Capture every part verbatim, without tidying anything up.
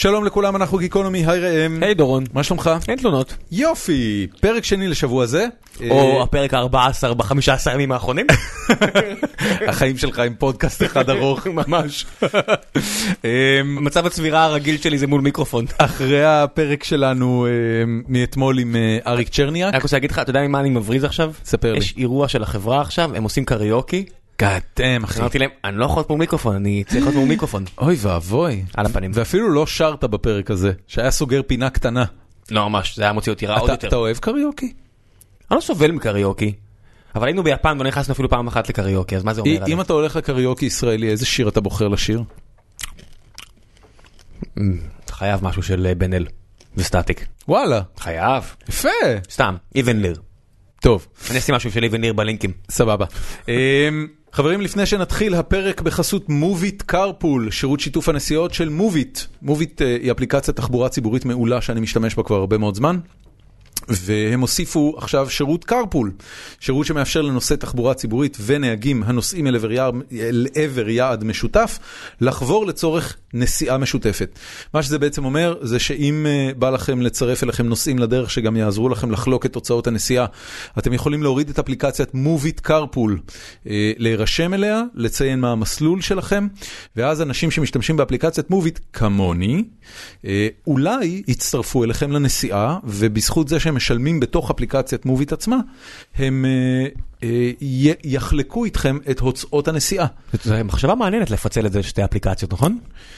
שלום לכולם, אנחנו גיקונומי, היי ראם. היי דורון. מה שלומך? אין תלונות. יופי, פרק שני לשבוע זה. או הפרק ה-ארבע עשרה ב-חמישה עשר ימים האחרונים. החיים שלך עם פודקאסט אחד ארוך. ממש. מצב הצבירה הרגיל שלי זה מול מיקרופון. אחרי הפרק שלנו מאתמול עם אריק צ'רניאק. אני רוצה להגיד לך, אתה יודע ממה אני מבריז עכשיו? ספר לי. יש אירוע של החברה עכשיו, הם עושים קריוקי. גאתם, אחי. אמרתי להם, אני לא יכול להיות מול מיקרופון, אני צריך להיות מול מיקרופון. אוי ואבוי. על הפנים. ואפילו לא שרת בפרק הזה, שהיה סוגר פינה קטנה. לא ממש, זה היה מוציא אותי רע עוד יותר. אתה אוהב קריוקי? אני לא סובל מקריוקי. אבל היינו ביפן ולא נכנסנו אפילו פעם אחת לקריוקי, אז מה זה אומר עליי? אם אתה הולך לקריוקי ישראלי, איזה שיר אתה בוחר לשיר? חייב משהו של בן אל וסטטיק. וואלה. חייב. יפה. סתם, איבן ליר. טוב. אני אשים משהו של איבן ליר בלינקים. סבבה. חברים, לפני שנתחיל, הפרק בחסות מוביט קארפול, שירות שיתוף הנסיעות של מוביט. מוביט היא אפליקציית תחבורה ציבורית מעולה שאני משתמש בה כבר הרבה מאוד זמן. והם הוסיפו עכשיו שירות קארפול, שירות שמאפשר לנושאי תחבורה ציבורית ונהגים הנוסעים אל עבר יעד, אל עבר יעד משותף, לחבור לצורך נסיעה משותפת. מה שזה בעצם אומר, זה שאם בא לכם לצרף אליכם נוסעים לדרך שגם יעזרו לכם לחלוק את תוצאות הנסיעה, אתם יכולים להוריד את אפליקציית מוביט קארפול, להירשם אליה, לציין מה המסלול שלכם, ואז אנשים שמשתמשים באפליקציית מוביט, כמוני, אולי יצטרפו אליכם לנסיעה, ובזכות זה שהם משלמים בתוך אפליקציית מוביט עצמה, הם יחלקו איתכם את הוצאות הנסיעה. זו מחשבה מעניינת לפצל את זה שתי אפליקציות, נכון?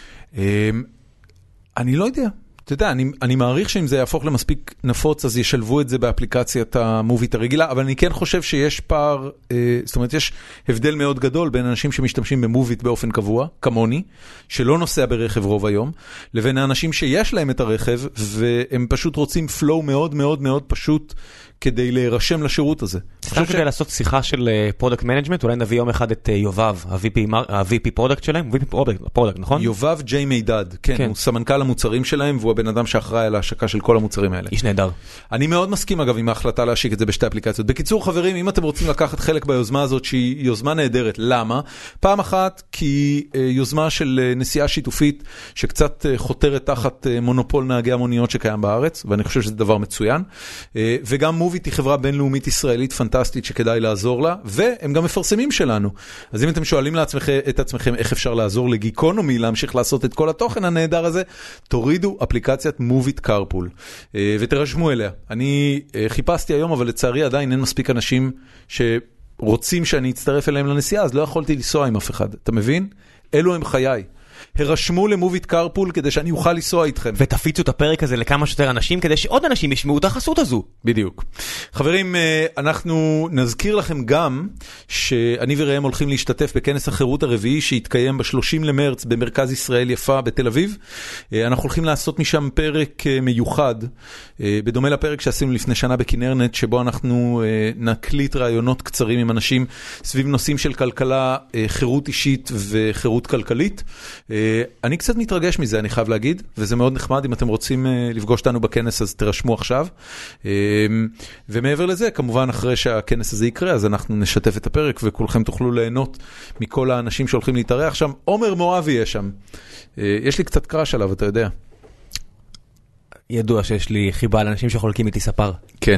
אני לא יודע. אתה יודע, אני, אני מעריך שאם זה יהפוך למספיק נפוץ, אז ישלבו את זה באפליקציית המוביט הרגילה, אבל אני כן חושב שיש פער, אה, זאת אומרת, יש הבדל מאוד גדול בין אנשים שמשתמשים במוביט באופן קבוע, כמוני, שלא נוסע ברכב רוב היום, לבין האנשים שיש להם את הרכב, והם פשוט רוצים פלואו מאוד מאוד מאוד פשוט, כדי להירשם לשירות הזה. סתם כדי לעשות שיחה של פרודקט מנג'מנט, אולי נביא יום אחד את יובב, ה-וי פי פרודקט שלהם, וי פי פרודקט, נכון? יובב ג'יי מידד, כן, הוא סמנכ"ל המוצרים שלהם, והוא הבן אדם שאחראי על ההשקה של כל המוצרים האלה. איש נהדר. אני מאוד מסכים אגב עם ההחלטה להשיק את זה בשתי אפליקציות. בקיצור חברים, אם אתם רוצים לקחת חלק ביוזמה הזאת, שהיא יוזמה נהדרת, למה? פעם אחת, כי יוזמה של נסיעה שיתופית, שקצת חותרת תחת מונופול נהגי המוניות שקיים בארץ, ואני חושב שזה דבר מצוין. וגם מוביט היא חברה בינלאומית ישראלית פנטסטית שכדאי לעזור לה, והם גם מפרסמים שלנו. אז אם אתם שואלים לעצמכם, את עצמכם איך אפשר לעזור לגיקונומי להמשיך לעשות את כל התוכן הנהדר הזה, תורידו אפליקציית מוביט קארפול ותרשמו אליה. אני חיפשתי היום, אבל לצערי עדיין אין מספיק אנשים שרוצים שאני אצטרף אליהם לנסיעה, אז לא יכולתי לנסוע עם אף אחד. אתה מבין? אלו הם חיי. הרשמו למוביט קארפול כדי שאני אוכל לנסוע איתכם. ותפיצו את הפרק הזה לכמה שיותר אנשים כדי שעוד אנשים ישמעו את החסות הזו. בדיוק. חברים, אנחנו נזכיר לכם גם שאני וראם הולכים להשתתף בכנס החירות הרביעי שהתקיים ב-שלושים למרץ במרכז ישראל יפה בתל אביב. אנחנו הולכים לעשות משם פרק מיוחד, בדומה לפרק שעשינו לפני שנה בכנרנט, שבו אנחנו נקליט רעיונות קצרים עם אנשים סביב נושאים של כלכלה, חירות אישית וחירות כלכלית. אני קצת מתרגש מזה, אני חייב להגיד, וזה מאוד נחמד. אם אתם רוצים לפגוש אותנו בכנס, אז תרשמו עכשיו. ומעבר לזה, כמובן אחרי שהכנס הזה יקרה, אז אנחנו נשתף את הפרק, וכולכם תוכלו ליהנות מכל האנשים שהולכים להתארח שם. עומר מואבי יש שם. יש לי קצת קראש עליו, אתה יודע. ידוע שיש לי חיבה לאנשים שחולקים איתי ספר. כן.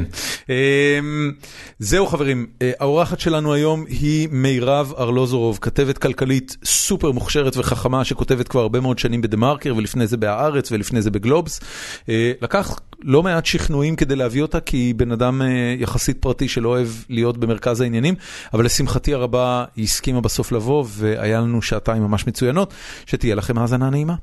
זהו חברים, האורחת שלנו היום היא מירב ארלוזורוב, כתבת כלכלית סופר מוכשרת וחכמה, שכותבת כבר הרבה מאוד שנים בדמרקר, ולפני זה בהארץ, ולפני זה בגלובס. לקח לא מעט שכנועים כדי להביא אותה, כי היא בן אדם יחסית פרטי שלא אוהב להיות במרכז העניינים, אבל לשמחתי הרבה היא הסכימה בסוף לבוא, והיה לנו שעתיים ממש מצוינות, שתהיה לכם האזנה נעימה.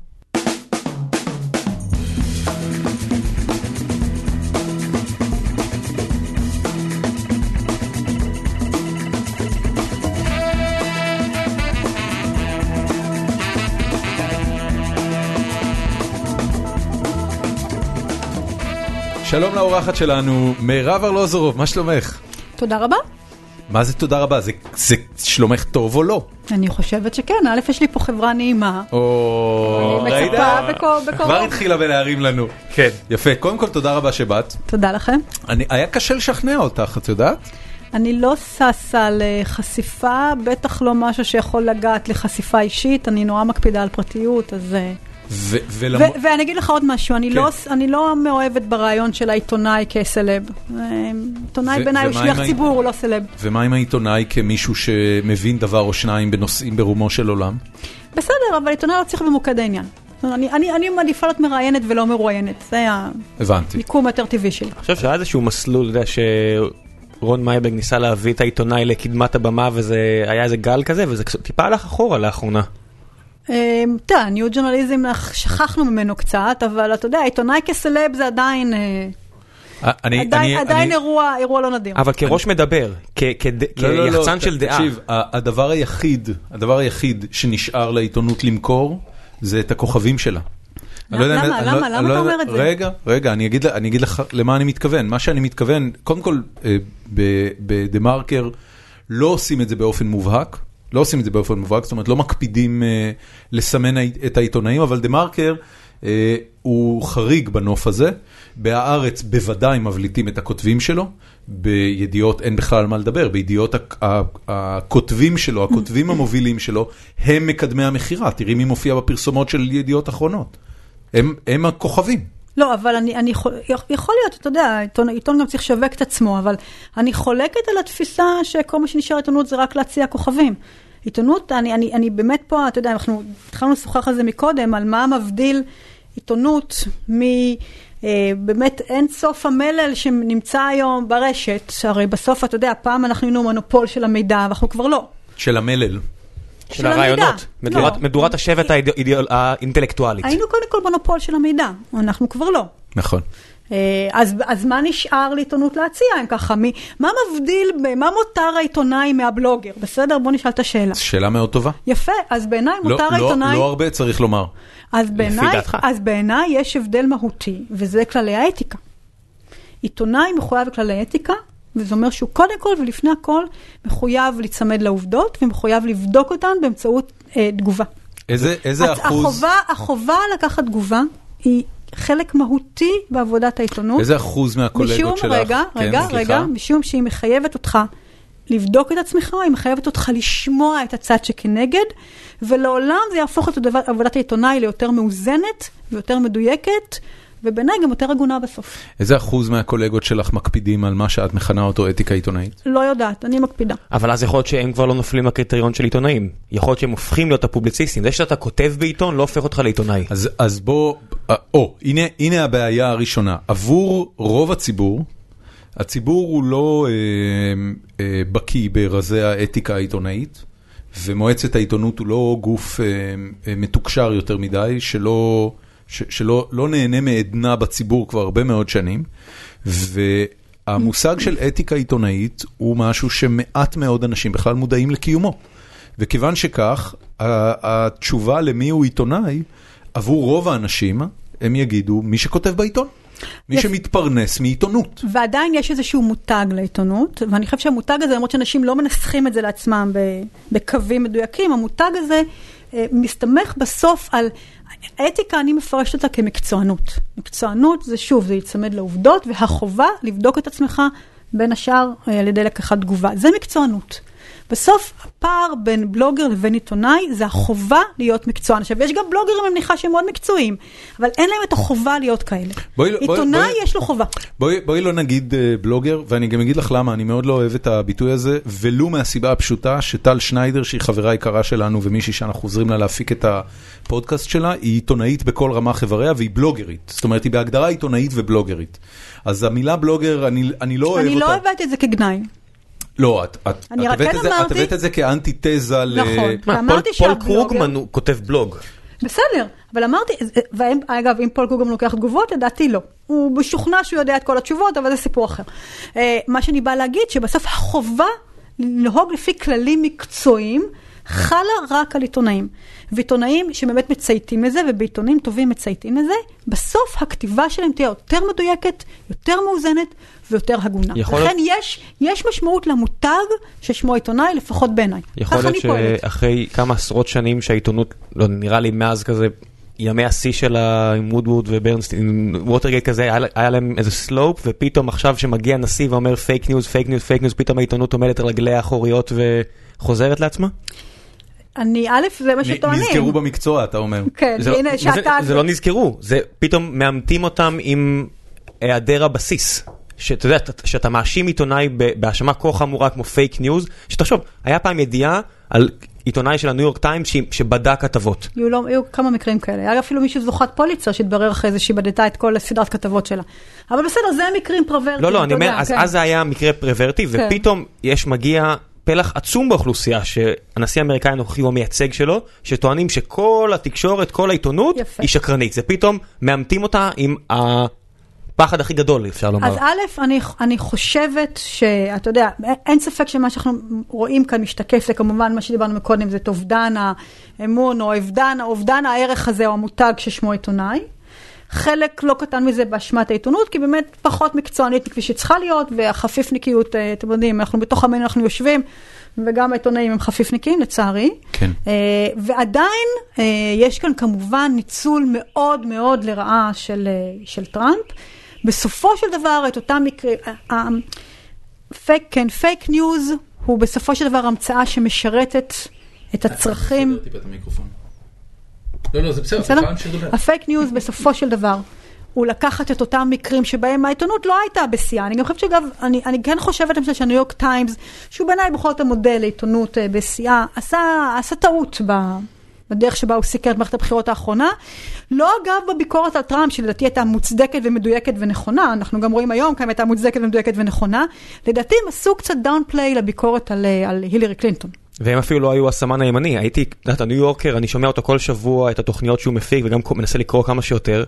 שלום לאורחת שלנו, מירב ארלוזורוב, מה שלומך? תודה רבה. מה זה תודה רבה? זה, זה שלומך טוב או לא? אני חושבת שכן, א' יש לי פה חברה נעימה. או, אני מצפה בקרוב. כבר התחילה בלהרים לנו. כן. יפה, קודם כל תודה רבה שבאת. תודה לכם. אני, היה קשה לשכנע אותך, את יודעת? אני לא ססה לחשיפה, בטח לא משהו שיכול לגעת לחשיפה אישית, אני נורא מקפידה על פרטיות, אז ו- ולמ... ו- ואני אגיד לך עוד משהו, אני, כן. לא, אני לא מאוהבת ברעיון של העיתונאי כסלב. עיתונאי ו- בעיניי הוא ומה שליח עם ה- ציבור, הוא לא סלב. ומה עם העיתונאי כמישהו שמבין דבר או שניים בנושאים ברומו של עולם? בסדר, אבל עיתונאי לא צריך במוקד העניין. אני, אני, אני מעדיפה להיות מראיינת ולא מרואיינת. זה הבנתי. המיקום היותר טבעי שלי. אני חושב שהיה איזשהו מסלול, אתה יודע, שרון מייברג ניסה להביא את העיתונאי לקדמת הבמה, וזה היה איזה גל כזה, וזה טיפה הלך אחורה לאחרונה. תראה, ניו ג'ורנליזם, שכחנו ממנו קצת, אבל אתה יודע, עיתונאי כסלב זה עדיין אני- עדיין אני- עדיין אני- אירוע אירוע לא נדיר. אבל כראש מדבר, כ- כד- לא, לא, לא, כיחצן ת- של דעה. תקשיב, ה- הדבר היחיד, הדבר היחיד שנשאר לעיתונות למכור, זה את הכוכבים שלה. אני לא יודע אם- למה? אני לא- למה? אני למה לא אתה יודע- אומר את זה? רגע, רגע, אני אגיד, אני אגיד לך למה אני מתכוון. מה שאני מתכוון, קודם כל, אה, ב- בדה-מרקר לא עושים את זה באופן מובהק, לא עושים את זה באופן מובהק, זאת אומרת, לא מקפידים אה, לסמן את העיתונאים, אבל דה-מרקר אה, הוא חריג בנוף הזה. בהארץ בוודאי מבליטים את הכותבים שלו, בידיעות אין בכלל מה לדבר, בידיעות ה- ה- הכותבים שלו, הכותבים המובילים שלו, הם מקדמי המחירה. תראי מי מופיע בפרסומות של ידיעות אחרונות. הם, הם הכוכבים. לא, אבל אני, אני יכול, יכול להיות, אתה יודע, עיתון, עיתון גם צריך לשווק את עצמו, אבל אני חולקת על התפיסה שכל מה שנשאר עיתונות זה רק להציע כוכבים. עיתונות, אני, אני, אני באמת פה, אתה יודע, אנחנו התחלנו לשוחח על זה מקודם, על מה מבדיל עיתונות מ... באמת אין סוף המלל שנמצא היום ברשת, הרי בסוף, אתה יודע, פעם אנחנו היינו מונופול של המידע, ואנחנו כבר לא. של המלל. של הרעיונות, המידע. מדורת- לא. מדורת השבט האידיאול- האינטלקטואלית. היינו קודם כל מונופול של המידע, אנחנו כבר לא. נכון. אה, אז, אז מה נשאר לעיתונות להציע? אם ככה, מי, מה מבדיל, מה מותר העיתונאי מהבלוגר? בסדר? בוא נשאל את השאלה. שאלה מאוד טובה. יפה, אז בעיניי לא, מותר לא, העיתונאי... לא הרבה צריך לומר. אז בעיניי, דעתך. אז בעיניי יש הבדל מהותי, וזה כללי האתיקה. עיתונאי מחויב לכללי אתיקה, וזה אומר שהוא קודם כל ולפני הכל מחויב להצמד לעובדות, ומחויב לבדוק אותן באמצעות אה, תגובה. איזה, איזה אז אחוז, החובה, החובה לקחת תגובה היא חלק מהותי בעבודת העיתונות. איזה אחוז מהקולגות משום, שלך? רגע, כן, רגע, סליחה. רגע, משום שהיא מחייבת אותך לבדוק את עצמך, היא מחייבת אותך לשמוע את הצד שכנגד, ולעולם זה יהפוך את עבודת העיתונאי ליותר מאוזנת, ויותר מדויקת, ובעיניי גם יותר הגונה בסוף. איזה אחוז מהקולגות שלך מקפידים על מה שאת מכנה אותו אתיקה עיתונאית? לא יודעת, אני מקפידה. אבל אז יכול להיות שהם כבר לא נופלים לקריטריון של עיתונאים. יכול להיות שהם הופכים להיות הפובליציסטים. זה שאתה כותב בעיתון לא הופך אותך לעיתונאי. אז, אז בוא, אה, או, הנה, הנה הבעיה הראשונה. עבור רוב הציבור, הציבור הוא לא אה, אה, בקיא ברזי האתיקה העיתונאית, ומועצת העיתונות הוא לא גוף אה, אה, מתוקשר יותר מדי, שלא, ש, שלא לא נהנה מעדנה בציבור כבר הרבה מאוד שנים, והמושג של אתיקה עיתונאית הוא משהו שמעט מאוד אנשים בכלל מודעים לקיומו. וכיוון שכך, התשובה למי הוא עיתונאי, עבור רוב האנשים, הם יגידו מי שכותב בעיתון. מי שמתפרנס מעיתונות. ועדיין יש איזשהו מותג לעיתונות, ואני חושב שהמותג הזה, למרות שאנשים לא מנסחים את זה לעצמם בקווים מדויקים, המותג הזה מסתמך בסוף על, האתיקה אני מפרשת אותה כמקצוענות. מקצוענות זה שוב, זה יצמד לעובדות, והחובה לבדוק את עצמך בין השאר על ידי לקחת תגובה. זה מקצוענות. בסוף, הפער בין בלוגר לבין עיתונאי, זה החובה להיות מקצוען. עכשיו, יש גם בלוגרים, אני מניחה, שהם מאוד מקצועיים, אבל אין להם את החובה להיות כאלה. בואי, עיתונאי בואי, יש לו חובה. בואי, בואי לא נגיד uh, בלוגר, ואני גם אגיד לך למה, אני מאוד לא אוהב את הביטוי הזה, ולו מהסיבה הפשוטה שטל שניידר, שהיא חברה יקרה שלנו, ומישהי שאנחנו חוזרים לה להפיק את הפודקאסט שלה, היא עיתונאית בכל רמה חבריה, והיא בלוגרית. זאת אומרת, היא בהגדרה עיתונאית ובלוגרית. אז המילה בלוגר, אני, אני לא אוהב אני אותה. לא אוהבת את זה כגנאי. לא, את, את, אני את רק הבאת כן את זה, את אמרתי- הבאת את זה כאנטיתזה ל... נכון. מה, ואמרתי פול- פול שהבלוגר- קרוגמן הוא כותב בלוג. בסדר, אבל אמרתי, ואגב, אם פול קרוגמן לוקח תגובות, לדעתי לא. הוא משוכנע שהוא יודע את כל התשובות, אבל זה סיפור אחר. אה, מה שאני באה להגיד, שבסוף החובה לנהוג לפי כללים מקצועיים, חלה רק על עיתונאים. ועיתונאים שבאמת מצייתים לזה, ובעיתונים טובים מצייתים לזה, בסוף הכתיבה שלהם תהיה יותר מדויקת, יותר מאוזנת, ויותר הגונה. יכול לכן יש, יש משמעות למותג ששמו עיתונאי, לפחות בעיניי. יכול ככה להיות אני פועלת. שאחרי כמה עשרות שנים שהעיתונות, לא נראה לי מאז כזה, ימי השיא שלה עם וודווד וברנסטין, ווטרגייט כזה, היה, היה להם איזה סלופ, ופתאום עכשיו שמגיע נשיא ואומר פייק ניוז, פייק ניוז, פייק ניוז, פתאום העיתונות עומדת על רגליה האחוריות וחוזרת לעצמה? אני, א', זה מה שטוענים. נזכרו במקצוע, אתה אומר. כן, הנה, שאתה... זה לא נזכרו, זה פתאום מאמתים אותם עם היעדר הבסיס. שאתה יודע, שאתה מאשים עיתונאי בהאשמה כה חמורה כמו פייק ניוז, שתחשוב, היה פעם ידיעה על עיתונאי של הניו יורק טיימס שבדק כתבות. היו, לא, היו כמה מקרים כאלה. היה אפילו מישהו זוכת פוליצר שהתברר אחרי זה שהיא בדתה את כל סדרת כתבות שלה. אבל בסדר, זה מקרים פרוורטיים. לא, לא, אני אומר, אז, כן. אז זה היה מקרה פרוורטי, כן. ופתאום יש מגיע פלח עצום באוכלוסייה, שהנשיא האמריקאי הנוכחי הוא המייצג שלו, שטוענים שכל התקשורת, כל העיתונות, יפה. היא שקרנית. זה פתאום מאמתים אותה עם ה... פחד הכי גדול, אפשר לומר. אז א', אני, אני חושבת שאתה יודע, אין ספק שמה שאנחנו רואים כאן משתקף, זה כמובן מה שדיברנו מקודם, זה אובדן האמון, או אובדן, אובדן הערך הזה, או המותג ששמו עיתונאי. חלק לא קטן מזה באשמת העיתונות, כי באמת פחות מקצוענית מכפי שצריכה להיות, והחפיפניקיות, אתם יודעים, אנחנו בתוך עמנו אנחנו יושבים, וגם העיתונאים הם חפיפניקים, לצערי. כן. ועדיין יש כאן כמובן ניצול מאוד מאוד לרעה של, של טראמפ. בסופו של דבר, את אותם מקרים, פייק, כן, פייק ניוז הוא בסופו של דבר המצאה שמשרתת את הצרכים. לא, לא, זה בסדר. הפייק ניוז בסופו של דבר הוא לקחת את אותם מקרים שבהם העיתונות לא הייתה בשיאה. אני גם חושבת שאגב, אני, אני כן חושבת למשל שהניו יורק טיימס, שהוא בעיניי בכל זאת המודל לעיתונות בשיאה, עשה, עשה טעות ב... בדרך שבה הוא סיקר את מערכת הבחירות האחרונה, לא אגב בביקורת על טראמפ, שלדעתי הייתה מוצדקת ומדויקת ונכונה, אנחנו גם רואים היום כמה הייתה מוצדקת ומדויקת ונכונה, לדעתי הם עשו קצת דאונפליי לביקורת על, על הילרי קלינטון. והם אפילו לא היו הסמן הימני, הייתי, דעת, הניו יורקר, אני שומע אותו כל שבוע, את התוכניות שהוא מפיק, וגם מנסה לקרוא כמה שיותר,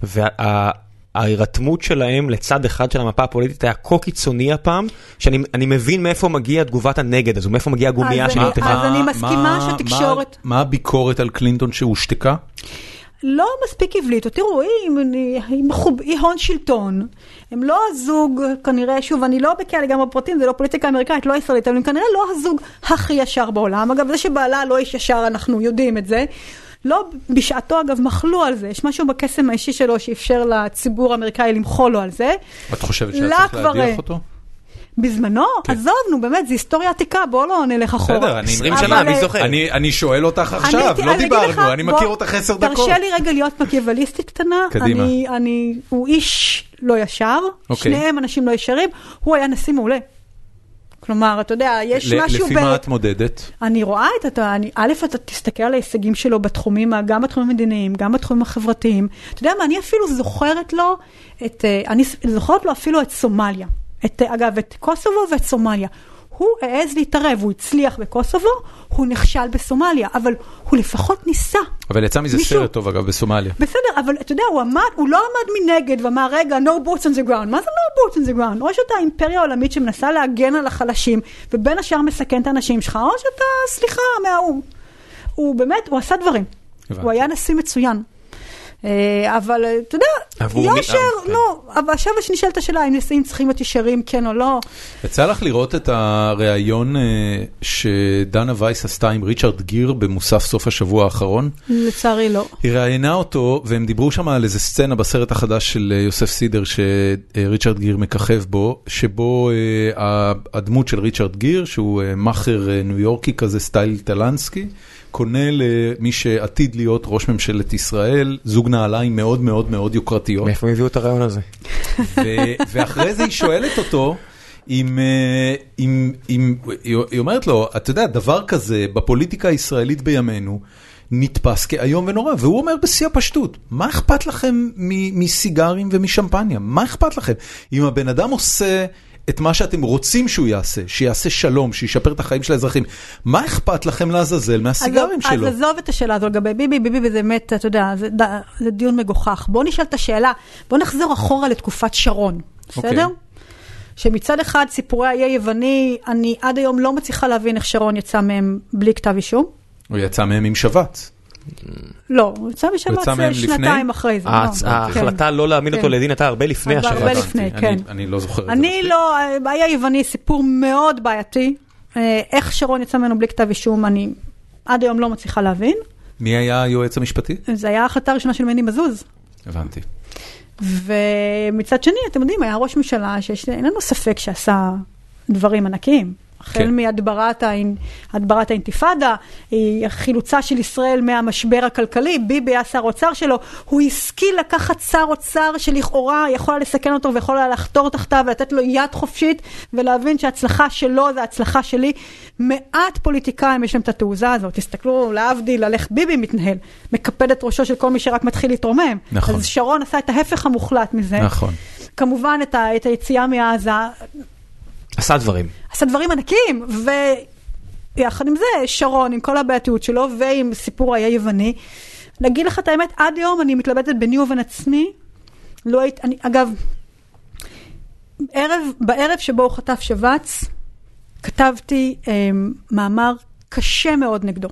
וההירתמות שלהם לצד אחד של המפה הפוליטית היה כה קיצוני הפעם, שאני מבין מאיפה מגיע תגובת הנגד הזו, מאיפה מגיע הגומייה של נרתמה. אז אני מסכימה שתקשורת... מה הביקורת על קלינטון שהושתקה? לא מספיק הבליט, תראו, היא הון שלטון, הם לא הזוג, כנראה, שוב, אני לא בקיא לגמרי בפרטים, זה לא פוליטיקה אמריקאית, לא ישראלית, אבל הם כנראה לא הזוג הכי ישר בעולם, אגב, זה שבעלה לא איש ישר, אנחנו יודעים את זה, לא בשעתו, אגב, מחלו על זה, יש משהו בקסם האישי שלו שאפשר לציבור האמריקאי למחול לו על זה. את חושבת שהיה צריך להדיח אותו? בזמנו, עזובנו, באמת, זו היסטוריה עתיקה, בואו לא נלך אחורה. בסדר, עשרים שנה, מי זוכר? אני שואל אותך עכשיו, לא דיברנו, אני מכיר אותך עשר דקות. תרשה לי רגע להיות מקיאווליסטית קטנה, הוא איש לא ישר, שניהם אנשים לא ישרים, הוא היה נשיא מעולה. כלומר, אתה יודע, יש משהו... לפי מה את מודדת? אני רואה את זה, א', אתה תסתכל על ההישגים שלו בתחומים, גם בתחומים המדיניים, גם בתחומים החברתיים. אתה יודע מה, אני אפילו זוכרת לו, אני זוכרת לו אפילו את סומליה. את, אגב, את קוסובו ואת סומליה. הוא העז להתערב, הוא הצליח בקוסובו, הוא נכשל בסומליה, אבל הוא לפחות ניסה. אבל יצא מזה מישהו... סרט טוב, אגב, בסומליה. בסדר, אבל אתה יודע, הוא, עמד, הוא לא עמד מנגד ואמר, רגע, no boots on the ground. מה זה no boots on the ground? או שאתה האימפריה העולמית שמנסה להגן על החלשים, ובין השאר מסכן את האנשים שלך, או שאתה, סליחה, מהאום. הוא באמת, הוא עשה דברים. הבנתי. הוא היה נשיא מצוין. אבל אתה יודע, ישר, לא, אבל עכשיו שנשאלת השאלה, אם נשיאים צריכים להיות ישרים, כן או לא. יצא לך לראות את הראיון שדנה וייס עשתה עם ריצ'רד גיר במוסף סוף השבוע האחרון? לצערי לא. היא ראיינה אותו, והם דיברו שם על איזה סצנה בסרט החדש של יוסף סידר, שריצ'רד גיר מככב בו, שבו הדמות של ריצ'רד גיר, שהוא מאכר ניו יורקי כזה, סטייל טלנסקי, קונה למי שעתיד להיות ראש ממשלת ישראל, זוג נעליים מאוד מאוד מאוד יוקרתיות. מאיפה הביאו את הרעיון הזה? ואחרי זה היא שואלת אותו, אם, אם, אם, היא אומרת לו, אתה יודע, דבר כזה בפוליטיקה הישראלית בימינו, נתפס כאיום ונורא, והוא אומר בשיא הפשטות, מה אכפת לכם מסיגרים ומשמפניה? מה אכפת לכם? אם הבן אדם עושה את מה שאתם רוצים שהוא יעשה, שיעשה שלום, שישפר את החיים של האזרחים, מה אכפת לכם לעזאזל מהסיגרים אז, שלו? אז עזוב את השאלה הזו, לגבי ביבי, ביבי זה באמת, אתה יודע, זה, זה דיון מגוחך. בוא נשאל את השאלה, בוא נחזור אחורה לתקופת שרון, בסדר? Okay. שמצד אחד סיפורי האי היווני, אני עד היום לא מצליחה להבין איך שרון יצא מהם בלי כתב אישום. הוא יצא מהם עם שבץ. לא, הוא יצא בשבץ שנתיים אחרי זה. ההחלטה לא להעמיד אותו לדין הייתה הרבה לפני השבץ. הרבה לפני, כן. אני לא זוכר את זה. אני לא, היה יווני סיפור מאוד בעייתי. איך שרון יצא ממנו בלי כתב אישום, אני עד היום לא מצליחה להבין. מי היה היועץ המשפטי? זה היה ההחלטה הראשונה של מני מזוז. הבנתי. ומצד שני, אתם יודעים, היה ראש ממשלה שאין לנו ספק שעשה דברים ענקיים. החל מהדברת הדברת האינתיפאדה, חילוצה של ישראל מהמשבר הכלכלי, ביבי היה שר אוצר שלו, הוא השכיל לקחת שר אוצר שלכאורה יכולה לסכן אותו ויכולה לחתור תחתיו ולתת לו יד חופשית ולהבין שההצלחה שלו זה ההצלחה שלי. מעט פוליטיקאים יש להם את התעוזה הזאת, תסתכלו להבדיל על איך ביבי מתנהל, מקפד את ראשו של כל מי שרק מתחיל להתרומם. נכון. אז שרון עשה את ההפך המוחלט מזה. נכון. כמובן את, ה, את היציאה מעזה. עשה דברים. עשה דברים ענקים, ויחד עם זה, שרון, עם כל הבעייתיות שלו, ועם סיפור היה יווני, להגיד לך את האמת, עד היום אני מתלבטת ביני ובין עצמי, לא היית, אני, אגב, בערב, בערב שבו הוא חטף שבץ, כתבתי אה, מאמר קשה מאוד נגדו.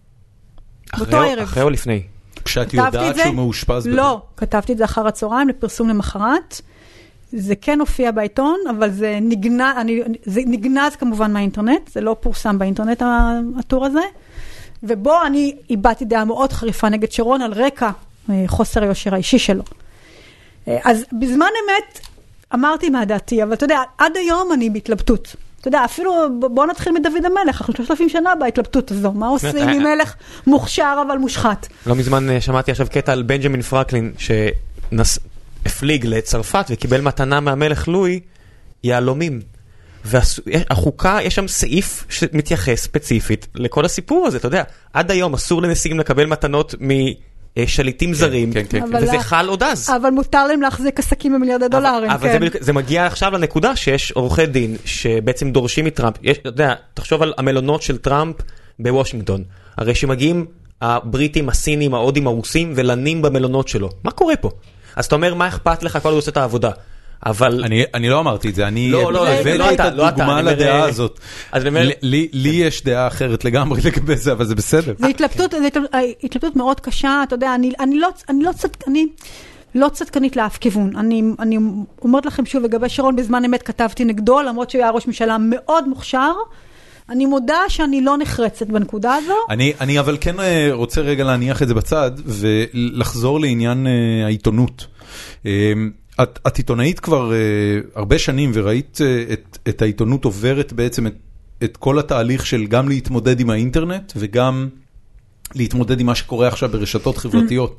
אחרי, אחרי או לפני? כשאת יודעת שהוא מאושפז? לא, כתבתי את זה אחר הצהריים, לפרסום למחרת, זה כן הופיע בעיתון, אבל זה נגנז, אני, זה נגנז כמובן מהאינטרנט, זה לא פורסם באינטרנט הטור הזה, ובו אני איבדתי דעה מאוד חריפה נגד שרון על רקע חוסר היושר האישי שלו. אז בזמן אמת אמרתי מה דעתי, אבל אתה יודע, עד היום אני בהתלבטות. אתה יודע, אפילו בוא נתחיל מדוד המלך, אנחנו שלושת אלפים שנה בהתלבטות הזו, מה עושים עם מלך מוכשר אבל מושחת? לא מזמן שמעתי עכשיו קטע על בנג'מין פרנקלין, שנס... הפליג לצרפת וקיבל מתנה מהמלך לואי יהלומים. והחוקה, יש שם סעיף שמתייחס ספציפית לכל הסיפור הזה, אתה יודע, עד היום אסור לנשיאים לקבל מתנות משליטים זרים, וזה חל עוד אז. אבל מותר להם להחזיק עסקים במיליארדי דולרים. אבל זה מגיע עכשיו לנקודה שיש עורכי דין שבעצם דורשים מטראמפ, אתה יודע, תחשוב על המלונות של טראמפ בוושינגטון, הרי שמגיעים הבריטים, הסינים, ההודים, הרוסים, ולנים במלונות שלו. מה קורה פה? אז אתה אומר, מה אכפת לך כל עוד עושה את העבודה? אבל... אני, אני לא אמרתי את זה, אני לא, לא, הבאתי לא, את לא, הדוגמה לא, לדעה הזאת. אז אני אומר... לי, לי יש דעה אחרת לגמרי לגבי זה, אבל זה בסדר. זה התלבטות, זה התלבטות מאוד קשה, אתה יודע, אני, אני לא, אני לא צדק, אני לא צדקנית לאף כיוון. אני, אני אומרת לכם שוב, לגבי שרון בזמן אמת כתבתי נגדו, למרות שהוא היה ראש ממשלה מאוד מוכשר, אני מודה שאני לא נחרצת בנקודה הזו. אני, אני אבל כן רוצה רגע להניח את זה בצד, ולחזור לעניין העיתונות. את, את עיתונאית כבר הרבה שנים, וראית את, את העיתונות עוברת בעצם את, את כל התהליך של גם להתמודד עם האינטרנט, וגם להתמודד עם מה שקורה עכשיו ברשתות חברתיות.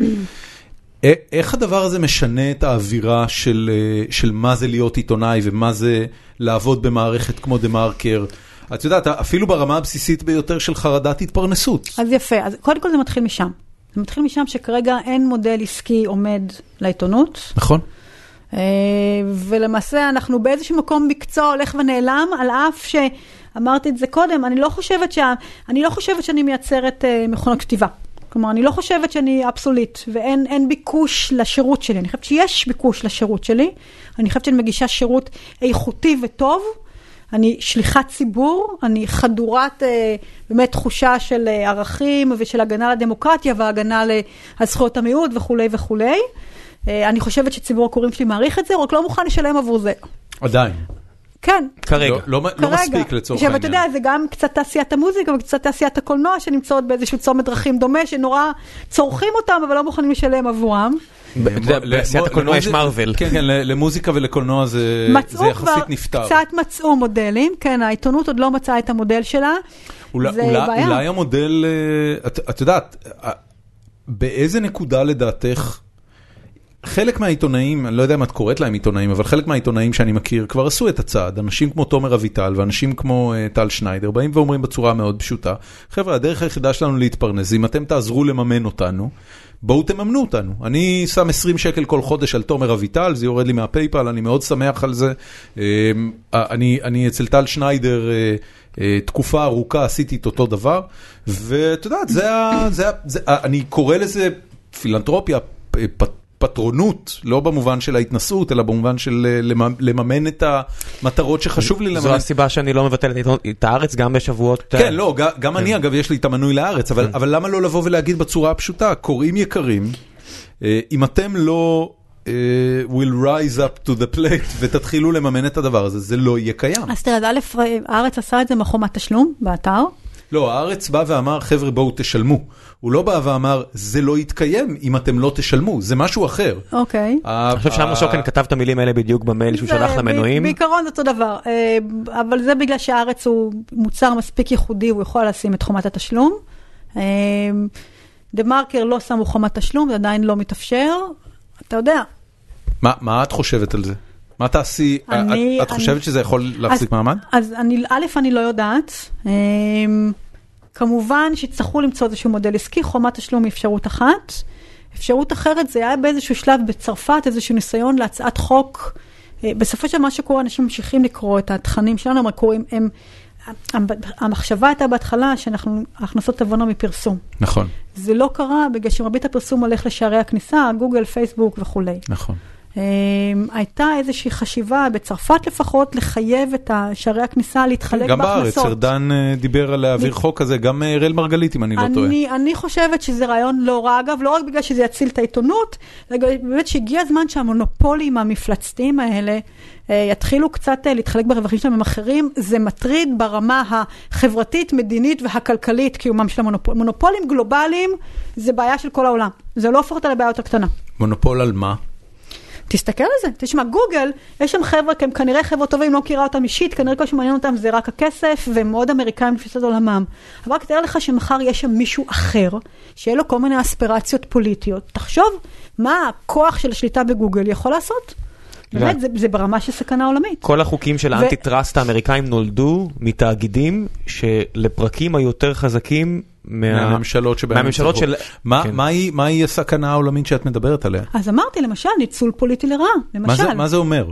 איך הדבר הזה משנה את האווירה של, של מה זה להיות עיתונאי, ומה זה לעבוד במערכת כמו דה-מרקר? את יודעת, אפילו ברמה הבסיסית ביותר של חרדת התפרנסות. אז יפה, אז קודם כל זה מתחיל משם. זה מתחיל משם שכרגע אין מודל עסקי עומד לעיתונות. נכון. ולמעשה אנחנו באיזשהו מקום מקצוע הולך ונעלם, על אף שאמרתי את זה קודם, אני לא חושבת, שה, אני לא חושבת שאני מייצרת מכונות כתיבה. כלומר, אני לא חושבת שאני אבסולית, ואין אין ביקוש לשירות שלי. אני חושבת שיש ביקוש לשירות שלי. אני חושבת שאני מגישה שירות איכותי וטוב, אני שליחת ציבור, אני חדורת אה, באמת תחושה של אה, ערכים ושל הגנה לדמוקרטיה והגנה לזכויות המיעוט וכו' וכו'. אה, אני חושבת שציבור הקוראים שלי מעריך את זה, רק לא מוכן לשלם עבור זה. עדיין. כן. כרגע. לא, לא, לא מספיק לצורך העניין. אתה יודע, זה גם קצת תעשיית המוזיקה וקצת תעשיית הקולנוע שנמצאות באיזשהו צומת דרכים דומה, שנורא צורכים אותם אבל לא מוכנים לשלם עבורם. בעשיית הקולנוע יש מרוול. כן, כן, למוזיקה ולקולנוע זה יחסית נפטר. קצת מצאו מודלים, כן, העיתונות עוד לא מצאה את המודל שלה. אולי המודל, את יודעת, באיזה נקודה לדעתך, חלק מהעיתונאים, אני לא יודע אם את קוראת להם עיתונאים, אבל חלק מהעיתונאים שאני מכיר כבר עשו את הצעד. אנשים כמו תומר אביטל ואנשים כמו uh, טל שניידר באים ואומרים בצורה מאוד פשוטה, חבר'ה, הדרך היחידה שלנו להתפרנס, אם אתם תעזרו לממן אותנו, בואו תממנו אותנו. אני שם עשרים שקל כל חודש על תומר אביטל, זה יורד לי מהפייפל, אני מאוד שמח על זה. Uh, אני, אני אצל טל שניידר uh, uh, תקופה ארוכה עשיתי את אותו דבר, ואת יודעת, זה, זה, זה, אני קורא לזה פילנתרופיה, פ, פטרונות, לא במובן של ההתנסות, אלא במובן של לממן את המטרות שחשוב לי לממן. זו הסיבה שאני לא מבטל את הארץ גם בשבועות. כן, לא, גם אני אגב יש לי את המנוי לארץ, אבל למה לא לבוא ולהגיד בצורה הפשוטה, קוראים יקרים, אם אתם לא will rise up to the plate ותתחילו לממן את הדבר הזה, זה לא יהיה קיים. אז תראה, א', הארץ עשה את זה מחומת תשלום באתר, לא, הארץ בא ואמר, חבר'ה בואו תשלמו. הוא לא בא ואמר, זה לא יתקיים אם אתם לא תשלמו, זה משהו אחר. אוקיי. אני חושב שעמוס שוקן כתב את המילים האלה בדיוק במייל שהוא שלח למנויים. בעיקרון זה אותו דבר, אבל זה בגלל שהארץ הוא מוצר מספיק ייחודי, הוא יכול לשים את חומת התשלום. דה מרקר לא שמו חומת תשלום, זה עדיין לא מתאפשר. אתה יודע. מה את חושבת על זה? מה תעשי? את חושבת שזה יכול להחזיק מעמד? אז א', אני לא יודעת. כמובן שצריכו למצוא איזשהו מודל עסקי, חומת תשלום היא אפשרות אחת. אפשרות אחרת זה היה באיזשהו שלב בצרפת, איזשהו ניסיון להצעת חוק. בסופו של מה שקורה, אנשים ממשיכים לקרוא את התכנים שלנו, הם קוראים, הם, המחשבה הייתה בהתחלה שאנחנו, ההכנסות תבואנה מפרסום. נכון. זה לא קרה בגלל שמרבית הפרסום הולך לשערי הכניסה, גוגל, פייסבוק וכו'. נכון. הייתה איזושהי חשיבה, בצרפת לפחות, לחייב את שערי הכניסה להתחלק בהכנסות. גם בארץ, ארדן דיבר על להעביר חוק כזה, גם אראל מרגלית, אם אני לא טועה. אני חושבת שזה רעיון לא רע, אגב, לא רק בגלל שזה יציל את העיתונות, באמת שהגיע הזמן שהמונופולים המפלצתיים האלה יתחילו קצת להתחלק ברווחים שלהם עם אחרים, זה מטריד ברמה החברתית, מדינית והכלכלית קיומם של המונופול. מונופולים גלובליים זה בעיה של כל העולם. זה לא הופך אותה לבעיה יותר קטנה. מונופול על מה? תסתכל על זה, תשמע, גוגל, יש שם חבר'ה, הם כנראה חבר'ה טובים, לא מכירה אותם אישית, כנראה כל שמעניין אותם זה רק הכסף, והם מאוד אמריקאים לפי עולמם. אבל רק תאר לך שמחר יש שם מישהו אחר, שיהיה לו כל מיני אספירציות פוליטיות. תחשוב מה הכוח של השליטה בגוגל יכול לעשות. באמת, זה, זה ברמה של סכנה עולמית. כל החוקים של האנטי-טראסט האמריקאים נולדו מתאגידים שלפרקים היותר חזקים מהממשלות שבהם מהממשלות של... מה היא הסכנה העולמית שאת מדברת עליה? אז אמרתי, למשל, ניצול פוליטי לרעה, למשל. מה זה אומר?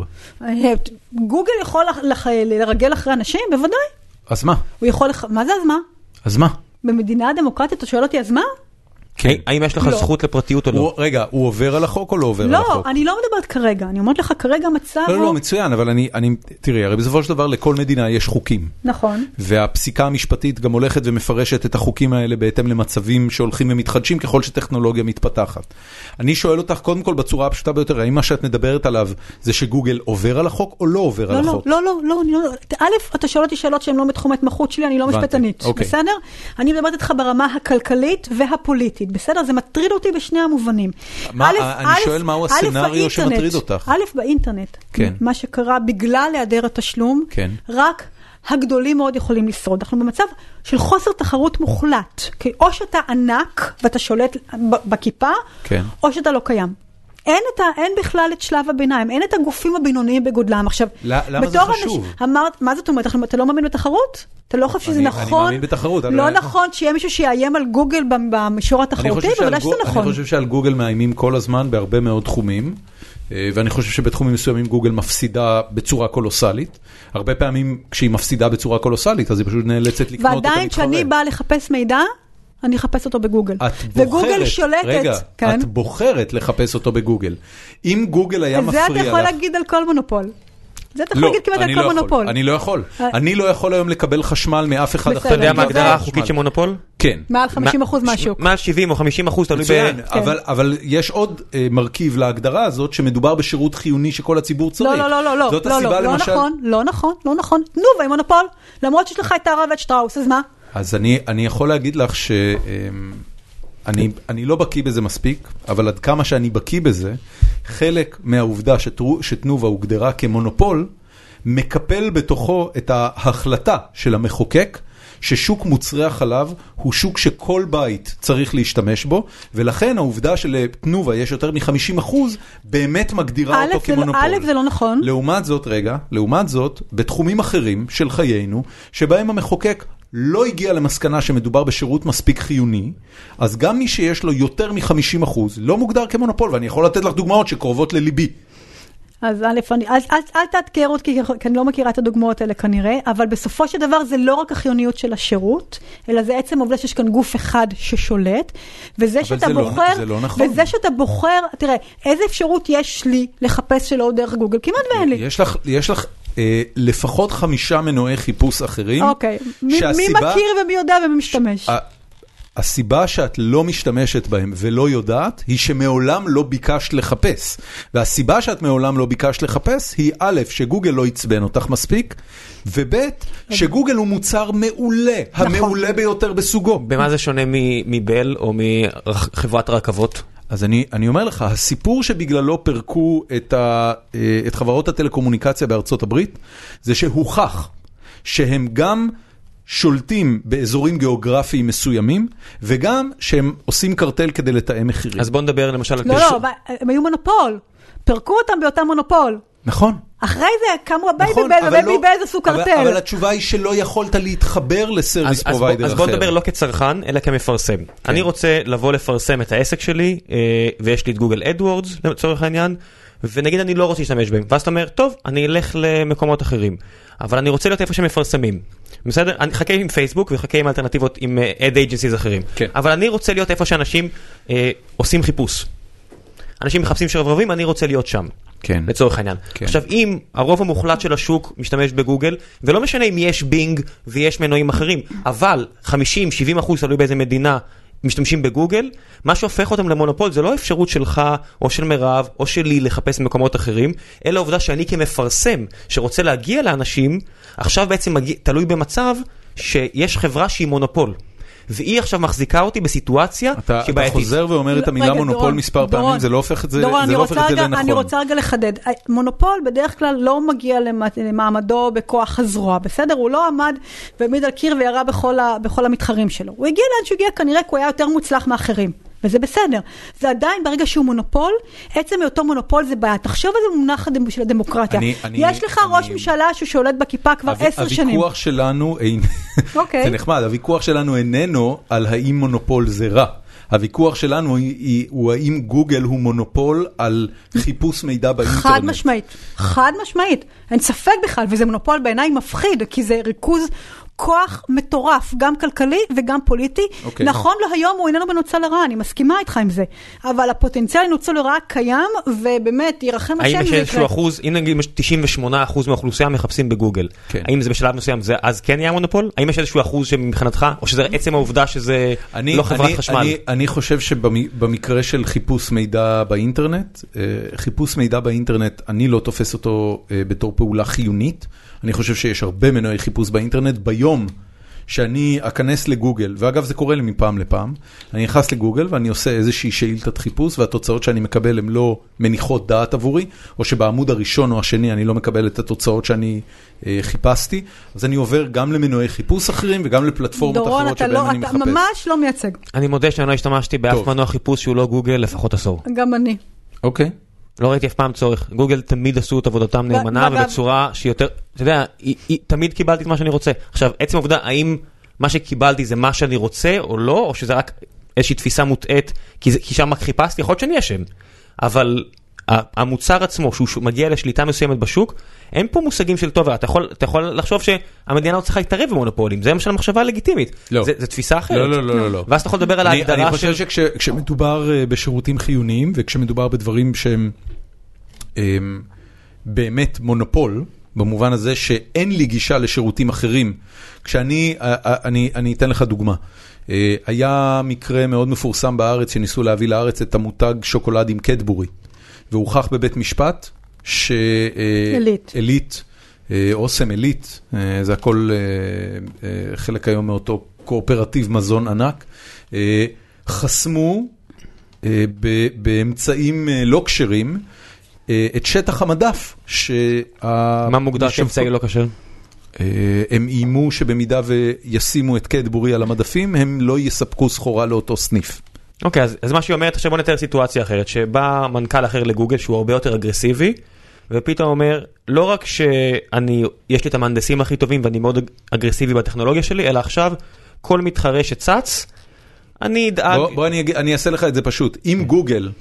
גוגל יכול לרגל אחרי אנשים? בוודאי. אז מה? הוא יכול... מה זה אז מה? אז מה? במדינה דמוקרטית, אתה שואל אותי, אז מה? האם יש לך זכות לפרטיות או לא? רגע, הוא עובר על החוק או לא עובר על החוק? לא, אני לא מדברת כרגע, אני אומרת לך כרגע מצב... לא, לא, מצוין, אבל אני, תראי, הרי בסופו של דבר לכל מדינה יש חוקים. נכון. והפסיקה המשפטית גם הולכת ומפרשת את החוקים האלה בהתאם למצבים שהולכים ומתחדשים ככל שטכנולוגיה מתפתחת. אני שואל אותך קודם כל בצורה הפשוטה ביותר, האם מה שאת מדברת עליו זה שגוגל עובר על החוק או לא עובר על החוק? לא, לא, לא, לא. א', אתה שואל אותי שאלות שהן לא מתחום ההתמחות שלי, אני לא משפטנית. בסדר? אני מדברת איתך ברמה הכלכלית והפוליטית. בסדר? זה מטריד אותי בשני המובנים. מה, אני שואל מהו הסצנריו שמטריד אותך? א', באינטרנט, מה שקרה בגלל היעדר התשלום, רק הגדולים מאוד יכולים לשרוד. אנחנו במצב של חוסר תחרות מוחלט. כי או שאתה ענק ואתה שולט בכיפה, או שאתה לא קיים. אין, את ה, אין בכלל את שלב הביניים, אין את הגופים הבינוניים בגודלם. עכשיו, למה זה חשוב? אנש, אמרת, מה זאת אומרת? אתה לא מאמין בתחרות? אתה לא חושב שזה נכון? אני מאמין בתחרות. לא אבל... נכון שיהיה מישהו שיאיים על גוגל במישור התחרותי, בוודאי שזה נכון. אני חושב שעל גוגל מאיימים כל הזמן בהרבה מאוד תחומים, ואני חושב שבתחומים מסוימים גוגל מפסידה בצורה קולוסלית. הרבה פעמים כשהיא מפסידה בצורה קולוסלית, אז היא פשוט נאלצת לקנות את המתחרה. ועדיין כשאני באה לחפש מידע, אני אחפש אותו בגוגל. וגוגל שולטת. רגע, את בוחרת לחפש אותו בגוגל. אם גוגל היה מפריע לך... זה אתה יכול להגיד על כל מונופול. זה אתה יכול להגיד כמעט על כל מונופול. אני לא יכול. אני לא יכול היום לקבל חשמל מאף אחד אחר. אתה יודע מה ההגדרה החוקית של מונופול? כן. מעל חמישים אחוז מהשוק. מעל שבעים או חמישים אחוז, תלוי ב... אבל יש עוד מרכיב להגדרה הזאת, שמדובר בשירות חיוני שכל הציבור צריך. לא, לא, לא, לא. זאת הסיבה למשל... לא נכון, לא נכון, לא נכון. תנובה עם מונופול. למרות שיש לך את טרה ואת שטראוס, אז מה? אז אני, אני יכול להגיד לך שאני, אני לא בקיא בזה מספיק, אבל עד כמה שאני בקיא בזה, חלק מהעובדה שתנובה הוגדרה כמונופול, מקפל בתוכו את ההחלטה של המחוקק, ששוק מוצרי החלב הוא שוק שכל בית צריך להשתמש בו, ולכן העובדה שלתנובה יש יותר מ-חמישים אחוז, באמת מגדירה אותו כמונופול. א', זה לא נכון. לעומת זאת, רגע, לעומת זאת, בתחומים אחרים של חיינו, שבהם המחוקק לא הגיע למסקנה שמדובר בשירות מספיק חיוני, אז גם מי שיש לו יותר מ-חמישים אחוז לא מוגדר כמונופול, ואני יכול לתת לך דוגמאות שקרובות לליבי. אז א', אני, אל, אל, אל תאתגר אותי, כי אני לא מכירה את הדוגמאות האלה כנראה, אבל בסופו של דבר זה לא רק החיוניות של השירות, אלא זה עצם עובדה שיש כאן גוף אחד ששולט, וזה שאתה זה בוחר, לא, זה לא נכון. וזה שאתה בוחר, תראה, איזה אפשרות יש לי לחפש שלא דרך גוגל? כמעט ואין לי. יש לך, יש לך אה, לפחות חמישה מנועי חיפוש אחרים. אוקיי, שהסיבה, מי מכיר ומי יודע ומי משתמש? הסיבה שאת לא משתמשת בהם ולא יודעת, היא שמעולם לא ביקשת לחפש. והסיבה שאת מעולם לא ביקשת לחפש, היא א', שגוגל לא יצבן אותך מספיק, וב', שגוגל הוא מוצר מעולה, המעולה ביותר בסוגו. במה זה שונה מבל או מחברת רכבות? אז אני, אני אומר לך, הסיפור שבגללו פרקו את, ה, את חברות הטלקומוניקציה בארצות הברית, זה שהוכח שהם גם שולטים באזורים גיאוגרפיים מסוימים, וגם שהם עושים קרטל כדי לתאם מחירים. אז בוא נדבר למשל... לא, לא, הם היו מונופול. פרקו אותם באותם מונופול. נכון. אחרי זה קמו הבית ביבל, ובית ביבל עשו קרטל. אבל התשובה היא שלא יכולת להתחבר לסרוויס פרוביידר אחר. אז בוא נדבר לא כצרכן, אלא כמפרסם. אני רוצה לבוא לפרסם את העסק שלי, ויש לי את גוגל אדוורדס, לצורך העניין, ונגיד אני לא רוצה להשתמש בהם. ואז אתה אומר, טוב, אני אלך למקומות אחרים. אבל אני רוצה להיות איפה שמפרסמים. בסדר? אני חכה עם פייסבוק וחכה עם אלטרנטיבות עם ad agencies אחרים. אבל אני רוצה להיות איפה שאנשים עושים חיפוש. אנשים מחפשים שרברבים, אני רוצה להיות שם. כן. לצורך העניין. כן. עכשיו, אם הרוב המוחלט של השוק משתמש בגוגל, ולא משנה אם יש בינג ויש מנועים אחרים, אבל חמישים שבעים אחוז תלוי באיזה מדינה משתמשים בגוגל, מה שהופך אותם למונופול זה לא אפשרות שלך או של מירב או שלי לחפש במקומות אחרים, אלא העובדה שאני כמפרסם שרוצה להגיע לאנשים, עכשיו בעצם מגיע, תלוי במצב שיש חברה שהיא מונופול. והיא עכשיו מחזיקה אותי בסיטואציה אתה, אתה חוזר ואומר את המילה מונופול מספר פעמים, זה לא הופך את זה, דורון, זה לא הופך את זה לנכון. אני רוצה רגע לחדד. מונופול בדרך כלל לא מגיע למעמדו בכוח הזרוע, בסדר? הוא לא עמד ועמיד על קיר וירה בכל, ה, בכל המתחרים שלו. הוא הגיע לאן שהוא הגיע, כנראה הוא היה יותר מוצלח מאחרים. וזה בסדר. זה עדיין ברגע שהוא מונופול, עצם מאותו מונופול זה בעיה. תחשוב על זה מונח של הדמוקרטיה. אני, אני, יש לך אני, ראש ממשלה ששולט בכיפה כבר עשר שנים. הוויכוח שלנו, okay. זה נחמד, הוויכוח שלנו איננו על האם מונופול זה רע. הוויכוח שלנו היא, הוא האם גוגל הוא מונופול על חיפוש מידע באינטרנט. חד משמעית, חד משמעית. אין ספק בכלל, וזה מונופול בעיניי מפחיד, כי זה ריכוז כוח מטורף, גם כלכלי וגם פוליטי. Okay. נכון להיום הוא איננו בנוצל לרעה, אני מסכימה איתך עם זה. אבל הפוטנציאל לנוצל לרעה קיים, ובאמת ירחם השם. האם יש איזשהו אחוז, אם נגיד תשעים ושמונה אחוז מהאוכלוסייה מחפשים בגוגל, okay. האם זה בשלב מסוים, זה אז כן יהיה מונופול? האם יש איזשהו אחוז שמבחינתך, או שזה עצם העובדה שזה אני, לא חברת אני, חשמל? אני, אני חושב שבמקרה של חיפוש מידע באינטרנט, חיפוש מידע באינטרנט, אני לא תופס אותו בתור פעולה חיונית. אני חושב שיש הרבה מנועי חיפוש באינטרנט. ביום שאני אכנס לגוגל, ואגב זה קורה לי מפעם לפעם, אני נכנס לגוגל ואני עושה איזושהי שאילתת חיפוש, והתוצאות שאני מקבל הן לא מניחות דעת עבורי, או שבעמוד הראשון או השני אני לא מקבל את התוצאות שאני אה, חיפשתי, אז אני עובר גם למנועי חיפוש אחרים, וגם לפלטפורמות דורון, אחרות שבהן לא, אני מחפש. דורון, אתה ממש לא מייצג. אני מודה שאני לא השתמשתי באף מנוע חיפוש שהוא לא גוגל לפחות עשור. גם אני. אוקיי. לא ראיתי אף פעם צורך. גוגל תמיד עשו את עבודתם נאמנה, ובצורה שיותר, אתה יודע, תמיד קיבלתי את מה שאני רוצה. עכשיו, עצם העובדה, האם מה שקיבלתי זה מה שאני רוצה או לא, או שזה רק איזושהי תפיסה מוטעת, כי שם חיפשתי, יכול להיות שאני אשם. אבל המוצר עצמו, שהוא מגיע לשליטה מסוימת בשוק, אין פה מושגים של טוב, אתה יכול, אתה יכול לחשוב שהמדינה לא צריכה להתערב במונופולים, זה למשל מחשבה לגיטימית. לא. זה, זה תפיסה אחרת. לא, לא, לא, לא. ואז אתה יכול לדבר על ההגדרה של... אני חושב שכשמדובר בשירותים חיוניים, וכשמדובר בדברים שהם באמת מונופול, במובן הזה שאין לי גישה לשירותים אחרים, כשאני, אני, אני אתן לך דוגמה. היה מקרה מאוד מפורסם בארץ, שניסו להביא לארץ את המותג שוקולד עם קדבורי. והוכח בבית משפט שאלית, אלית, אוסם אלית, זה הכל חלק היום מאותו קואופרטיב מזון ענק, חסמו באמצעים לא כשרים את שטח המדף. מה מוגדר כאמצעי לא כשר? הם איימו שבמידה וישימו את קדבורי על המדפים, הם לא יספקו סחורה לאותו סניף. אוקיי, אז, אז מה שהיא אומרת, עכשיו בוא נתאר סיטואציה אחרת, שבא מנכ"ל אחר לגוגל שהוא הרבה יותר אגרסיבי, ופתאום אומר, לא רק שאני, יש לי את המהנדסים הכי טובים ואני מאוד אגרסיבי בטכנולוגיה שלי, אלא עכשיו כל מתחרה שצץ, אני אדאג... בוא, בוא אני, אני אעשה לך את זה פשוט. אם גוגל,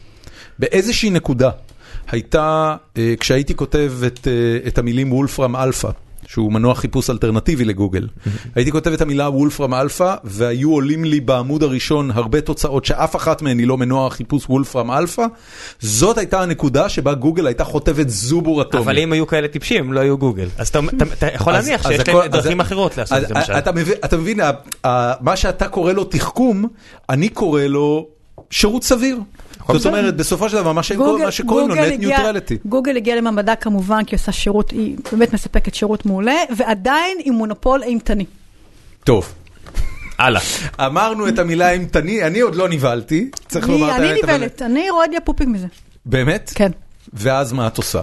באיזושהי נקודה, הייתה, כשהייתי כותב את, את המילים וולפרם אלפא, שהוא מנוע חיפוש אלטרנטיבי לגוגל. הייתי כותב את המילה וולפרם אלפא, והיו עולים לי בעמוד הראשון הרבה תוצאות שאף אחת מהן היא לא מנוע חיפוש וולפרם אלפא. זאת הייתה הנקודה שבה גוגל הייתה חוטבת זובור אטומי. אבל אם היו כאלה טיפשים, הם לא היו גוגל. אז אתה יכול להניח שיש להם דרכים אחרות לעשות את זה למשל. אתה מבין, מה שאתה קורא לו תחכום, אני קורא לו שירות סביר. זאת אומרת, בסופו של דבר, מה שקוראים לו נט ניוטרליטי. גוגל הגיעה למעמדה כמובן, כי עושה שירות, היא באמת מספקת שירות מעולה, ועדיין היא מונופול אימתני. טוב. הלאה. אמרנו את המילה אימתני, אני עוד לא נבלתי. אני נבלת, אני רואה לי הפופינג מזה. באמת? כן. ואז מה את עושה?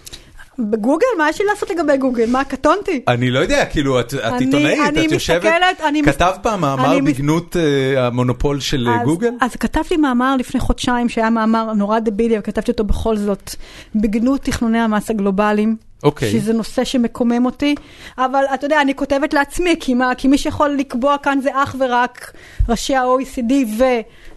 בגוגל? מה יש לי לעשות לגבי גוגל? מה, קטונתי? אני לא יודע, כאילו, את עיתונאית, את יושבת, כתב פעם מאמר בגנות המונופול של גוגל? אז כתבתי מאמר לפני חודשיים, שהיה מאמר נורא דבילי, וכתבתי אותו בכל זאת, בגנות תכנוני המס הגלובליים, שזה נושא שמקומם אותי, אבל אתה יודע, אני כותבת לעצמי, כי מי שיכול לקבוע כאן זה אך ורק ראשי ה-או אי סי די ו...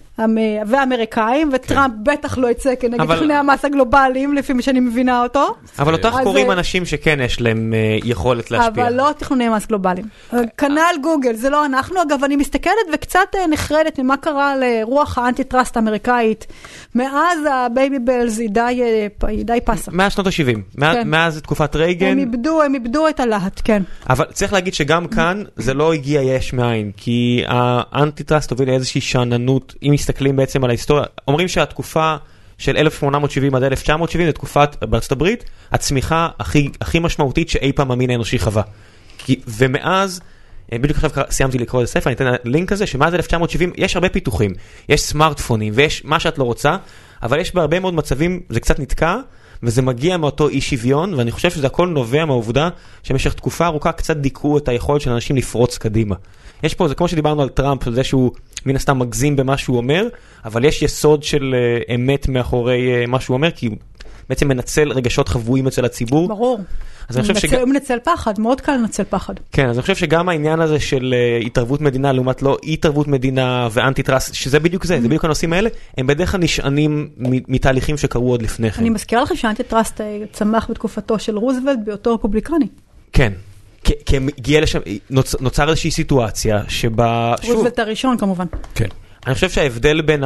והאמריקאים, וטראמפ בטח לא יצא כנגד תכנוני המס הגלובליים, לפי מה שאני מבינה אותו. אבל אותך קוראים אנשים שכן יש להם יכולת להשפיע. אבל לא תכנוני המס גלובליים. כנ"ל גוגל, זה לא אנחנו. אגב, אני מסתכלת וקצת נחרדת ממה קרה לרוח האנטי-טראסט האמריקאית. מאז הבייבי בלז היא די פסה. מאז שנות ה-שבעים. מאז תקופת רייגן. הם איבדו, הם איבדו את הלהט, כן. אבל צריך להגיד שגם כאן זה לא הגיע יש מאין, כי האנטי-טראסט הוביל לאיזושהי שאננות, אם מסתכלים בעצם על ההיסטוריה, אומרים שהתקופה של אלף שמונה מאות שבעים עד אלף תשע מאות שבעים, לתקופת בארצות הברית, הצמיחה הכי, הכי משמעותית שאי פעם המין האנושי חווה. כי, ומאז, בדיוק עכשיו סיימתי לקרוא את הספר, אני אתן לינק הזה, שמאז אלף תשע מאות שבעים יש הרבה פיתוחים, יש סמארטפונים ויש מה שאת לא רוצה, אבל יש בהרבה מאוד מצבים, זה קצת נתקע, וזה מגיע מאותו אי שוויון, ואני חושב שזה הכל נובע מהעובדה שבמשך תקופה ארוכה קצת דיכאו את היכולת של אנשים לפרוץ קדימה. יש פה, זה כמו שדיברנו על טראמפ, על זה שהוא מן הסתם מגזים במה שהוא אומר, אבל יש יסוד של uh, אמת מאחורי uh, מה שהוא אומר, כי הוא בעצם מנצל רגשות חבויים אצל הציבור. ברור. אז אני חושב מנצל, שג... הוא מנצל פחד, מאוד קל לנצל פחד. כן, אז אני חושב שגם העניין הזה של uh, התערבות מדינה, לעומת לא התערבות מדינה ואנטי-טראסט, שזה בדיוק זה, זה בדיוק הנושאים האלה, הם בדרך כלל נשענים מתהליכים שקרו עוד לפני כן. אני מזכירה לכם שאנטי-טראסט צמח בתקופתו של רוזוולט באותו רפובליקני. כן. כי הגיע לשם, נוצר איזושהי סיטואציה שבה... רוזוולט הראשון כמובן. כן. אני חושב שההבדל בין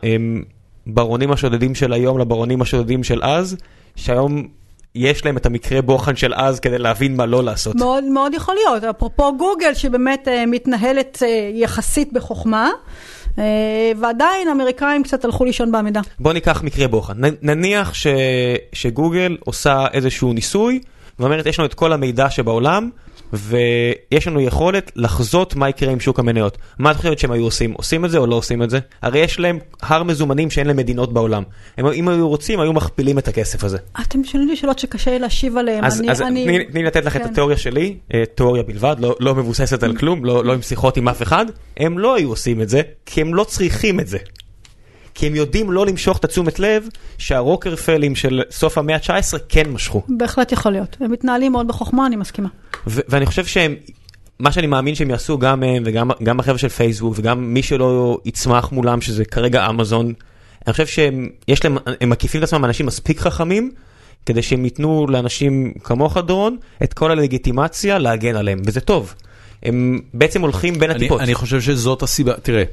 הברונים השודדים של היום לברונים השודדים של אז, שהיום יש להם את המקרה בוחן של אז כדי להבין מה לא לעשות. מאוד מאוד יכול להיות. אפרופו גוגל שבאמת מתנהלת יחסית בחוכמה, ועדיין האמריקאים קצת הלכו לישון בעמידה. בוא ניקח מקרה בוחן. נניח שגוגל עושה איזשהו ניסוי, ואומרת, יש לנו את כל המידע שבעולם, ויש לנו יכולת לחזות מה יקרה עם שוק המניות. מה את חושבת שהם היו עושים? עושים את זה או לא עושים את זה? הרי יש להם הר מזומנים שאין להם מדינות בעולם. הם, אם היו רוצים, היו מכפילים את הכסף הזה. אתם שואלים לי שאלות שקשה להשיב עליהן. אז, אני, אז אני... תני, תני לתת לך כן. את התיאוריה שלי, תיאוריה בלבד, לא, לא מבוססת על כלום, לא, לא עם שיחות עם אף אחד. הם לא היו עושים את זה, כי הם לא צריכים את זה. כי הם יודעים לא למשוך את התשומת לב שהרוקרפלים של סוף המאה ה-תשע עשרה כן משכו. בהחלט יכול להיות. הם מתנהלים מאוד בחוכמה, אני מסכימה. ו- ואני חושב שהם, מה שאני מאמין שהם יעשו גם הם וגם גם החבר'ה של פייסבוק וגם מי שלא יצמח מולם שזה כרגע אמזון, אני חושב שהם יש להם, הם מקיפים את עצמם אנשים מספיק חכמים כדי שהם ייתנו לאנשים כמוך דורון את כל הלגיטימציה להגן עליהם, וזה טוב. הם בעצם הולכים בין הטיפות. אני, אני חושב שזאת הסיבה, תראה,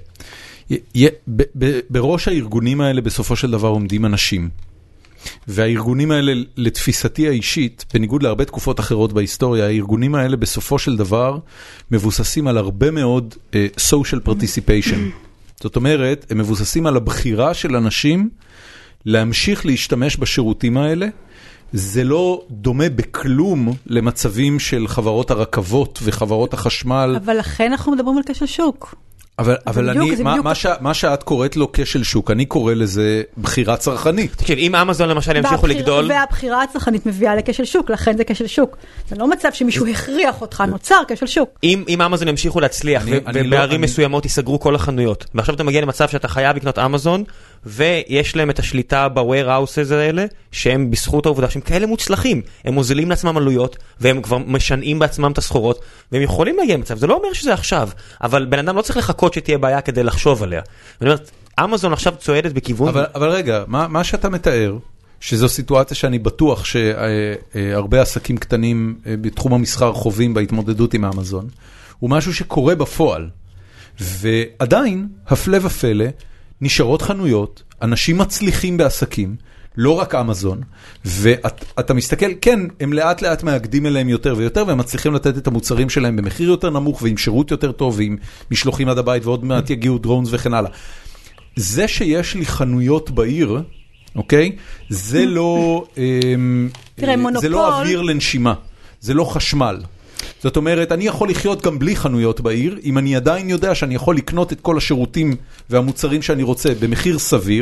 בראש הארגונים האלה בסופו של דבר עומדים אנשים, והארגונים האלה לתפיסתי האישית, בניגוד להרבה תקופות אחרות בהיסטוריה, הארגונים האלה בסופו של דבר מבוססים על הרבה מאוד uh, social participation. זאת אומרת, הם מבוססים על הבחירה של אנשים להמשיך להשתמש בשירותים האלה. זה לא דומה בכלום למצבים של חברות הרכבות וחברות החשמל. אבל לכן אנחנו מדברים על כשל שוק. אבל, אבל אני, מה, מה, ש, מה שאת קוראת לו כשל שוק, אני קורא לזה בחירה צרכנית. תקשיב, אם אמזון למשל ימשיכו לגדול... והבחירה הצרכנית מביאה לכשל שוק, לכן זה כשל שוק. זה לא מצב שמישהו הכריח אותך, נוצר כשל שוק. אם, אם אמזון ימשיכו להצליח, אני, אני ובערים לא, מסוימות אני... יסגרו כל החנויות, ועכשיו אתה מגיע למצב שאתה חייב לקנות אמזון, ויש להם את השליטה ב-warehouses האלה, שהם בזכות העובדה שהם כאלה מוצלחים. הם מוזילים לעצמם עלויות, והם כבר משנעים בעצמם את הסחורות, והם יכולים להגיע למצב. זה לא אומר שזה עכשיו, אבל בן אדם לא צריך לחכות שתהיה בעיה כדי לחשוב עליה. ואני אומרת, אמזון עכשיו צועדת בכיוון... אבל, אבל רגע, מה, מה שאתה מתאר, שזו סיטואציה שאני בטוח שהרבה עסקים קטנים בתחום המסחר חווים בהתמודדות עם אמזון, הוא משהו שקורה בפועל. ועדיין, הפלא ופלא, נשארות חנויות, אנשים מצליחים בעסקים, לא רק אמזון, ואתה מסתכל, כן, הם לאט לאט מאגדים אליהם יותר ויותר, והם מצליחים לתת את המוצרים שלהם במחיר יותר נמוך, ועם שירות יותר טוב, ועם משלוחים עד הבית, ועוד מעט יגיעו דרונס וכן הלאה. זה שיש לי חנויות בעיר, אוקיי? זה לא, תראה, מונופול... זה לא אוויר לנשימה, זה לא חשמל. זאת אומרת, אני יכול לחיות גם בלי חנויות בעיר, אם אני עדיין יודע שאני יכול לקנות את כל השירותים והמוצרים שאני רוצה במחיר סביר,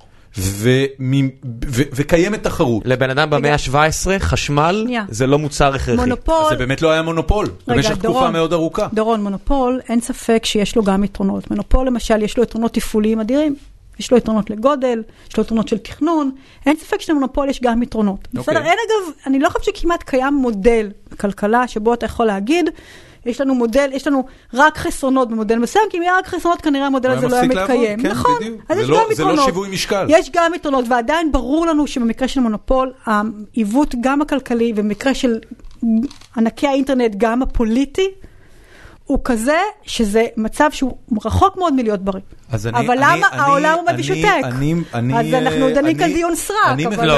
וקיימת תחרות. לבן אדם במאה ה-שבע עשרה, חשמל זה לא מוצר הכרחי. מונופול... זה באמת לא היה מונופול, במשך תקופה מאוד ארוכה. דורון, מונופול, אין ספק שיש לו גם יתרונות. מונופול, למשל, יש לו יתרונות תפעוליים אדירים. יש לו יתרונות לגודל, יש לו יתרונות של תכנון, אין ספק שלמונופול יש גם יתרונות. Okay. בסדר, אין אגב, אני לא חושבת שכמעט קיים מודל בכלכלה, שבו אתה יכול להגיד, יש לנו מודל, יש לנו רק חסרונות במודל מסוים, כי אם היה רק חסרונות, כנראה המודל הזה לא היה מתקיים. כן, נכון, בדיוק. אז יש לא, גם יתרונות. זה לא שיווי משקל. יש גם יתרונות, ועדיין ברור לנו שבמקרה של מונופול, העיוות גם הכלכלי, ובמקרה של ענקי האינטרנט, גם הפוליטי, הוא כזה שזה מצב שהוא רחוק מאוד מלהיות בריא. אבל למה העולם עומד ושותק? אז אנחנו דנים כאן דיון סרק.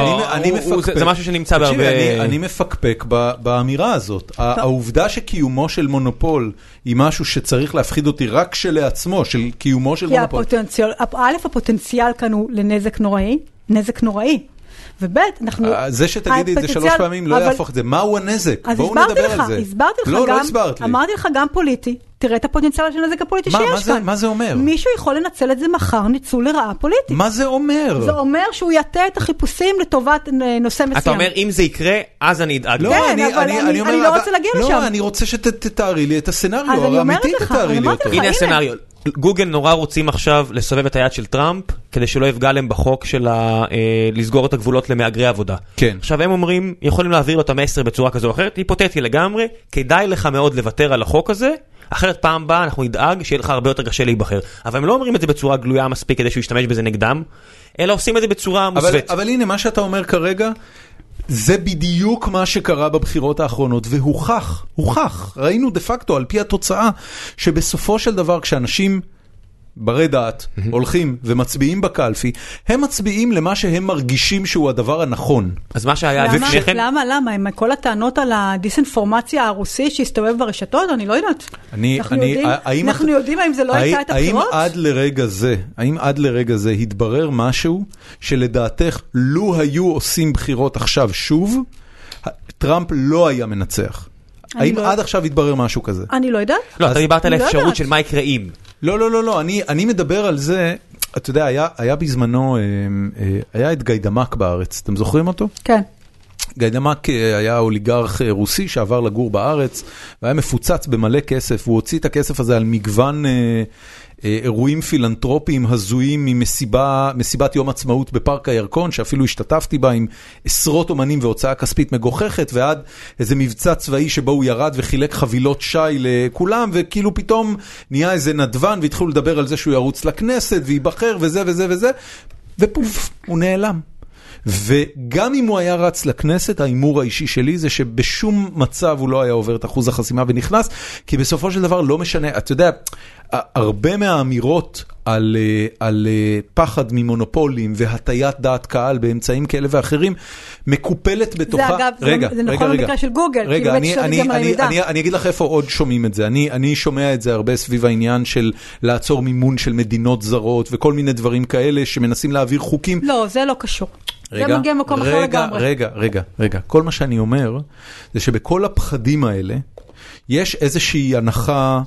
זה משהו שנמצא בהרבה... אני מפקפק באמירה הזאת. העובדה שקיומו של מונופול היא משהו שצריך להפחיד אותי רק שלעצמו, של קיומו של מונופול. א', הפוטנציאל כאן הוא לנזק נוראי, נזק נוראי. ובית, אנחנו... זה שתגידי את זה שלוש פעמים לא יהפוך את זה. מהו הנזק? בואו נדבר על זה. הסברתי לך, לא, לא הסברת לי. אמרתי לך גם פוליטי. תראה את הפוטנציאל של הנזק הפוליטי שיש כאן. מה זה אומר? מישהו יכול לנצל את זה מחר ניצול לרעה פוליטית. מה זה אומר? זה אומר שהוא יטה את החיפושים לטובת נושא מסוים. אתה אומר, אם זה יקרה, אז אני אדאג. כן, אבל אני לא רוצה להגיע לשם. לא, אני רוצה שתתארי לי את הסצנריו האמיתי, תתארי לי אותו. הנה הסצנריו. גוגל נורא רוצים עכשיו לסובב את היד של טראמפ, כדי שלא יפגע להם בחוק של לסגור את הגבולות למהגרי עבודה. כן. עכשיו הם אומרים, יכולים להעביר לו את המסר בצורה כזו או אחרת, היפותטי לגמרי, כדאי לך מאוד לוותר על החוק הזה, אחרת פעם הבאה אנחנו נדאג שיהיה לך הרבה יותר קשה להיבחר. אבל הם לא אומרים את זה בצורה גלויה מספיק כדי שהוא ישתמש בזה נגדם, אלא עושים את זה בצורה מוסווית. אבל הנה, מה שאתה אומר כרגע, זה בדיוק מה שקרה בבחירות האחרונות, והוכח, הוכח, ראינו דה פקטו על פי התוצאה, שבסופו של דבר כשאנשים ברי דעת הולכים ומצביעים בקלפי, הם מצביעים למה שהם מרגישים שהוא הדבר הנכון. אז מה שהיה... למה? למה? למה? עם כל הטענות על הדיסאינפורמציה הרוסית שהסתובב ברשתות, אני לא יודעת. אנחנו יודעים האם זה לא הייתה את הבחירות? האם עד לרגע זה, האם עד לרגע זה התברר משהו שלדעתך לו היו עושים בחירות עכשיו שוב, טראמפ לא היה מנצח? האם עד עכשיו התברר משהו כזה? אני לא יודעת. לא, אתה דיברת על האפשרות של מה יקרה אם. לא, לא, לא, לא, אני, אני מדבר על זה, אתה יודע, היה, היה בזמנו, היה את גיידמק בארץ, אתם זוכרים אותו? כן. גיידמק היה אוליגרך רוסי שעבר לגור בארץ, והיה מפוצץ במלא כסף, הוא הוציא את הכסף הזה על מגוון אירועים פילנטרופיים הזויים ממסיבה, מסיבת יום עצמאות בפארק הירקון, שאפילו השתתפתי בה עם עשרות אומנים והוצאה כספית מגוחכת, ועד איזה מבצע צבאי שבו הוא ירד וחילק חבילות שי לכולם, וכאילו פתאום נהיה איזה נדבן, והתחילו לדבר על זה שהוא ירוץ לכנסת, ויבחר וזה וזה וזה, ופוף, הוא נעלם. וגם אם הוא היה רץ לכנסת, האימור האישי שלי זה שבשום מצב הוא לא היה עובר את אחוז החסימה ונכנס, כי בסופו של דבר לא משנה, אתה יודע, הרבה מהאמירות על, על פחד ממונופולים והטיית דעת קהל באמצעים כאלה ואחרים, מקופלת בתוכה... זה אגב, רגע, זה, זה נכון רגע, במקרה של גוגל, רגע, כאילו אני, אני, אני, אני, אני אגיד לך איפה עוד שומעים את זה, אני, אני שומע את זה הרבה סביב העניין של לעצור מימון של מדינות זרות, וכל מיני דברים כאלה שמנסים להעביר חוקים. לא, זה לא קשור. רגע, זה מגיע מקום אחר לגמרי. רגע, רגע, רגע. כל מה שאני אומר, זה שבכל הפחדים האלה, יש איזושהי הנחה,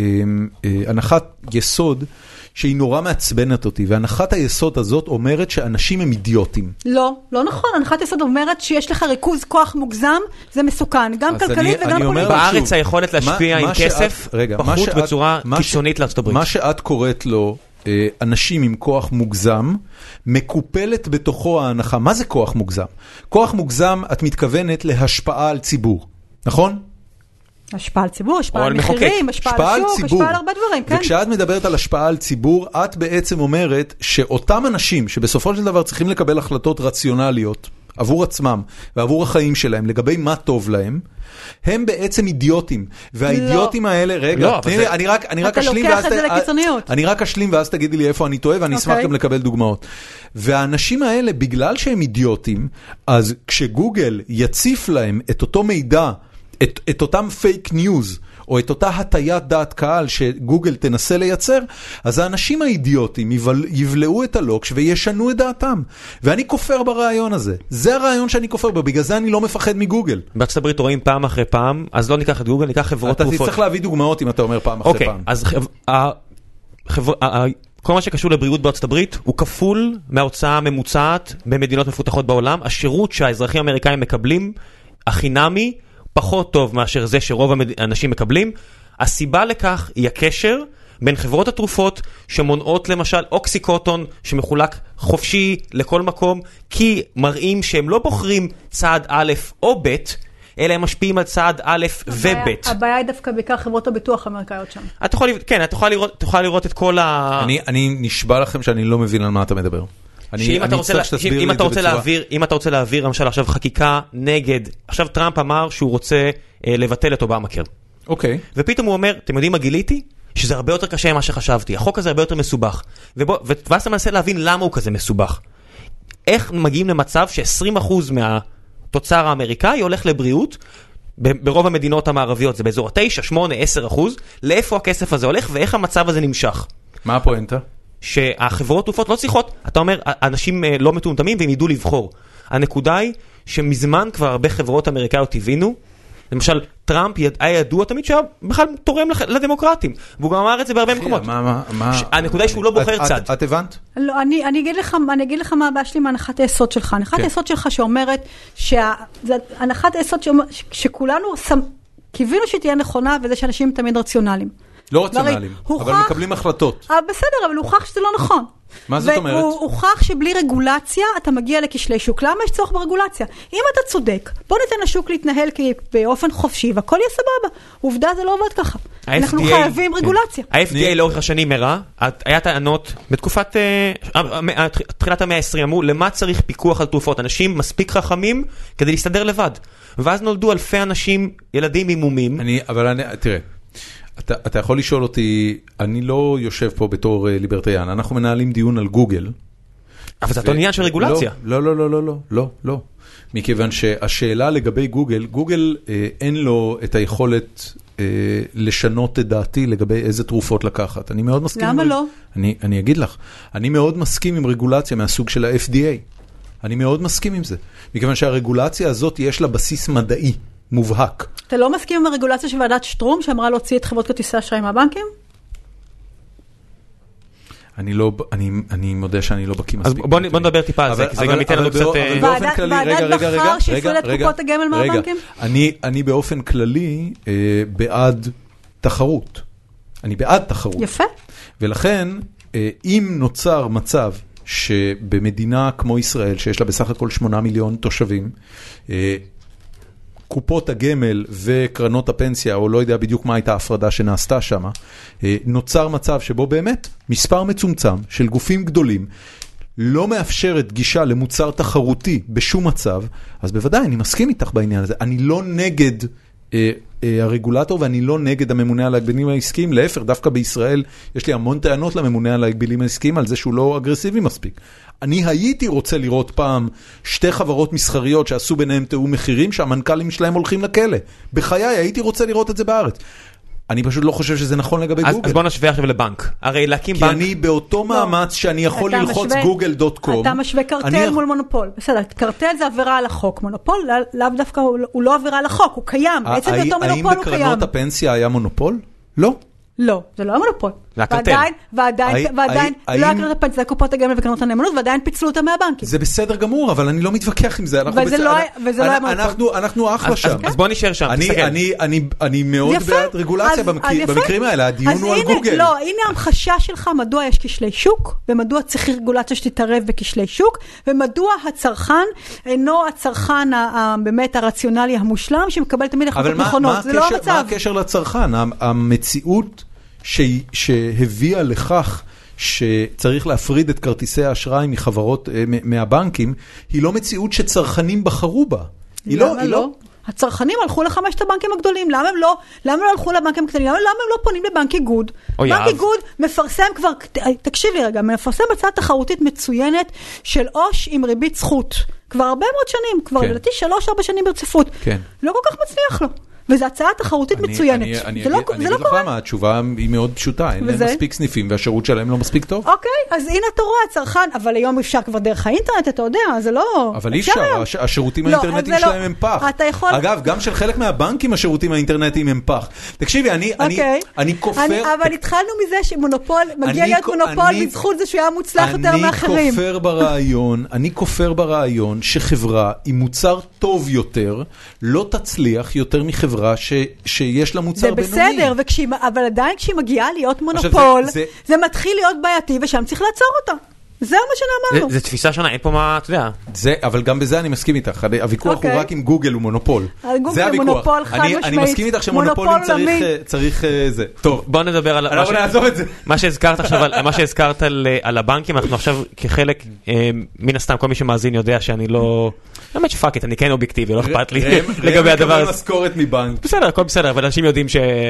הנחת יסוד, שהיא נורא מעצבנת אותי, והנחת היסוד הזאת אומרת שאנשים הם אידיוטים. לא, לא נכון. הנחת יסוד אומרת שיש לך ריכוז כוח מוגזם, זה מסוכן, גם כלכלית וגם פוליטית. בארץ היכולת להשפיע עם כסף, פחות בצורה קיצונית לארצות הברית. מה שאת קוראת לו, אנשים עם כוח מוגזם, מקופלת בתוכו ההנחה. מה זה כוח מוגזם? כוח מוגזם, את מתכוונת להשפעה על ציבור, נכון? השפעה על ציבור, השפעה על מחירים, השפעה על שוק, השפעה על הרבה דברים, כן. וכשאת מדברת על השפעה על ציבור, את בעצם אומרת שאותם אנשים שבסופו של דבר צריכים לקבל החלטות רציונליות עבור עצמם ועבור החיים שלהם, לגבי מה טוב להם, הם בעצם אידיוטים. והאידיוטים האלה, רגע, אני רק אשלים, אתה לוקח את זה לקיצוניות. אני רק אשלים ואז תגידי לי איפה אני טועה, ואני אשמח גם לקבל דוגמאות. והאנשים האלה, בגלל שהם אידיוטים, אז כשגוגל יציף להם את אותו מידע, את, את אותם פייק ניוז, או את אותה הטיית דעת קהל שגוגל תנסה לייצר, אז האנשים האידיוטים יבלעו את הלוקש וישנו את דעתם. ואני כופר ברעיון הזה. זה הרעיון שאני כופר בו, בגלל זה אני לא מפחד מגוגל. בארצות הברית רואים פעם אחרי פעם, אז לא ניקח את גוגל, ניקח חברות תרופות. אתה תצטרך להביא דוגמאות אם אתה אומר פעם אחרי אוקיי, פעם. אז כל מה שקשור לבריאות בארצות הברית הוא כפול מההוצאה הממוצעת במדינות מפותחות בעולם. השירות שהאזרחים האמריקאים מקבלים, החינמי, פחות טוב מאשר זה שרוב האנשים מקבלים. הסיבה לכך היא הקשר בין חברות התרופות שמונעות למשל אוקסיקוטון שמחולק חופשי לכל מקום, כי מראים שהם לא בוחרים צעד א' או ב', אלא הם משפיעים על צעד א' וב'. הבעיה היא דווקא בעיקר חברות הביטוח האמריקאיות שם. את יכולה, כן, את יכולה לראות, תוכל לראות את כל ה... אני, אני נשבע לכם שאני לא מבין על מה אתה מדבר. שאם אתה רוצה, אם אתה רוצה להעביר, אם אתה רוצה להעביר למשל עכשיו חקיקה נגד, עכשיו טראמפ אמר שהוא רוצה לבטל את אובמה-קר. אוקיי. ופתאום הוא אומר, אתם יודעים מה גיליתי? שזה הרבה יותר קשה ממה שחשבתי. החוק הזה הרבה יותר מסובך. ואז אתה מנסה להבין למה הוא כזה מסובך. איך מגיעים למצב ש-עשרים אחוז מהתוצר האמריקאי הולך לבריאות, ברוב המדינות המערביות זה באזור ה-תשע, שמונה, עשר אחוז, לאיפה הכסף הזה הולך ואיך המצב הזה נמשך. מה הפואנטה? שהחברות תרופות לא צריכות, אתה אומר, אנשים לא מטומטמים והם ידעו לבחור. הנקודה היא שמזמן כבר הרבה חברות אמריקאיות הבינו, למשל, טראמפ היה ידוע תמיד שהיה בכלל תורם לדמוקרטים, והוא גם אמר את זה בהרבה מקומות. הנקודה היא שהוא לא בוחר צד. את הבנת? לא, אני אגיד לך מה הבעיה שלי מהנחת היסוד שלך. הנחת היסוד שלך שאומרת, הנחת היסוד שכולנו קיווינו שתהיה נכונה, וזה שאנשים תמיד רציונליים. לא רציונליים, אבל מקבלים החלטות. בסדר, אבל הוכח שזה לא נכון. מה זאת אומרת? והוא הוכח שבלי רגולציה אתה מגיע לכשלי שוק. למה יש צורך ברגולציה? אם אתה צודק, בוא ניתן לשוק להתנהל באופן חופשי, והכל יהיה סבבה. עובדה זה לא עובד ככה. אנחנו חייבים רגולציה. ה-אף די איי לאורך השנים הראה, היה טענות בתקופת, תחילת המאה ה-עשרים, אמרו, למה צריך פיקוח על תרופות? אנשים מספיק חכמים כדי להסתדר לבד. ואז נולדו אלפי אנשים, ילדים עם מומים. אבל אני, תראה, אתה, אתה יכול לשאול אותי, אני לא יושב פה בתור ליברטיין, אנחנו מנהלים דיון על גוגל. אבל זה אותו עניין של רגולציה. לא, לא, לא, לא, לא, לא, לא. מכיוון שהשאלה לגבי גוגל, גוגל אה, אין לו את היכולת אה, לשנות את דעתי לגבי איזה תרופות לקחת. אני מאוד מסכים. למה לא? אני, אני אגיד לך, אני מאוד מסכים עם רגולציה מהסוג של ה-אף די איי. אני מאוד מסכים עם זה. מכיוון שהרגולציה הזאת יש לה בסיס מדעי. מובהק. אתה לא מסכים עם הרגולציה של ועדת שטרום שאמרה להוציא את חברות כרטיסי אשראי מהבנקים? אני לא, אני, אני מודה שאני לא בקיא מספיק. אז בוא נדבר טיפה על זה, כי זה גם ייתן לנו קצת... ועדת בחר שהפרידה את קופות הגמל מהבנקים? אני, אני באופן כללי בעד תחרות. אני בעד תחרות. יפה. ולכן, אם נוצר מצב שבמדינה כמו ישראל, שיש לה בסך הכל שמונה מיליון תושבים, קופות הגמל וקרנות הפנסיה, או לא יודע בדיוק מה הייתה ההפרדה שנעשתה שם, נוצר מצב שבו באמת מספר מצומצם של גופים גדולים לא מאפשרת גישה למוצר תחרותי בשום מצב, אז בוודאי אני מסכים איתך בעניין הזה. אני לא נגד אה, אה, הרגולטור ואני לא נגד הממונה על ההגבלים העסקיים, להפך, דווקא בישראל יש לי המון טענות לממונה על ההגבלים העסקיים על זה שהוא לא אגרסיבי מספיק. אני הייתי רוצה לראות פעם שתי חברות מסחריות שעשו ביניהם תיאום מחירים שהמנכ"לים שלהם הולכים לכלא. בחיי הייתי רוצה לראות את זה בארץ. אני פשוט לא חושב שזה נכון לגבי אז, גוגל. אז בוא נשווה עכשיו לבנק. הרי להקים כי בנק... כי אני באותו מאמץ שאני יכול ללחוץ גוגל דוט קום. אתה משווה קרטל מול מונופול. בסדר, קרטל זה עבירה על החוק. מונופול, לאו דווקא הוא לא עבירה על החוק, הוא קיים. בעצם אותו מונופול הוא קיים. האם בקרנות הפנסיה היה מונופול? לא. לא, זה לא היה מונופול. ועדיין, ועדיין, ועדיין, לא היה קרנות הפנסיה, זה קופות הגמל וקרנות הנאמנות, ועדיין פיצלו אותם מהבנקים. זה בסדר גמור, אבל אני לא מתווכח עם זה. וזה לא היה מונופול. אנחנו אחלה שם. אז בוא נשאר שם, תסתכל. אני מאוד בעד רגולציה במקרים האלה, הדיון הוא על גוגל. לא, הנה המחשה שלך, מדוע יש כשלי שוק, ומדוע צריך רגולציה שתתערב בכשלי שוק, ומדוע הצרכן אינו הצרכן באמת הרציונלי המושלם, שמקבל תמיד החלטות נכונות. זה לא המצב. מה הקשר לצרכן? המציאות שהביאה לכך שצריך להפריד את כרטיסי האשראי מחברות, מהבנקים, היא לא מציאות שצרכנים בחרו בה. למה לא? הצרכנים הלכו לחמשת הבנקים הגדולים, למה הם לא, למה לא הלכו לבנקים הקטנים, למה הם לא פונים לבנק איגוד? בנק איגוד מפרסם כבר, תקשיב לי רגע, מפרסם הצעה תחרותית מצוינת של עו"ש עם ריבית זכות, כבר הרבה מאוד שנים, כבר לדעתי שלוש ארבע שנים ברציפות, לא כל כך מצליח לו. וזו הצעה תחרותית מצוינת. אני אגיד לך למה, התשובה היא מאוד פשוטה, אין להם מספיק סניפים והשירות שלהם לא מספיק טוב. אוקיי, אז הנה אתה רואה, הצרכן, אבל היום אפשר כבר דרך האינטרנט, אתה יודע, זה לא... אבל אי אפשר, השירותים האינטרנטיים שלהם הם פח. אגב, גם של חלק מהבנקים השירותים האינטרנטיים הם פח. תקשיבי, אני כופר... אבל התחלנו מזה שמונופול, מגיע להיות מונופול בזכות זה שהוא היה מוצלח יותר מאחרים. אני כופר ברעיון, אני כופר ברעיון שחברה עם מוצר טוב יותר לא תצליח יותר מחברה ש, שיש לה מוצר בינוני. זה בסדר, וכשהיא, אבל עדיין כשהיא מגיעה להיות מונופול, זה, זה... זה מתחיל להיות בעייתי, ושם צריך לעצור אותה. זה מה שנאמרנו. זה, זה תפיסה שונה, אין פה מה, אתה יודע. זה, אבל גם בזה אני מסכים איתך. הוויכוח okay. הוא רק עם גוגל הוא מונופול. זה הוויכוח. מונופול חד משמעית. אני מסכים איתך שמונופולים צריך, צריך זה. טוב. בוא נדבר על... אנחנו נעזוב את זה. מה שהזכרת עכשיו, מה שהזכרת על, על הבנקים, אנחנו עכשיו כחלק, מן הסתם, כל מי שמאזין יודע שאני לא... באמת שפאקית, אני כן אובייקטיבי, לא אכפת לי לגבי הדבר הזה. מקבל משכורת מבנק. בסדר, הכל בסדר, אבל אנשים יודעים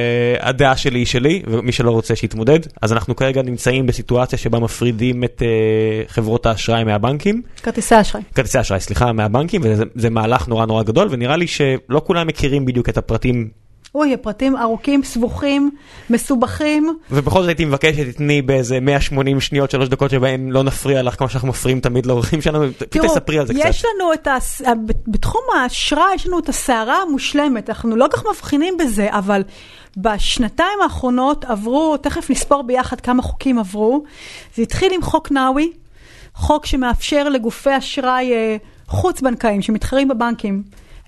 שהדעה שלי היא שלי, ומי שלא רוצה שיתמודד. אז אנחנו כרגע נמצאים בסיטואציה שבה מפרידים את חברות האשראי מהבנקים. כרטיסי האשראי. כרטיסי האשראי, סליחה, מהבנקים, וזה מהלך נורא נורא גדול, ונראה לי שלא כולם מכירים בדיוק את הפרטים. אוי, הפרטים ארוכים, סבוכים, מסובכים. ובכל זאת הייתי מבקש שתתני באיזה מאה ושמונים שניות, שלוש דקות שבהם לא נפריע לך, כמו שאנחנו מפריעים תמיד לאורחים שלנו. פתאום תספרי על זה קצת. יש לנו את ה... בתחום האשראי יש לנו את הסערה המושלמת. אנחנו לא כך מבחינים בזה, אבל בשנתיים האחרונות עברו, תכף נספור ביחד כמה חוקים עברו. זה התחיל עם חוק נאווי, חוק שמאפשר לגופי אשראי חוץ-בנקאיים שמתחרים בבנקים,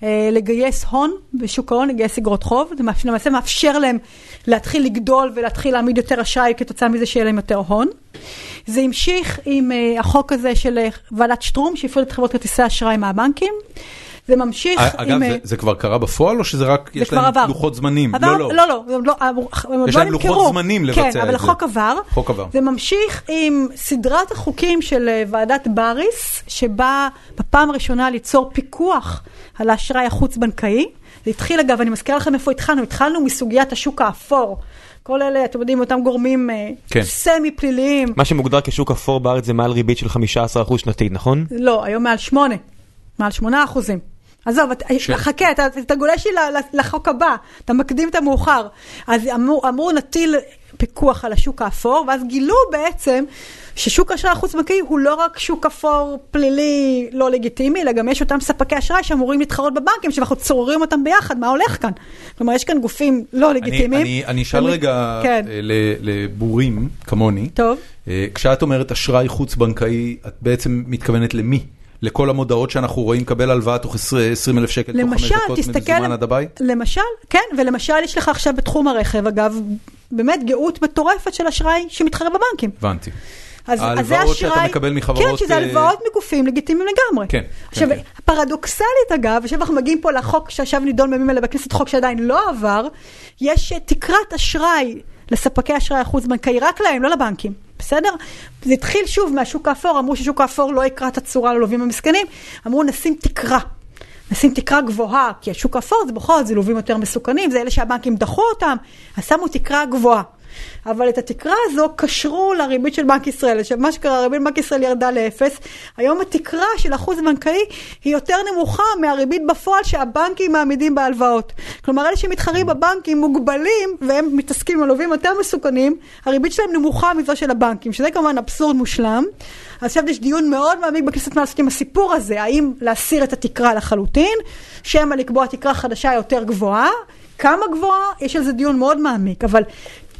לגייס הון בשוק ההון, לגייס אגרות חוב, זה למעשה מאפשר להם להתחיל לגדול ולהתחיל להעמיד יותר אשראי כתוצאה מזה שיהיה להם יותר הון. זה המשיך עם החוק הזה של ועדת שטרום שהפריד את חברות כרטיסי אשראי מהבנקים. זה ממשיך אגב, עם... זה, זה כבר קרה בפועל או שזה רק, יש להם עבר. לוחות זמנים? עבר, לא, לא. לא, לא, לא, לא יש להם לוחות זמנים לבצע את זה. כן, אבל החוק עבר. חוק עבר. זה ממשיך עם סדרת החוקים של ועדת בריס, שבא בפעם הראשונה ליצור פיקוח על האשראי החוץ-בנקאי. זה התחיל, אגב, אני מזכירה לכם איפה התחלנו. התחלנו מסוגיית השוק האפור. כל אלה, אתם יודעים, אותם גורמים כן. סמי פליליים. מה שמוגדר כשוק אפור בארץ זה מעל ריבית של חמישה עשר אחוז שנתית, נכון? לא, היום מעל שמונה. מעל שמונה אחוזים. עזוב, ש... חכה, אתה, אתה גולש לי לחוק הבא, אתה מקדים את המאוחר. אז אמרו, אמרו נטיל פיקוח על השוק האפור, ואז גילו בעצם ששוק האשראי החוץ-בנקאי הוא לא רק שוק אפור פלילי לא לגיטימי, אלא גם יש אותם ספקי אשראי שאמורים להתחרות בבנקים, שאנחנו צוררים אותם ביחד, מה הולך כאן? כלומר, יש כאן גופים לא לגיטימיים. אני, אני, אני אשאל אני... רגע כן. לבורים כמוני. טוב. כשאת אומרת אשראי חוץ-בנקאי, את בעצם מתכוונת למי? לכל המודעות שאנחנו רואים קבל הלוואה תוך עשרים אלף שקל תוך חמש דקות מזומן עד הבית? למשל, כן, ולמשל יש לך עכשיו בתחום הרכב, אגב, באמת גאות מטורפת של אשראי שמתחרה בבנקים. הבנתי. אז, ההלוואות אז שאתה מקבל מחברות... כן, שזה הלוואות מגופים לגיטימיים לגמרי. כן. עכשיו, כן, פרדוקסלית אגב, ושאנחנו מגיעים פה לחוק שעכשיו נידון בימים אלה בכנסת, חוק שעדיין לא עבר, יש תקרת אשראי לספקי אשראי החוץ-בנקאי, רק להם, לא לבנקים. בסדר? זה התחיל שוב מהשוק האפור, אמרו ששוק האפור לא יקרא את הצורה ללווים המסכנים, אמרו נשים תקרה, נשים תקרה גבוהה, כי השוק האפור זה בכל זאת, זה לווים יותר מסוכנים, זה אלה שהבנקים דחו אותם, אז שמו תקרה גבוהה. אבל את התקרה הזו קשרו לריבית של בנק ישראל, שמה שקרה, הריבית בנק ישראל ירדה לאפס, היום התקרה של אחוז בנקאי היא יותר נמוכה מהריבית בפועל שהבנקים מעמידים בהלוואות. כלומר, אלה שמתחרים בבנקים מוגבלים, והם מתעסקים עם לווים יותר מסוכנים, הריבית שלהם נמוכה מזו של הבנקים, שזה כמובן אבסורד מושלם. אז עכשיו יש דיון מאוד מעמיק בכנסת מה לעשות עם הסיפור הזה, האם להסיר את התקרה לחלוטין, שמה לקבוע תקרה חדשה יותר גבוהה, כמה גבוהה, יש על זה דיון מאוד מעמיק, אבל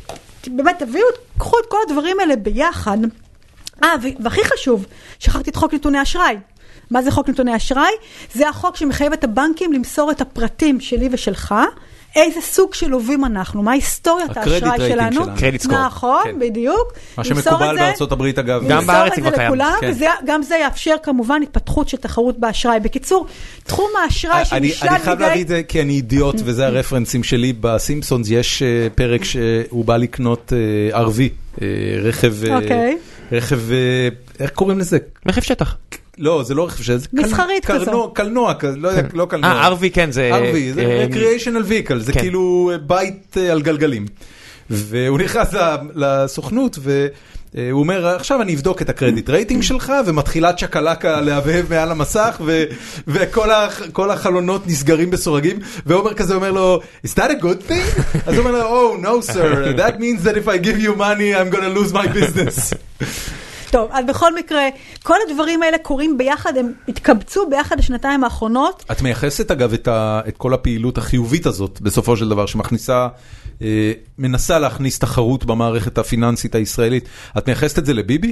באמת, תביאו, קחו את כל הדברים האלה ביחד. אה, והכי חשוב, שכחתי את חוק נתוני אשראי. מה זה חוק נתוני אשראי? זה החוק שמחייב את הבנקים למסור את הפרטים שלי ושלך, איזה סוג של לובים אנחנו, מה היסטוריית האשראי שלנו. קרדיט סקור. נכון, בדיוק. מה שמקובל בארצות הברית אגב. גם בארץ כבר קיים. וגם זה יאפשר כמובן התפתחות של תחרות באשראי. בקיצור, תחום האשראי שנשלט בידי... אני חייב להביא את זה כי אני אידיוט, וזה הרפרנסים שלי. בסימפסונס יש פרק שהוא בא לקנות אר וי, רכב... רכב... איך קוראים לזה? רכב שטח. לא, זה לא רכב שטח. מסחרית כזו. קלנוע, לא קלנוע. אה, אר וי, כן, זה... אר וי, זה recreational vehicle, זה כאילו בית על גלגלים. והוא נכנס לסוכנות, והוא אומר, עכשיו אני אבדוק את הקרדיט רייטינג שלך, ומתחילה צ'קלקה להבהב מעל המסך, וכל החלונות נסגרים בסורגים, והוא אומר כזה, אומר לו, is that a good thing? אז הוא אומר לו, oh, no sir, that means that if I give you money, I'm gonna lose my business. טוב, אז בכל מקרה, כל הדברים האלה קורים ביחד, הם התקבצו ביחד השנתיים האחרונות. את מייחסת אגב את, ה, את כל הפעילות החיובית הזאת, בסופו של דבר, שמכניסה, אה, מנסה להכניס תחרות במערכת הפיננסית הישראלית. את מייחסת את זה לביבי?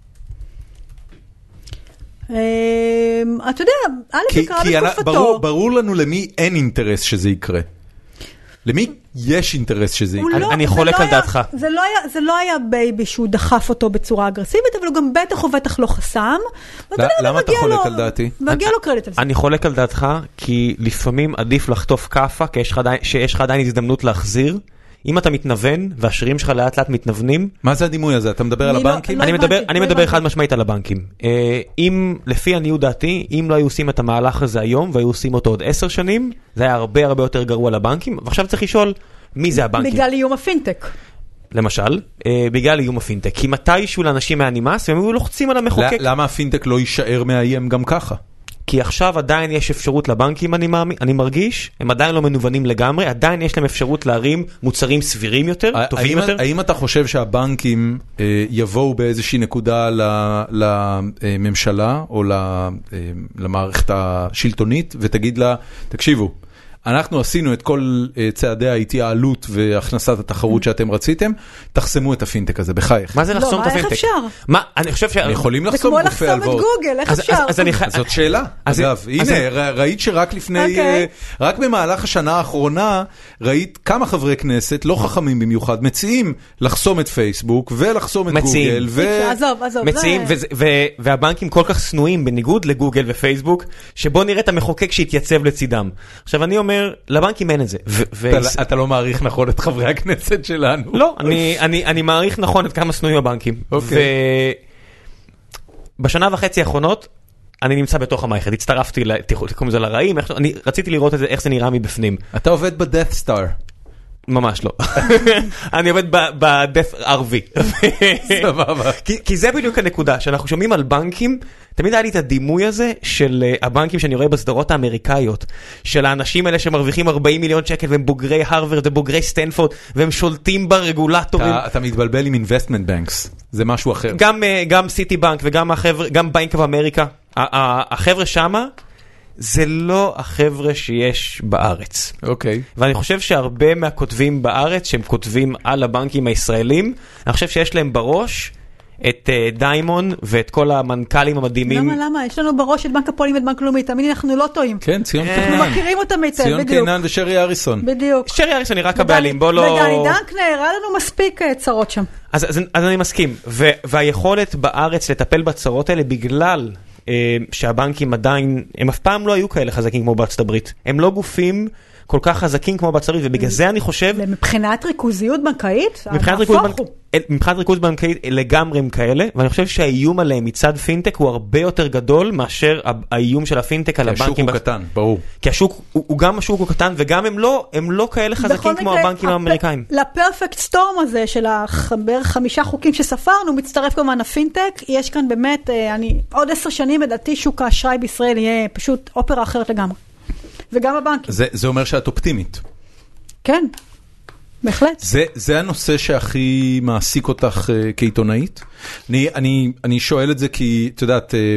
אה, אתה יודע, א' יקרה בתקופתו. ברור, ברור לנו למי אין אינטרס שזה יקרה. למי יש אינטרס שזה יקרה? לא, אני חולק על דעתך. זה לא היה, זה לא היה בייבי שהוא דחף אותו בצורה אגרסיבית, אבל הוא גם בטח או בטח לא חסם. למה אתה חולק על דעתי? מגיע לו קרדיט על זה. אני חולק על דעתך, כי לפעמים עדיף לחטוף קאפה, שיש לך עדיין הזדמנות להחזיר. אם אתה מתנוון, והשרירים שלך לאט לאט מתנוונים... מה זה הדימוי הזה? אתה מדבר על הבנקים? אני מדבר חד משמעית על הבנקים. אם, לפי עניות דעתי, אם לא היו עושים את המהלך הזה היום, והיו עושים אותו עוד עשר שנים, זה היה הרבה הרבה יותר גרוע לבנקים, ועכשיו צריך לשאול, מי זה הבנקים? בגלל איום הפינטק. למשל, בגלל איום הפינטק. כי מתישהו לאנשים מהנימאס, והם היו לוחצים על המחוקק. למה הפינטק לא יישאר מאיים גם ככה? כי עכשיו עדיין יש אפשרות לבנקים, אני, מאמין, אני מרגיש, הם עדיין לא מנוונים לגמרי, עדיין יש להם אפשרות להרים מוצרים סבירים יותר, טובים יותר. האם אתה חושב שהבנקים אה, יבואו באיזושהי נקודה לממשלה או למערכת השלטונית ותגיד לה, תקשיבו, אנחנו עשינו את כל צעדי ההתייעלות והכנסת התחרות שאתם רציתם, תחסמו את הפינטק הזה, בחייך. מה זה לחסום את הפינטק? לא, מה, איך אפשר? מה, אני חושב ש... יכולים לחסום גופי הלוואות. זה כמו לחסום את גוגל, איך אפשר? זאת שאלה. אגב, הנה, ראית שרק לפני, רק במהלך השנה האחרונה, ראית כמה חברי כנסת, לא חכמים במיוחד, מציעים לחסום את פייסבוק ולחסום את גוגל. עזוב, עזוב. מציעים, והבנקים כל כך סנויים בניגוד לגוגל ופייסבוק, שבוא נראה את המחוקק שהתייצב לצידם. עכשיו אני אומר, לבנקים אין את זה. אתה לא מעריך נכון את חברי הכנסת שלנו. לא, אני מעריך נכון את כמה סנויים הבנקים. בשנה וחצי האחרונות, אני נמצא בתוך המערכת, הצטרפתי, תקום זה לרעים, אני רציתי לראות איך זה נראה מבפנים. אתה עובד בדאט סטאר. ממש לא. אני עובד בדף ערבי. סבבה. כי זה בדיוק הנקודה, שאנחנו שומעים על בנקים, תמיד היה לי את הדימוי הזה של הבנקים שאני רואה בסדרות האמריקאיות, של האנשים האלה שמרוויחים ארבעים מיליון שקל, והם בוגרי הרווארד ובוגרי סטנפורד, והם שולטים ברגולטורים. אתה מתבלבל עם investment banks, זה משהו אחר. גם סיטי בנק וגם בנק אוף אמריקה, החבר'ה שמה, זה לא החבר'ה שיש בארץ. אוקיי. ואני חושב שהרבה מהכותבים בארץ, שהם כותבים על הבנקים הישראלים, אני חושב שיש להם בראש את דיימון ואת כל המנכ"לים המדהימים. למה, למה? יש לנו בראש את בנק הפועלים ואת בנק לאומי, תאמיני, אנחנו לא טועים. כן, ציון קינן. אנחנו מכירים אותם היטב, בדיוק. ציון קינן ושרי אריסון. בדיוק. שרי אריסון היא רק הבעלים, בוא לא... ודני דנקנר, היה לנו מספיק צרות שם. אז, אז, אז אני מסכים. ו, והיכולת בארץ לטפל בצרות האלה בגלל שהבנקים עדיין, הם אף פעם לא היו כאלה חזקים כמו בארצות הברית. הם לא גופים כל כך חזקים כמו בארצות הברית, ובגלל זה אני חושב... מבחינת ריכוזיות בנקאית? מבחינת ריכוז בנקאית לגמרי הם כאלה, ואני חושב שהאיום עליהם מצד פינטק הוא הרבה יותר גדול מאשר האיום של הפינטק על הבנקים. כי השוק הוא קטן, ברור. כי השוק, הוא גם השוק הוא קטן, וגם הם לא, הם לא כאלה חזקים כמו הבנקים האמריקאים. לפרפקט סטורם הזה של בערך חמישה חוקים שספרנו, מצטרף כמובן הפינטק, יש כאן באמת, אני, עוד עשר שנים לדעתי שוק האשראי בישראל יהיה פשוט אופרה אחרת לגמרי. וגם הבנקים. זה, זה אומר שאת אופטימית. כן, בהחלט. זה, זה הנושא שהכי מעסיק אותך uh, כעיתונאית. אני, אני, אני שואל את זה כי, את יודעת, uh, uh,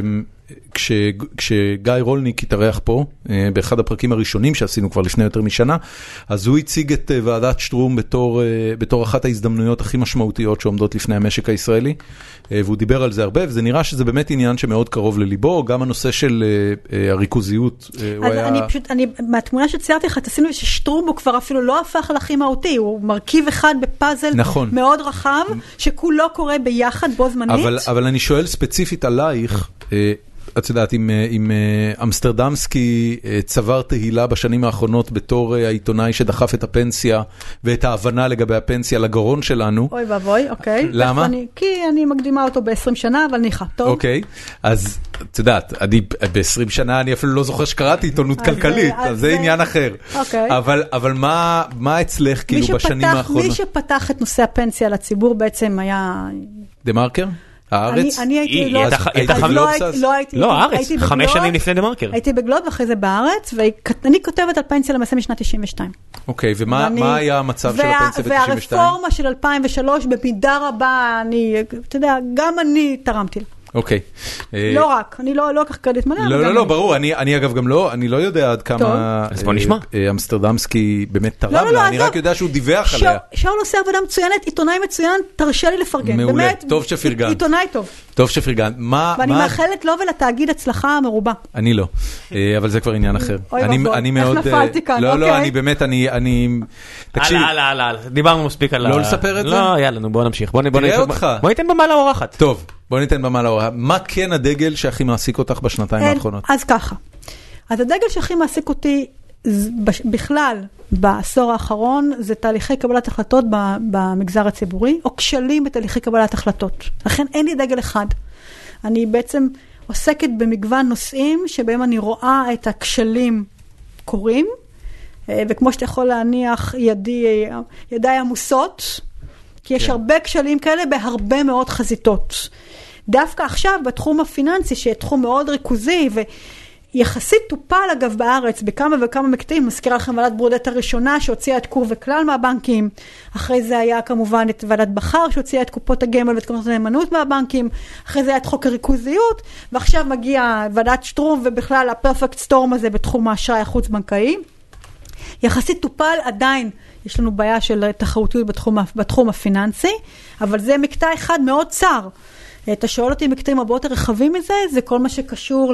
כשגיא רולניק התארח פה, באחד הפרקים הראשונים שעשינו כבר לפני יותר משנה, אז הוא הציג את ועדת שטרום בתור, בתור אחת ההזדמנויות הכי משמעותיות שעומדות לפני המשק הישראלי, והוא דיבר על זה הרבה, וזה נראה שזה באמת עניין שמאוד קרוב לליבו, גם הנושא של הריכוזיות. אז היה... אני פשוט, אני, מהתמונה שציירתי לך, תשינו ששטרום הוא כבר אפילו לא הפך להכי מהותי, הוא מרכיב אחד בפאזל נכון. מאוד רחב, שכולו קורה ביחד בו זמנית. אבל, אבל אני שואל ספציפית עלייך, את יודעת, אם, אם אמסטרדמסקי צבר תהילה בשנים האחרונות בתור העיתונאי שדחף את הפנסיה ואת ההבנה לגבי הפנסיה לגרון שלנו. אוי ואבוי, אוקיי. למה? אני, כי אני מקדימה אותו ב-עשרים שנה, אבל ניחה, טוב. אוקיי, אז את יודעת, אני ב-עשרים שנה אני אפילו לא זוכר שקראתי עיתונות כלכלית, אז זה עניין אחר. אוקיי. אבל, אבל מה, מה אצלך כאילו בשנים האחרונות? מי שפתח את נושא הפנסיה לציבור בעצם היה... דה מרקר? הארץ? אני הייתי, לא, הארץ, חמש שנים לפני דה מרקר. הייתי בגלובס ואחרי זה בארץ, ואני כותבת על פנסיה למעשה משנת תשעים ושתיים. אוקיי, ומה היה המצב של הפנסיה ב-תשעים ושתיים? והרפורמה של אלפיים ושלוש, במידה רבה, אני, אתה יודע, גם אני תרמתי לה. אוקיי. לא רק, אני לא אקח קרדיט מלא. לא, לא, לא, ברור, אני אגב גם לא, אני לא יודע עד כמה אמסטרדמסקי באמת תרם לה, אני רק יודע שהוא דיווח עליה. שאול עושה עבודה מצוינת, עיתונאי מצוין, תרשה לי לפרגן. מעולה, טוב שפרגן. עיתונאי טוב. טוב שפרגן. ואני מאחלת לו ולתאגיד הצלחה מרובה. אני לא, אבל זה כבר עניין אחר. אני מאוד... איך נפלתי כאן, לא, לא, אני באמת, אני... תקשיב. הלאה, הלאה, הלאה. דיברנו מספיק על... לא לספר את זה? לא, יאללה, בוא נמשיך. תראה אותך. בוא ניתן במה לאורחת. טוב, בוא ניתן במה לאורחת. מה כן הדגל שהכי מעסיק אותך בשנתיים האחרונות? אז ככה. אז הדגל שהכי מעסיק אותי בכלל בעשור האחרון זה תהליכי קבלת החלטות במגזר הציבורי, או כשלים בתהליכי קבלת החלטות. לכן אין לי דגל אחד. אני בעצם עוסקת במגוון נושאים שבהם אני רואה את הכשלים קורים, וכמו שאתה יכול להניח, ידי, ידיי עמוסות, כי יש הרבה כשלים כאלה בהרבה מאוד חזיתות. דווקא עכשיו בתחום הפיננסי, שתחום מאוד ריכוזי, ויחסית טופל אגב בארץ, בכמה וכמה מקטעים, מזכירה לכם ועדת ברודט הראשונה, שהוציאה את קור וכלל מהבנקים, אחרי זה היה כמובן את ועדת בחר, שהוציאה את קופות הגמל ואת קופות הנאמנות מהבנקים, אחרי זה היה את חוק הריכוזיות, ועכשיו מגיע ועדת שטרום, ובכלל הפרפקט סטורם הזה בתחום האשראי החוץ-בנקאי. יחסית טופל עדיין, יש לנו בעיה של תחרותיות בתחום, בתחום הפיננסי, אבל זה מקטע אחד מאוד צר. אתה שואל אותי מקטעים הרבה יותר רחבים מזה, זה כל מה שקשור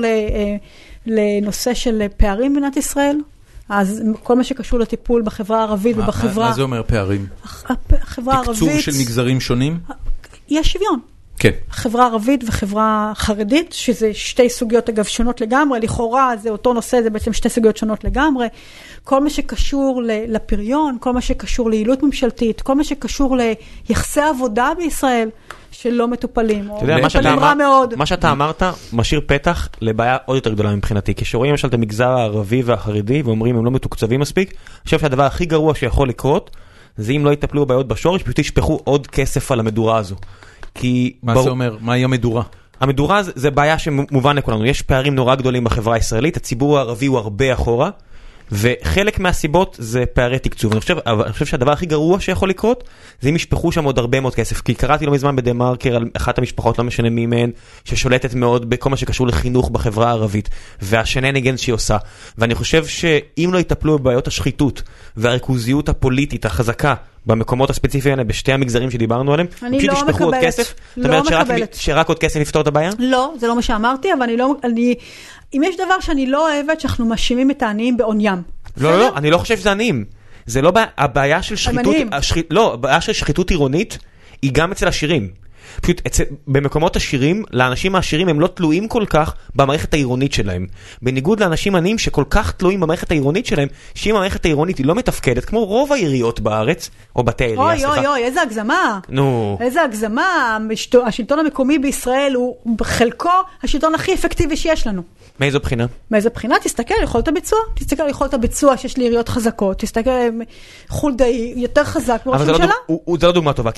לנושא של פערים במדינת ישראל, אז כל מה שקשור לטיפול בחברה הערבית ובחברה... מה זה אומר פערים? החברה הערבית... תקצוב של מגזרים שונים? יש שוויון. כן. חברה ערבית וחברה חרדית, שזה שתי סוגיות אגב שונות לגמרי, לכאורה זה אותו נושא, זה בעצם שתי סוגיות שונות לגמרי. כל מה שקשור לפריון, כל מה שקשור ליעילות ממשלתית, כל מה שקשור ליחסי עבודה בישראל, שלא מטופלים, או מטופלים רע מאוד. מה שאתה אמרת משאיר פתח לבעיה עוד יותר גדולה מבחינתי, כשרואים למשל את המגזר הערבי והחרדי, ואומרים הם לא מתוקצבים מספיק, אני חושב שהדבר הכי גרוע שיכול לקרות, זה אם לא יטפלו בבעיות בשורש, פשוט ישפכו עוד כסף על המדורה הזו. מה זה אומר? מהי המדורה? המדורה זה בעיה שמובן לכולנו. יש פערים נורא גדולים בחברה הישראלית, הציבור הערבי הוא הרבה אחורה, וחלק מהסיבות זה פערי תקצוב. אני חושב, אני חושב שהדבר הכי גרוע שיכול לקרות, זה אם ישפכו שם עוד הרבה מאוד כסף. כי קראתי לא מזמן בדה מרקר על אחת המשפחות, לא משנה מי מהן, ששולטת מאוד בכל מה שקשור לחינוך בחברה הערבית, והשנניגנס שהיא עושה. ואני חושב שאם לא יטפלו בבעיות השחיתות, והריכוזיות הפוליטית החזקה, במקומות הספציפיים האלה, בשתי המגזרים שדיברנו עליהם, אני לא מקבלת. לא מקבלת. שרק עוד כסף יפתור את הבעיה? לא, זה לא מה שאמרתי, אבל אני לא, אני, אם יש דבר שאני לא אוהבת, שאנחנו מאשימים את העניים בעוניים. לא, לא, אני לא חושב שזה עניים. זה לא הבעיה של שחיתות, לא, הבעיה של שחיתות עירונית, היא גם אצל עשירים. פשוט אצל, במקומות עשירים, לאנשים העשירים הם לא תלויים כל כך במערכת העירונית שלהם. בניגוד לאנשים עניים שכל כך תלויים במערכת העירונית שלהם, שאם המערכת העירונית היא לא מתפקדת, כמו רוב העיריות בארץ, או בתי העירייה, אוי, אוי, אוי, איזה הגזמה. נו. איזה הגזמה. השלטון המקומי בישראל הוא בחלקו השלטון הכי אפקטיבי שיש לנו. מאיזו בחינה? מאיזו בחינה? תסתכל על יכולת הביצוע. תסתכל על יכולת הביצוע שיש לעיריות חזקות. תסתכל על חולדאי יותר חזק מראש הממשלה. זה לא דוגמה טובה.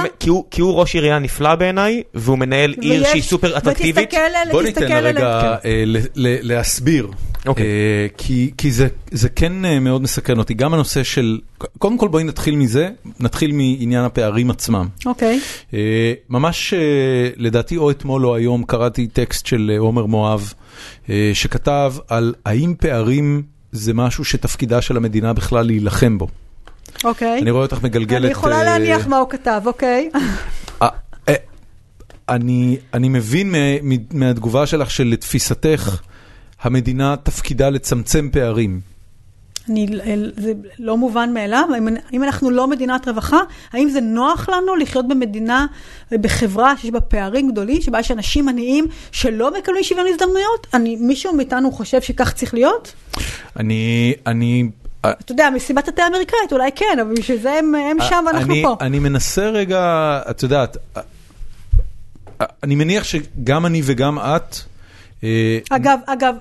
כי הוא ראש עירייה נפלא בעיניי, והוא מנהל עיר שהיא סופר אטרקטיבית. בוא ניתן רגע להסביר אוקיי. כי, כי זה, זה כן מאוד מסקרן אותי. גם הנושא של, קודם כל בואי נתחיל מזה, נתחיל מעניין הפערים עצמם. אוקיי. ממש לדעתי או אתמול או היום קראתי טקסט של עומר מואב, שכתב על האם פערים זה משהו שתפקידה של המדינה בכלל להילחם בו. אוקיי. אני רואה אותך מגלגלת... אני יכולה להניח מה הוא כתב, אוקיי. אני, אני מבין מהתגובה שלך שלתפיסתך, המדינה תפקידה לצמצם פערים. אני, זה לא מובן מאליו. אם, אם אנחנו לא מדינת רווחה, האם זה נוח לנו לחיות במדינה, בחברה שיש בה פערים גדולים, שבה יש אנשים עניים שלא מקבלים שוויון הזדמנויות? אני, מישהו מאיתנו חושב שכך צריך להיות? אני, אני... אתה יודע, מסיבת התה האמריקאית, אולי כן, אבל בשביל זה הם, הם שם ואנחנו אני, פה. אני מנסה רגע, את יודעת, אני מניח שגם אני וגם את... אגב, אגב,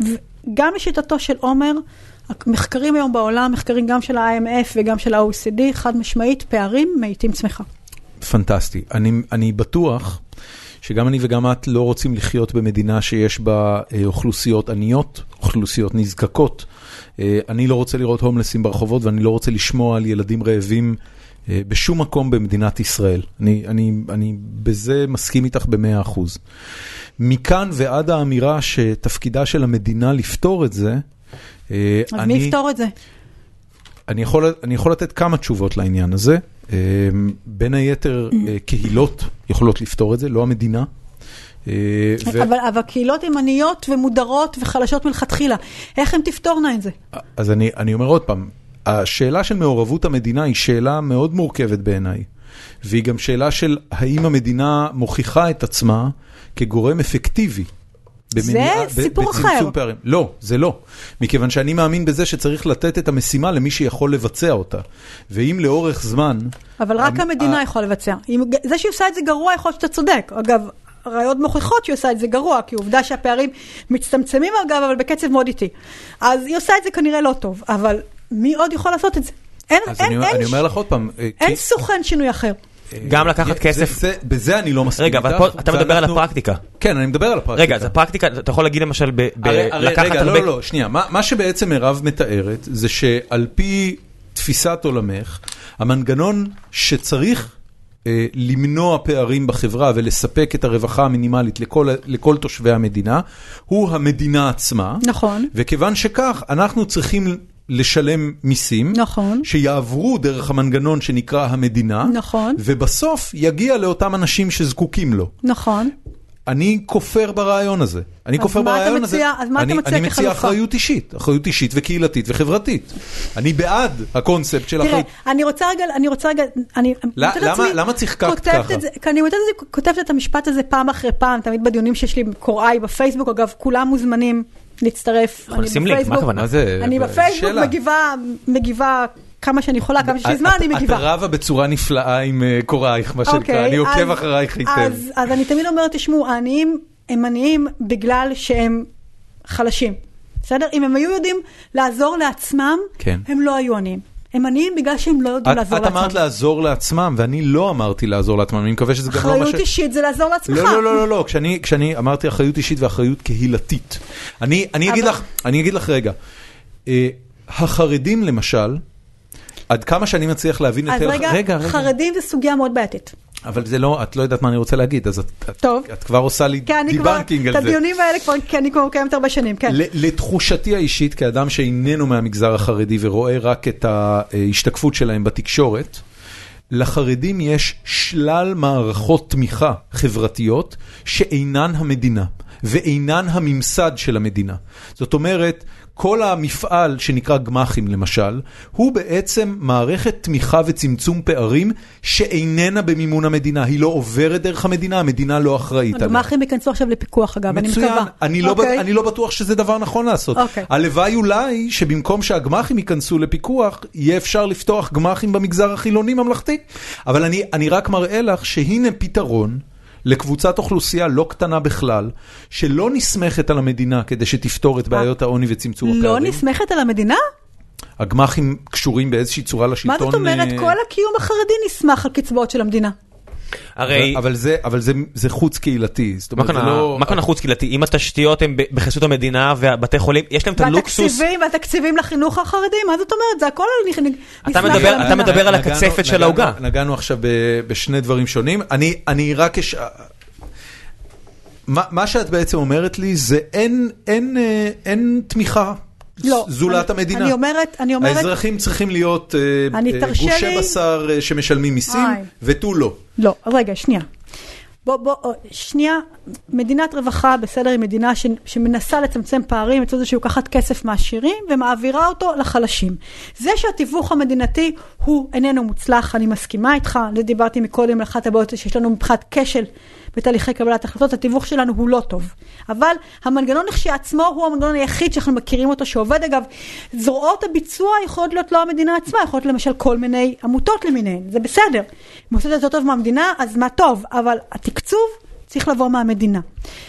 גם לשיטתו של עומר, מחקרים היום בעולם, מחקרים גם של ה-איי אם אף וגם של ה-או אי סי די, חד משמעית, פערים מאיטים צמיחה. פנטסטי. אני, אני בטוח שגם אני וגם את לא רוצים לחיות במדינה שיש בה אוכלוסיות עניות, אוכלוסיות נזקקות. אני לא רוצה לראות הומלסים ברחובות, ואני לא רוצה לשמוע על ילדים רעבים בשום מקום במדינת ישראל. אני, אני, אני בזה מסכים איתך במאה אחוז. מכאן ועד האמירה שתפקידה של המדינה לפתור את זה, אז אני, מי יפתור את זה? אני יכול, אני יכול לתת כמה תשובות לעניין הזה. בין היתר, קהילות יכולות לפתור את זה, לא המדינה. ו... אבל, אבל קהילות הן עניות ומודרות וחלשות מלכתחילה. איך הן תפתורנה את זה? אז אני, אני אומר עוד פעם, השאלה של מעורבות המדינה היא שאלה מאוד מורכבת בעיניי, והיא גם שאלה של האם המדינה מוכיחה את עצמה כגורם אפקטיבי. במניע, זה סיפור אחר. פערים. לא, זה לא. מכיוון שאני מאמין בזה שצריך לתת את המשימה למי שיכול לבצע אותה. ואם לאורך זמן... אבל רק המדינה יכול לבצע. זה שהיא עושה את זה גרוע, יכול להיות שאתה צודק. אגב, ראיות מוכיחות שהיא עושה את זה גרוע, כי עובדה שהפערים מצטמצמים אגב, אבל בקצב מאוד איטי. אז היא עושה את זה כנראה לא טוב, אבל מי עוד יכול לעשות את זה? אין, אז אין, אני, אין, אני אומר לך עוד פעם... אין סוכן שינוי אחר. גם לקחת כסף. בזה אני לא מסכים. רגע, אבל פה אתה מדבר על הפרקטיקה. כן, אני מדבר על הפרקטיקה. רגע, אז הפרקטיקה, אתה יכול להגיד למשל לקחת הרבה... רגע, לא, לא, שנייה. מה שבעצם מירב מתארת, זה שעל פי תפיסת עולמך, המנגנון שצריך למנוע פערים בחברה ולספק את הרווחה המינימלית לכל, לכל תושבי המדינה, הוא המדינה עצמה. נכון. וכיוון שכך, אנחנו צריכים לשלם מיסים, נכון. שיעברו דרך המנגנון שנקרא המדינה, נכון. ובסוף יגיע לאותם אנשים שזקוקים לו. נכון. אני כופר ברעיון הזה. אני כופר ברעיון הזה. אז מה אתה מציע כחלופה? אני מציע אחריות אישית, אחריות אישית וקהילתית וחברתית. אני בעד הקונספט של אחריות. תראה, אני רוצה רגע, אני רוצה רגע, אני... למה צחקקת ככה? אני כותבת את המשפט הזה פעם אחרי פעם, תמיד בדיונים שיש לי קוראי בפייסבוק, אגב, כולם מוזמנים להצטרף. נשים לינק, מה הכוונה? אני בפייסבוק מגיבה, מגיבה כמה שאני יכולה, כמה שיש זמן, אני מגיבה. את רבה בצורה נפלאה עם קורייך, מה שנקרא, אני עוקב אחרייך היטב. אז אני תמיד אומרת, תשמעו, העניים הם עניים בגלל שהם חלשים. בסדר? אם הם היו יודעים לעזור לעצמם, הם לא היו עניים. הם עניים בגלל שהם לא יודעים לעזור לעצמם. את אמרת לעזור לעצמם, ואני לא אמרתי לעזור לעצמם. אני מקווה שזה גם לא מה ש... אחריות אישית זה לעזור לעצמך. לא, לא, לא, לא. כשאני, כשאני אמרתי אחריות אישית ואחריות קהילתית. אני, אני אגיד לך, אני אגיד לך רגע. החרדים למשל, עד כמה שאני מצליח להבין יותר... אז רגע, רגע, חרדים זה סוגיה מאוד בעייתית. אבל זה לא, את לא יודעת מה אני רוצה להגיד, אז את, טוב. את כבר עושה לי דיבנקינג על זה. את הדיונים האלה כבר, כי אני כבר קיימת הרבה שנים, כן. לתחושתי האישית, כאדם שאיננו מהמגזר החרדי ורואה רק את ההשתקפות שלהם בתקשורת, לחרדים יש שלל מערכות תמיכה חברתיות שאינן המדינה, ואינן הממסד של המדינה. זאת אומרת, כל המפעל שנקרא גמחים למשל, הוא בעצם מערכת תמיכה וצמצום פערים שאיננה במימון המדינה. היא לא עוברת דרך המדינה, המדינה לא אחראית עליה. הגמחים ייכנסו עכשיו לפיקוח אגב, אני מקווה. אני לא, okay. אני לא בטוח שזה דבר נכון לעשות. Okay. הלוואי אולי שבמקום שהגמחים ייכנסו לפיקוח, יהיה אפשר לפתוח גמחים במגזר החילוני ממלכתי. אבל אני, אני רק מראה לך שהנה פתרון, לקבוצת אוכלוסייה לא קטנה בכלל, שלא נסמכת על המדינה כדי שתפתור את בעיות העוני וצמצום הפערים. לא נסמכת על המדינה? הגמחים קשורים באיזושהי צורה לשלטון. מה זאת אומרת? כל הקיום החרדי נסמך על קצבאות של המדינה. הרי... אבל זה, אבל זה, זה חוץ קהילתי. זאת אומרת, זה לא... מה כאן החוץ קהילתי? אם התשתיות הן בחסות המדינה והבתי חולים, יש להם את הלוקסוס... והתקציבים, והתקציבים לחינוך החרדי, מה זאת אומרת? זה הכל אתה מדבר, אתה מדבר על הקצפת של ההוגה. נגענו עכשיו בשני דברים שונים. אני, אני רק... מה, מה שאת בעצם אומרת לי זה אין, אין, אין תמיכה. לא, זולת אני, המדינה. אני אומרת, אני אומרת... האזרחים צריכים להיות גושי לי... בשר שמשלמים מיסים, איי. ותו לא. לא, רגע, שנייה. בוא, בוא, שנייה, מדינת רווחה בסדר היא מדינה ש, שמנסה לצמצם פערים, את זה שהיא לוקחת כסף מהעשירים ומעבירה אותו לחלשים. זה שהתיווך המדינתי הוא איננו מוצלח, אני מסכימה איתך, דיברתי מקודם על אחת הבעיות שיש לנו מבחינת כשל בתהליכי קבלת החלטות, התיווך שלנו הוא לא טוב. אבל המנגנון כשעצמו הוא המנגנון היחיד שאנחנו מכירים אותו שעובד. אגב, זרועות הביצוע יכולות להיות לא המדינה עצמה, יכולות למשל כל מיני עמותות למיניהן, זה בסדר. אם עושה את זה יותר טוב מהמדינה, אז מה טוב, אבל התקצוב צריך לבוא מהמדינה.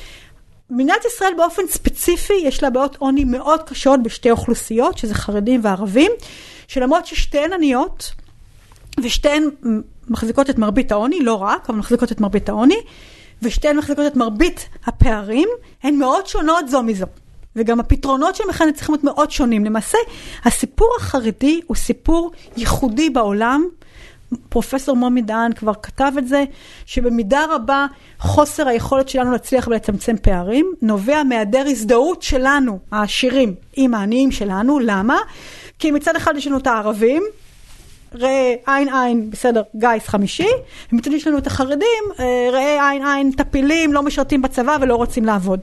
מדינת ישראל באופן ספציפי יש לה בעיות עוני מאוד קשות בשתי אוכלוסיות, שזה חרדים וערבים, שלמרות ששתיהן עניות, ושתיהן מחזיקות את מרבית העוני, לא רק, אבל מחזיקות את מרבית העוני, ושתיהן מחזיקות את מרבית הפערים, הן מאוד שונות זו מזו. וגם הפתרונות שמכאן צריכים להיות מאוד שונים. למעשה, הסיפור החרדי הוא סיפור ייחודי בעולם. פרופסור מומי דהן כבר כתב את זה, שבמידה רבה חוסר היכולת שלנו להצליח ולצמצם פערים, נובע מהיעדר הזדהות שלנו, העשירים, עם העניים שלנו. למה? כי מצד אחד יש לנו את הערבים, ראה עין עין, בסדר, גייס חמישי, ומצד יש לנו את החרדים, ראה עין עין, טפילים, לא משרתים בצבא ולא רוצים לעבוד.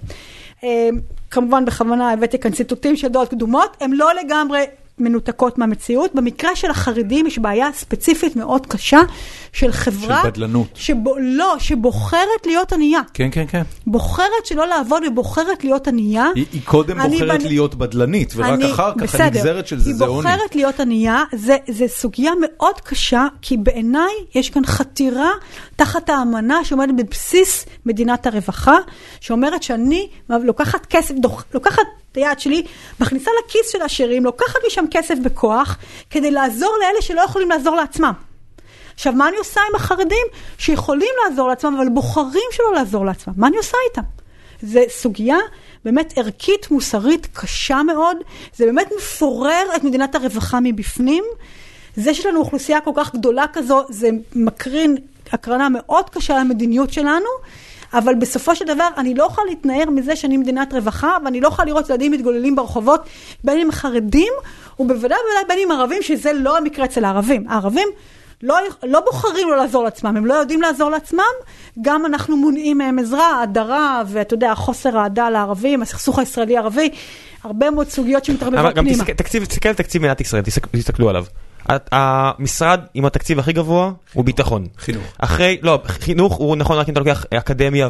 כמובן בכוונה הבאתי כאן ציטוטים של דעות קדומות, הם לא לגמרי מנותקות מהמציאות. במקרה של החרדים יש בעיה ספציפית מאוד קשה של חברה... של בדלנות. שבו, לא, שבוחרת להיות ענייה. כן, כן, כן. בוחרת שלא לעבוד ובוחרת להיות ענייה. היא, היא קודם בוחרת בנ... להיות בדלנית, ורק אני, אחר כך בסדר, הנגזרת של זה זה עוני. היא בוחרת להיות ענייה, זה, זה סוגיה מאוד קשה, כי בעיניי יש כאן חתירה תחת האמנה שעומדת בבסיס מדינת הרווחה, שאומרת שאני לוקחת כסף, דוח, לוקחת את היד שלי, מכניסה לכיס של העשירים, לוקחת משם כסף בכוח, כדי לעזור לאלה שלא יכולים לעזור לעצמם. עכשיו, מה אני עושה עם החרדים שיכולים לעזור לעצמם, אבל בוחרים שלא לעזור לעצמם? מה אני עושה איתם? זה סוגיה באמת ערכית, מוסרית, קשה מאוד. זה באמת מפורר את מדינת הרווחה מבפנים. זה שלנו אוכלוסייה כל כך גדולה כזו, זה מקרין הקרנה מאוד קשה למדיניות שלנו, אבל בסופו של דבר אני לא יכולה להתנער מזה שאני מדינת רווחה, ואני לא יכולה לראות ילדים מתגוללים ברחובות, בין אם חרדים, ובוודאי בין אם ערבים, שזה לא המקרה אצל הערבים. הערבים לא, לא בוחרים לא לעזור לעצמם, הם לא יודעים לעזור לעצמם, גם אנחנו מונעים מהם עזרה, הדרה, ואתה יודע, חוסר העדה לערבים, הסכסוך הישראלי-ערבי, הרבה מאוד סוגיות שמתרבבות פנימה. גם תקציב, תסתכל על תקציב מדינת ישראל, תסתכלו עליו. המשרד עם התקציב הכי גבוה הוא ביטחון. חינוך. אחרי, לא, חינוך הוא נכון רק אם אתה לוקח אקדמיה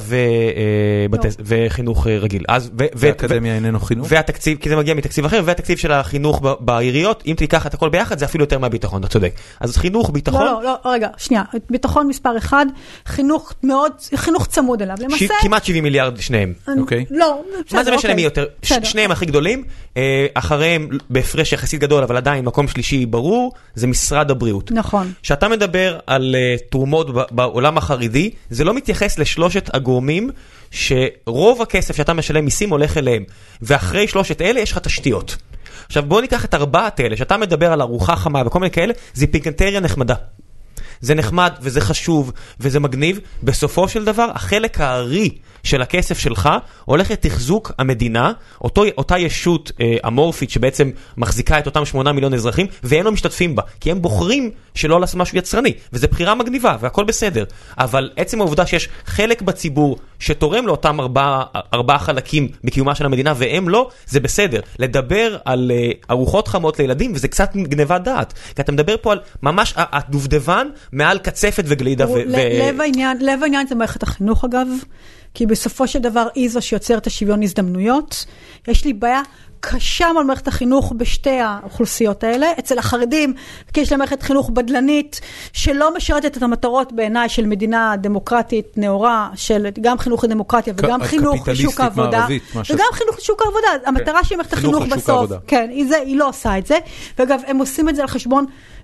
וחינוך רגיל. ואקדמיה איננו חינוך? והתקציב, כי זה מגיע מתקציב אחר, והתקציב של החינוך בעיריות, אם תיקח את הכל ביחד, זה אפילו יותר מהביטחון, אתה צודק. אז חינוך, ביטחון... לא, לא, רגע, שנייה. ביטחון מספר אחד, חינוך מאוד, חינוך צמוד אליו. למעשה... כמעט שבעים מיליארד שניהם. אוקיי. לא, מה זה משנה מי יותר? שניהם הכי גדולים, אחריהם בהפרש יחסית גדול, אבל עדיין מקום שלישי ברור, זה משרד הבריאות. נכון. שאתה מדבר על uh, תרומות בעולם החרדי, זה לא מתייחס לשלושת הגורמים שרוב הכסף שאתה משלם מיסים הולך אליהם. ואחרי שלושת אלה יש לך תשתיות. עכשיו בוא ניקח את ארבעת אלה, שאתה מדבר על ארוחה חמה וכל מיני כאלה, זה פיקנטריה נחמדה. זה נחמד וזה חשוב וזה מגניב. בסופו של דבר, החלק הארי של הכסף שלך הולך לתחזוק המדינה, אותו, אותה ישות אה, אמורפית שבעצם מחזיקה את אותם שמונה מיליון אזרחים, והם לא משתתפים בה, כי הם בוחרים שלא לעשות משהו יצרני, וזה בחירה מגניבה, והכל בסדר. אבל עצם העובדה שיש חלק בציבור שתורם לאותם ארבעה, ארבעה חלקים בקיומה של המדינה, והם לא, זה בסדר. לדבר על אה, ארוחות חמות לילדים, וזה קצת גניבת דעת. כי אתה מדבר פה על ממש הדובדבן מעל קצפת וגלידה. ו- לב העניין, לב העניין זה מערכת החינוך אגב, כי בסופו של דבר היא זו שיוצרת את השוויון הזדמנויות. יש לי בעיה קשה על מערכת החינוך בשתי האוכלוסיות האלה. אצל החרדים, כי יש להם מערכת חינוך בדלנית, שלא משרתת את המטרות בעיניי של מדינה דמוקרטית נאורה, של גם חינוך לדמוקרטיה וגם חינוך לשוק העבודה. וגם חינוך לשוק העבודה. המטרה שהיא מערכת החינוך בסוף. כן, היא לא עושה את זה. ואגב, הם עושים את זה על חשבון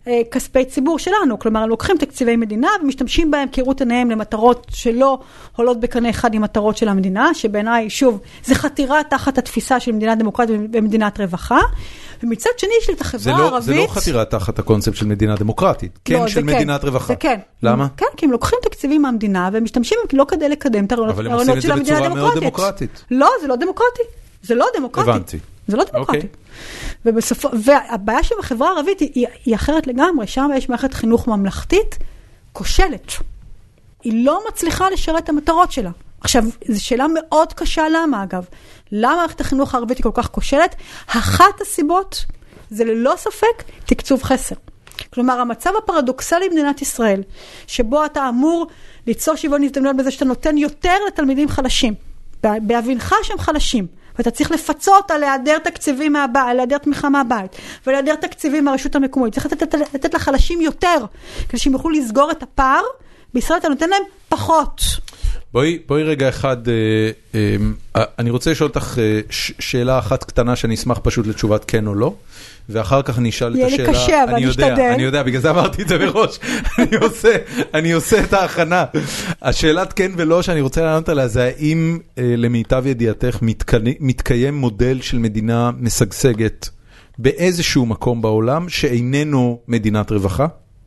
כספי ציבור שלנו, כלומר, הם לוקחים תקציבי מדינה ומשתמשים בהם כראות עיניהם למטרות שלא עולות בקנה אחד עם מטרות של המדינה, שבעיניי, שוב, זה חתירה תחת התפיסה של מדינה דמוקרטית ומדינת רווחה, ומצד שני של את החברה הערבית... זה לא חתירה תחת הקונספט של מדינה דמוקרטית, כן של מדינת רווחה. זה כן. למה? כן, כי הם לוקחים תקציבים מהמדינה ומשתמשים לא כדי לקדם את הרעיונות של המדינה הדמוקרטית. לא, זה לא דמוקרטי. זה לא דמוקרטי. הבנתי. זה לא דמוקרטי. ובסופו, והבעיה של החברה הערבית היא, היא אחרת לגמרי, שם יש מערכת חינוך ממלכתית כושלת. היא לא מצליחה לשרת את המטרות שלה. עכשיו, זו שאלה מאוד קשה למה, אגב. למה מערכת החינוך הערבית היא כל כך כושלת? אחת הסיבות זה ללא ספק תקצוב חסר. כלומר, המצב הפרדוקסלי במדינת ישראל, שבו אתה אמור ליצור שוויון הזדמנויות בזה שאתה נותן יותר לתלמידים חלשים, בהבינך שהם חלשים, ואתה צריך לפצות על היעדר תקציבים מהבית, על היעדר תמיכה מהבית, ועל היעדר תקציבים מהרשות המקומית. צריך לתת, לתת, לתת לחלשים יותר, כדי שהם יוכלו לסגור את הפער, בישראל אתה נותן להם פחות. בואי, בואי רגע אחד, אה, אה, אני רוצה לשאול אותך אה, ש- שאלה אחת קטנה שאני אשמח פשוט לתשובת כן או לא, ואחר כך אני אשאל את השאלה. יהיה לי קשה, אבל אני אשתדל. אני יודע, בגלל זה אמרתי את זה מראש. אני עושה, אני עושה את ההכנה. השאלת כן ולא שאני רוצה לענות עליה, זה האם אה, למיטב ידיעתך מתקני, מתקיים מודל של מדינה משגשגת באיזשהו מקום בעולם שאיננו מדינת רווחה?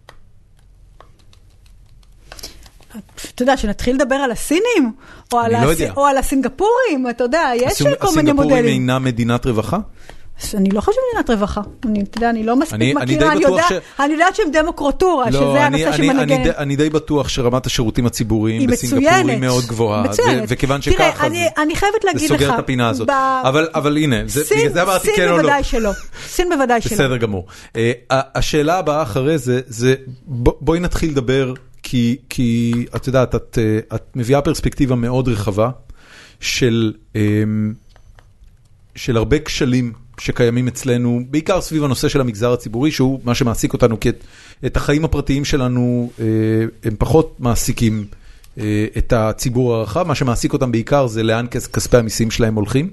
אתה יודע, שנתחיל לדבר על הסינים, או על, הס... או על הסינגפורים, אתה יודע, יש הסינג... כל מיני מודלים. הסינגפורים אינם מדינת רווחה? אני לא חושב מדינת רווחה. אני, אתה יודע, אני לא מספיק אני, מכירה, אני, אני, יודע, ש... אני יודעת שהם דמוקרטורה, לא, שזה אני, הנושא אני, שמנגן. אני, אני די בטוח שרמת השירותים הציבוריים בסינגפור היא מאוד גבוהה. מצוינת. ו- וכיוון שככה, תראה, אני, אני חייבת להגיד לך. זה סוגר את הפינה הזאת. ב... אבל, אבל הנה, זה, סין, זה אמרתי סין כן או לא. בוודאי שלא. סין בוודאי שלא. בסדר גמור. Uh, השאלה הבאה אחרי זה, זה ב, בואי נתחיל לדבר, כי, כי את יודעת, את, את מביאה פרספקטיבה מאוד רחבה של, של הרבה כשלים שקיימים אצלנו, בעיקר סביב הנושא של המגזר הציבורי, שהוא מה שמעסיק אותנו, כי את, את החיים הפרטיים שלנו הם פחות מעסיקים את הציבור הרחב, מה שמעסיק אותם בעיקר זה לאן כספי המיסים שלהם הולכים.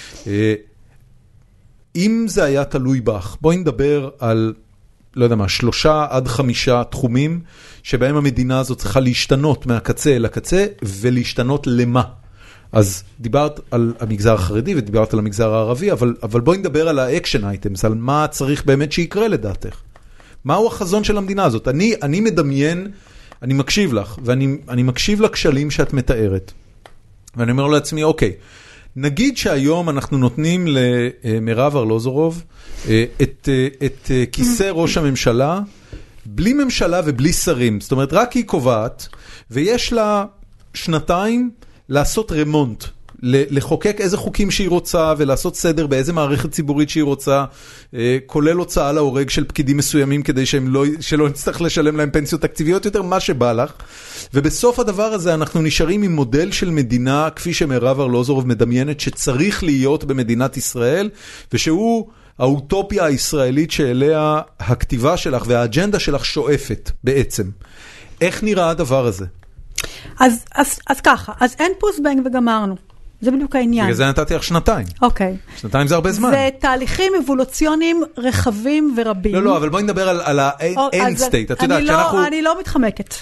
אם זה היה תלוי בך, בואי נדבר על, לא יודע מה, שלושה עד חמישה תחומים, שבהם המדינה הזאת צריכה להשתנות מהקצה אל הקצה, ולהשתנות למה. אז דיברת על המגזר החרדי, ודיברת על המגזר הערבי, אבל, אבל בואי נדבר על האקשן אייטמס, על מה צריך באמת שיקרה לדעתך. מהו החזון של המדינה הזאת? אני, אני מדמיין, אני מקשיב לך, ואני אני מקשיב לכשלים שאת מתארת. ואני אומר לעצמי, אוקיי, נגיד שהיום אנחנו נותנים למרב ארלוזורוב את, את כיסא ראש הממשלה, בלי ממשלה ובלי שרים. זאת אומרת, רק היא קובעת, ויש לה שנתיים לעשות רמונט, לחוקק איזה חוקים שהיא רוצה, ולעשות סדר באיזה מערכת ציבורית שהיא רוצה, כולל הוצאה להורג של פקידים מסוימים, כדי שהם לא, שלא נצטרך לשלם להם פנסיות תקציביות יותר, מה שבא לך. ובסוף הדבר הזה אנחנו נשארים עם מודל של מדינה, כפי שמרב ארלוזורוב מדמיינת, שצריך להיות במדינת ישראל, ושהוא האוטופיה הישראלית שאליה הכתיבה שלך והאג'נדה שלך שואפת בעצם. איך נראה הדבר הזה? אז, אז, אז ככה, אז אין פוסבנג וגמרנו. זה בדיוק העניין. בגלל זה נתתי לך שנתיים. אוקיי. שנתיים זה הרבה זמן. זה תהליכים אבולוציוניים רחבים ורבים. לא, לא, אבל בואי נדבר על, על ה-end state. את יודעת, אני שאנחנו... לא, אני לא מתחמקת.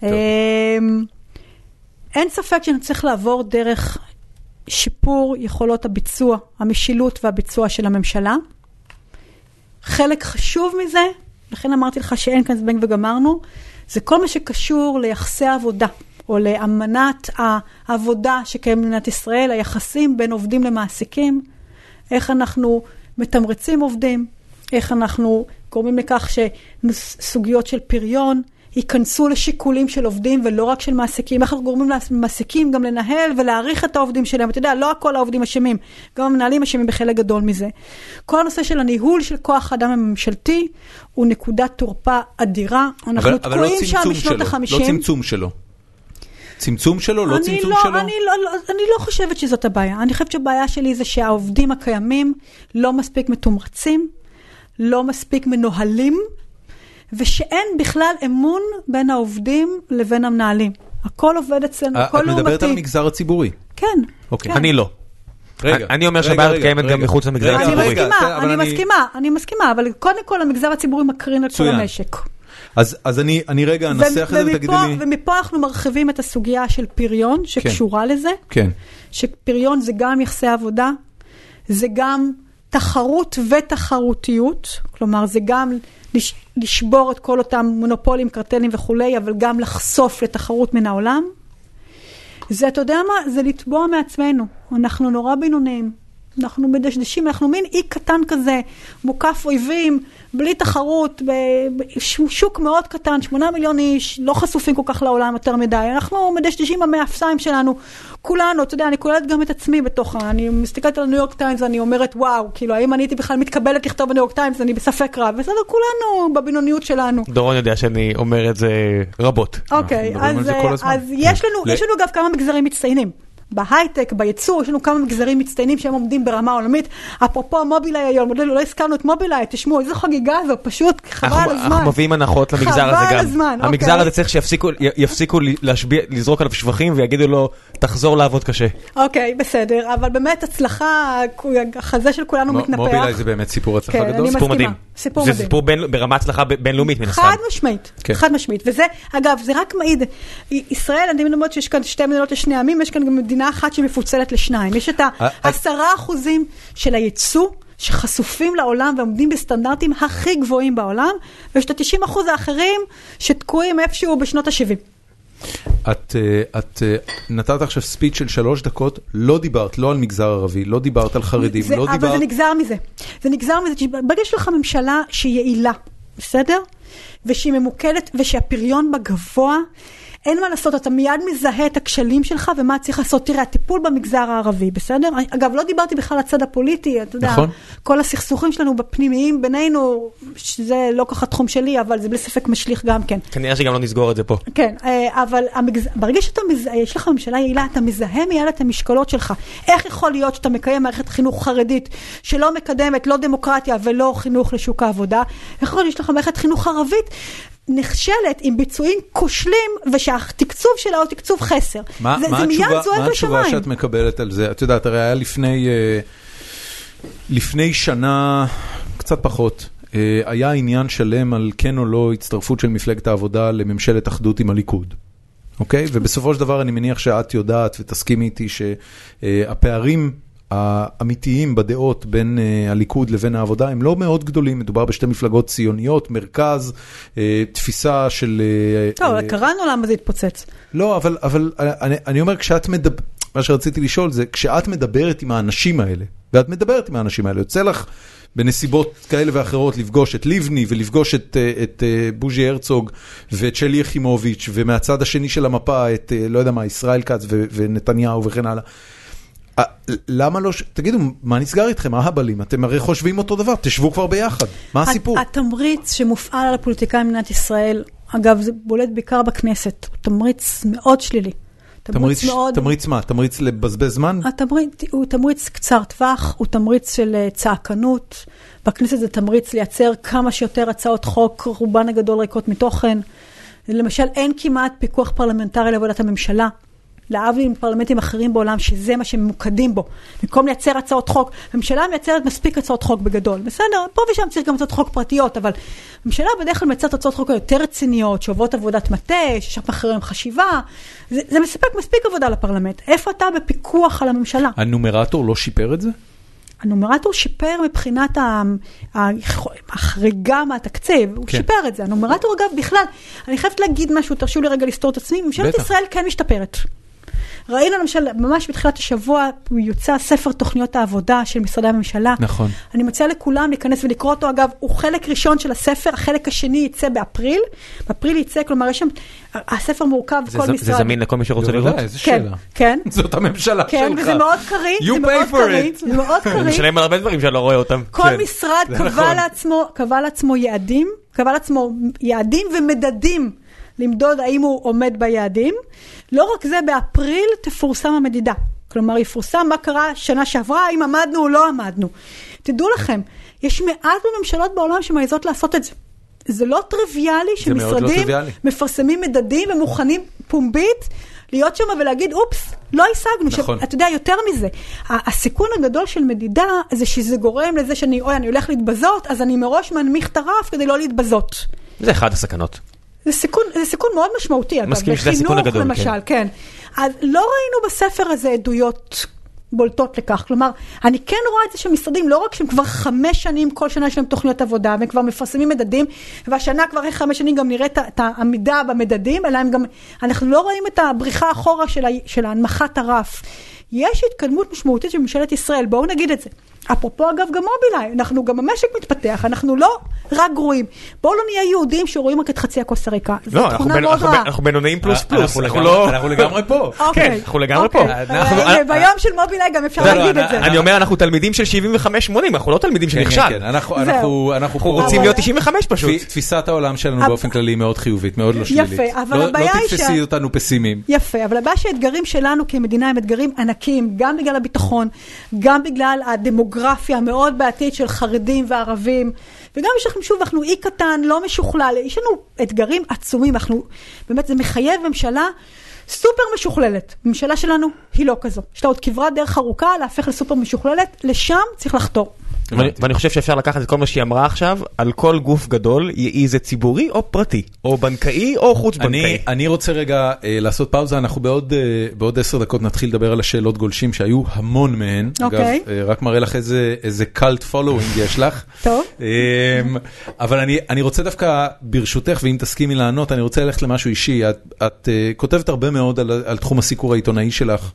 אין ספק שנצטרך לעבור דרך שיפור יכולות הביצוע, המשילות והביצוע של הממשלה. חלק חשוב מזה, לכן אמרתי לך שאין כאן זבנג וגמרנו, זה כל מה שקשור ליחסי העבודה, או לאמנת העבודה שקיים במדינת ישראל, היחסים בין עובדים למעסיקים, איך אנחנו מתמרצים עובדים, איך אנחנו גורמים לכך שסוגיות של פריון ייכנסו לשיקולים של עובדים ולא רק של מעסיקים, איך אנחנו גורמים למעסיקים גם לנהל ולהעריך את העובדים שלהם, אתה יודע, לא הכל העובדים אשמים, גם המנהלים אשמים בחלק גדול מזה. כל הנושא של הניהול של כוח האדם הממשלתי הוא נקודת תורפה אדירה, אנחנו אבל, תקועים אבל לא שם בשנות ה-חמישים. לא צמצום שלו. צמצום שלו, לא צמצום לא, שלו? אני לא, לא, אני לא חושבת שזאת הבעיה. אני חושבת שהבעיה שלי זה שהעובדים הקיימים לא מספיק מתומרצים, לא מספיק מנוהלים, ושאין בכלל אמון בין העובדים לבין המנהלים. הכל עובד אצלנו, הכל לעומתי. את מדברת על המגזר הציבורי? כן. אוקיי. אני לא. רגע, אני אומר רגע, שהבעיה רגע, קיימת רגע. גם מחוץ למגזר רגע, אני הציבורי. רגע, מסכימה, אבל אני אני- מסכימה, אני מסכימה, אבל קודם כל המגזר הציבורי מקרין על כל מצוין. המשק. אז אז אני אני רגע אנסח את זה ותגידי ומפה, לי. ומפה אנחנו מרחיבים את הסוגיה של פריון שקשורה לזה, כן. שפריון זה גם יחסי עבודה, זה גם תחרות ותחרותיות, כלומר זה גם לש, לשבור את כל אותם מונופולים, קרטלים וכולי, אבל גם לחשוף לתחרות מן העולם. זה, אתה יודע מה? זה לטבוע מעצמנו. אנחנו נורא בינוניים. אנחנו מדשדשים, אנחנו מין אי קטן כזה, מוקף אויבים, בלי תחרות, בשוק מאוד קטן, שמונה מיליון איש, לא חשופים כל כך לעולם יותר מדי. אנחנו מדשדשים במאפסיים שלנו, כולנו, אתה יודע, אני כוללת גם את עצמי בתוך, אני מסתכלת על הניו יורק טיימס ואני אומרת, וואו, כאילו, האם אני הייתי בכלל מתקבלת לכתוב בניו יורק טיימס, אני בספק רב, בסדר, כולנו בבינוניות שלנו. דורון יודע שאני אומר את זה רבות. אוקיי, מדברים על אז, זה כל הזמן. אז יש לנו, ל- יש לנו אגב כמה מגזרים מצטיינים. בהייטק, בייצור, יש לנו כמה מגזרים מצטיינים שהם עומדים ברמה עולמית. אפרופו מובילאיי היום, לא הזכרנו את מובילאיי, תשמעו, איזו חגיגה זו, פשוט חבל על הזמן. אנחנו מביאים הנחות למגזר הזה גם. חבל על הזמן, המגזר אוקיי. הזה צריך שיפסיקו להשביע, לזרוק עליו שבחים ויגידו לו, תחזור לעבוד קשה. אוקיי, בסדר, אבל באמת הצלחה, החזה של כולנו מתנפח. מובילאיי זה באמת סיפור הצלחה כן, גדול. אני סיפור מסכימה. מדהים. סיפור זה מדהים. סיפור בין- ברמה הצלחה ב- בינלאומית מן הסתם. חד משמעית, כן. חד משמעית. וזה, אגב, זה רק מעיד, ישראל, אני אומרת שיש כאן שתי מדינות לשני עמים, יש כאן גם מדינה אחת שמפוצלת לשניים. יש את העשרה אחוזים של הייצוא, שחשופים לעולם ועומדים בסטנדרטים הכי גבוהים בעולם, ויש את ה-תשעים אחוז האחרים שתקועים איפשהו בשנות ה-שבעים. את, אה, את אה, נתת עכשיו ספיץ' של שלוש דקות, לא דיברת, לא על מגזר ערבי, לא דיברת על חרדים, זה, לא אבל דיברת... זה נגזר מזה. זה נגזר מזה, ברגע יש לך ממשלה שהיא יעילה, בסדר? ושהיא ממוקדת, ושהפריון בה גבוה, אין מה לעשות, אתה מיד מזהה את הכשלים שלך, ומה צריך לעשות. תראה, הטיפול במגזר הערבי, בסדר? אגב, לא דיברתי בכלל על הצד הפוליטי, אתה יודע, נכון. כל הסכסוכים שלנו בפנימיים בינינו, שזה לא ככה תחום שלי, אבל זה בלי ספק משליך גם כן. כנראה שגם לא נסגור את זה פה. כן, אבל המגז... ברגע שאתה מזהה, יש לך ממשלה יעילה, אתה מזהה מיד את המשקולות שלך. איך יכול להיות שאתה מקיים מערכת חינוך חרדית, שלא מקדמת לא דמוקרטיה ולא חינוך לשוק העבודה? איך יכול להיות שיש לך מערכת חינוך ערבית, נכשלת עם ביצועים כושלים, ושהתקצוב שלה הוא תקצוב חסר. מה, זה, מה זה מיד התשובה, זועק מה התשובה לשמיים. שאת מקבלת על זה? את יודעת, הרי היה לפני, אה, לפני שנה, קצת פחות, אה, היה עניין שלם על כן או לא הצטרפות של מפלגת העבודה לממשלת אחדות עם הליכוד. אוקיי? ובסופו של דבר אני מניח שאת יודעת ותסכימי איתי שהפערים האמיתיים בדעות בין uh, הליכוד לבין העבודה הם לא מאוד גדולים, מדובר בשתי מפלגות ציוניות, מרכז, uh, תפיסה של... Uh, טוב, uh, קראנו למה זה התפוצץ. לא, אבל, אבל אני, אני אומר, כשאת מדבר, מה שרציתי לשאול זה, כשאת מדברת עם האנשים האלה, ואת מדברת עם האנשים האלה, יוצא לך בנסיבות כאלה ואחרות לפגוש את ליבני ולפגוש את, את בוז'י הרצוג ואת שלי יחימוביץ' ומהצד השני של המפה את, לא יודע מה, ישראל כץ ו, ונתניהו וכן הלאה. למה לא, תגידו, מה נסגר איתכם? מה הבלים? אתם הרי חושבים אותו דבר, תשבו כבר ביחד. מה הסיפור? התמריץ שמופעל על הפוליטיקאים במדינת ישראל, אגב, זה בולט בעיקר בכנסת, הוא תמריץ מאוד שלילי. תמריץ, מאוד... תמריץ מה? תמריץ לבזבז זמן? התמריץ, הוא תמריץ קצר טווח, הוא תמריץ של צעקנות. בכנסת זה תמריץ לייצר כמה שיותר הצעות חוק, רובן הגדול ריקות מתוכן. למשל, אין כמעט פיקוח פרלמנטרי לעבודת הממשלה. להבדיל עם פרלמנטים אחרים בעולם, שזה מה שממוקדים בו. במקום לייצר הצעות חוק, הממשלה מייצרת מספיק הצעות חוק בגדול. בסדר, פה ושם צריך גם הצעות חוק פרטיות, אבל הממשלה בדרך כלל מייצרת הצעות חוק יותר רציניות, שעוברות עבודת מטה, שיש אחריהם חשיבה. זה, זה מספק מספיק עבודה לפרלמנט. איפה אתה בפיקוח על הממשלה? הנומרטור לא שיפר את זה? הנומרטור שיפר מבחינת החריגה מהתקציב, הוא שיפר את זה. הנומרטור אגב בכלל, אני חייבת להגיד משהו, תרשו לי רגע לסתור את עצמי, ממשלת ישראל כן משתפרת. ראינו למשל, ממש בתחילת השבוע, הוא יוצא ספר תוכניות העבודה של משרדי הממשלה. נכון. אני מציעה לכולם להיכנס ולקרוא אותו. אגב, הוא חלק ראשון של הספר, החלק השני יצא באפריל. באפריל יצא, כלומר, יש שם, הספר מורכב כל משרד. זה זמין לכל מי שרוצה לראות? איזה שאלה. כן. זאת הממשלה שלך. כן, וזה מאוד קריא. You pay for it. זה מאוד קריא. אני משלם על הרבה דברים שאני לא רואה אותם. כל משרד קבע לעצמו, קבע לעצמו יעדים, קבע לעצמו יעדים ומדדים למדוד האם הוא עומד ביעדים. לא רק זה, באפריל תפורסם המדידה. כלומר, יפורסם מה קרה שנה שעברה, האם עמדנו או לא עמדנו. תדעו לכם, יש מעט בממשלות בעולם שמעיזות לעשות את זה. זה לא טריוויאלי שמשרדים מפרסמים מדדים ומוכנים פומבית להיות שם ולהגיד, אופס, לא השגנו. נכון. אתה יודע, יותר מזה, הסיכון הגדול של מדידה, זה שזה גורם לזה שאני, אוי, אני הולך להתבזות, אז אני מראש מנמיך את הרף כדי לא להתבזות. זה אחד הסכנות. זה סיכון, זה סיכון מאוד משמעותי. מסכים שזה הסיכון הגדול, למשל, כן. כן. אז לא ראינו בספר הזה עדויות בולטות לכך. כלומר, אני כן רואה את זה שמשרדים, לא רק שהם כבר חמש שנים, כל שנה יש להם תוכניות עבודה, והם כבר מפרסמים מדדים, והשנה כבר איך חמש שנים גם נראה את העמידה במדדים, אלא הם גם, אנחנו לא רואים את הבריחה אחורה של, של הנמכת הרף. יש התקדמות משמעותית של ממשלת ישראל, בואו נגיד את זה. אפרופו אגב גם מובילאיי, אנחנו גם המשק מתפתח, אנחנו לא רק גרועים. בואו לא נהיה יהודים שרואים רק את חצי הכוס הריקה. לא, אנחנו בינוניים פלוס פלוס. אנחנו לגמרי פה. כן, אנחנו לגמרי פה. ביום של מובילאיי גם אפשר להגיד את זה. אני אומר, אנחנו תלמידים של שבעים וחמש שמונים, אנחנו לא תלמידים של נכשל. אנחנו רוצים להיות תשעים וחמש פשוט. תפיסת העולם שלנו באופן כללי מאוד חיובית, מאוד לא שלילית. יפה, אבל הבעיה היא לא תתפסי אותנו פסימיים. יפה, אבל הבעיה שהאתגרים שלנו כמדינה הם אתגרים ענקיים, גם בגלל הביטחון, גם בגלל הדמוגרפיה המאוד בעתיד של חרדים וערבים, וגם יש לכם שוב, אנחנו אי קטן, לא משוכלל, יש לנו אתגרים עצומים, אנחנו, באמת זה מחייב ממשלה סופר משוכללת. הממשלה שלנו היא לא כזו. יש לה עוד כברת דרך ארוכה להפך לסופר משוכללת, לשם צריך לחתור. ואני חושב שאפשר לקחת את כל מה שהיא אמרה עכשיו, על כל גוף גדול, יהי זה ציבורי או פרטי, או בנקאי או חוץ בנקאי. אני רוצה רגע לעשות פאוזה, אנחנו בעוד עשר דקות נתחיל לדבר על השאלות גולשים, שהיו המון מהן. אגב, רק מראה לך איזה קולט פולווינג יש לך. טוב. אבל אני רוצה דווקא, ברשותך, ואם תסכימי לענות, אני רוצה ללכת למשהו אישי. את כותבת הרבה מאוד על תחום הסיקור העיתונאי שלך,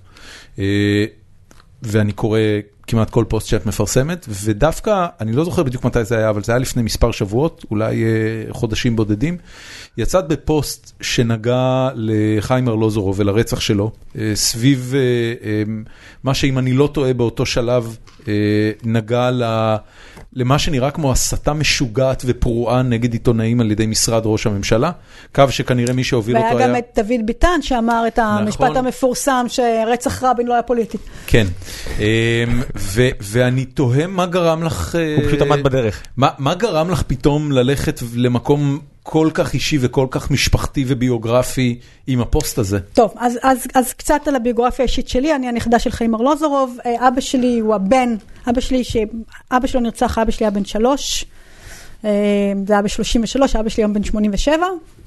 ואני קורא כמעט כל פוסט שאת מפרסמת, ודווקא, אני לא זוכר בדיוק מתי זה היה, אבל זה היה לפני מספר שבועות, אולי חודשים בודדים, יצאת בפוסט שנגע לחיים ארלוזורוב ולרצח שלו, סביב מה שאם אני לא טועה באותו שלב, נגע למה שנראה כמו הסתה משוגעת ופרועה נגד עיתונאים על ידי משרד ראש הממשלה, קו שכנראה מי שהוביל אותו היה... והיה גם את דוד ביטן שאמר את המשפט המפורסם שרצח רבין לא היה פוליטי. כן, ואני תוהה מה גרם לך... הוא פשוט עמד בדרך. מה גרם לך פתאום ללכת למקום כל כך אישי וכל כך משפחתי וביוגרפי עם הפוסט הזה? טוב, אז, אז, אז קצת על הביוגרפיה האישית שלי. אני הנכדה של חיים ארלוזורוב. אבא שלי הוא הבן, אבא שלי, שאבא שלו נרצח, אבא שלי היה בן שלוש. זה היה ב-שלושים ושלוש, אבא שלי היום בן שמונים ושבע.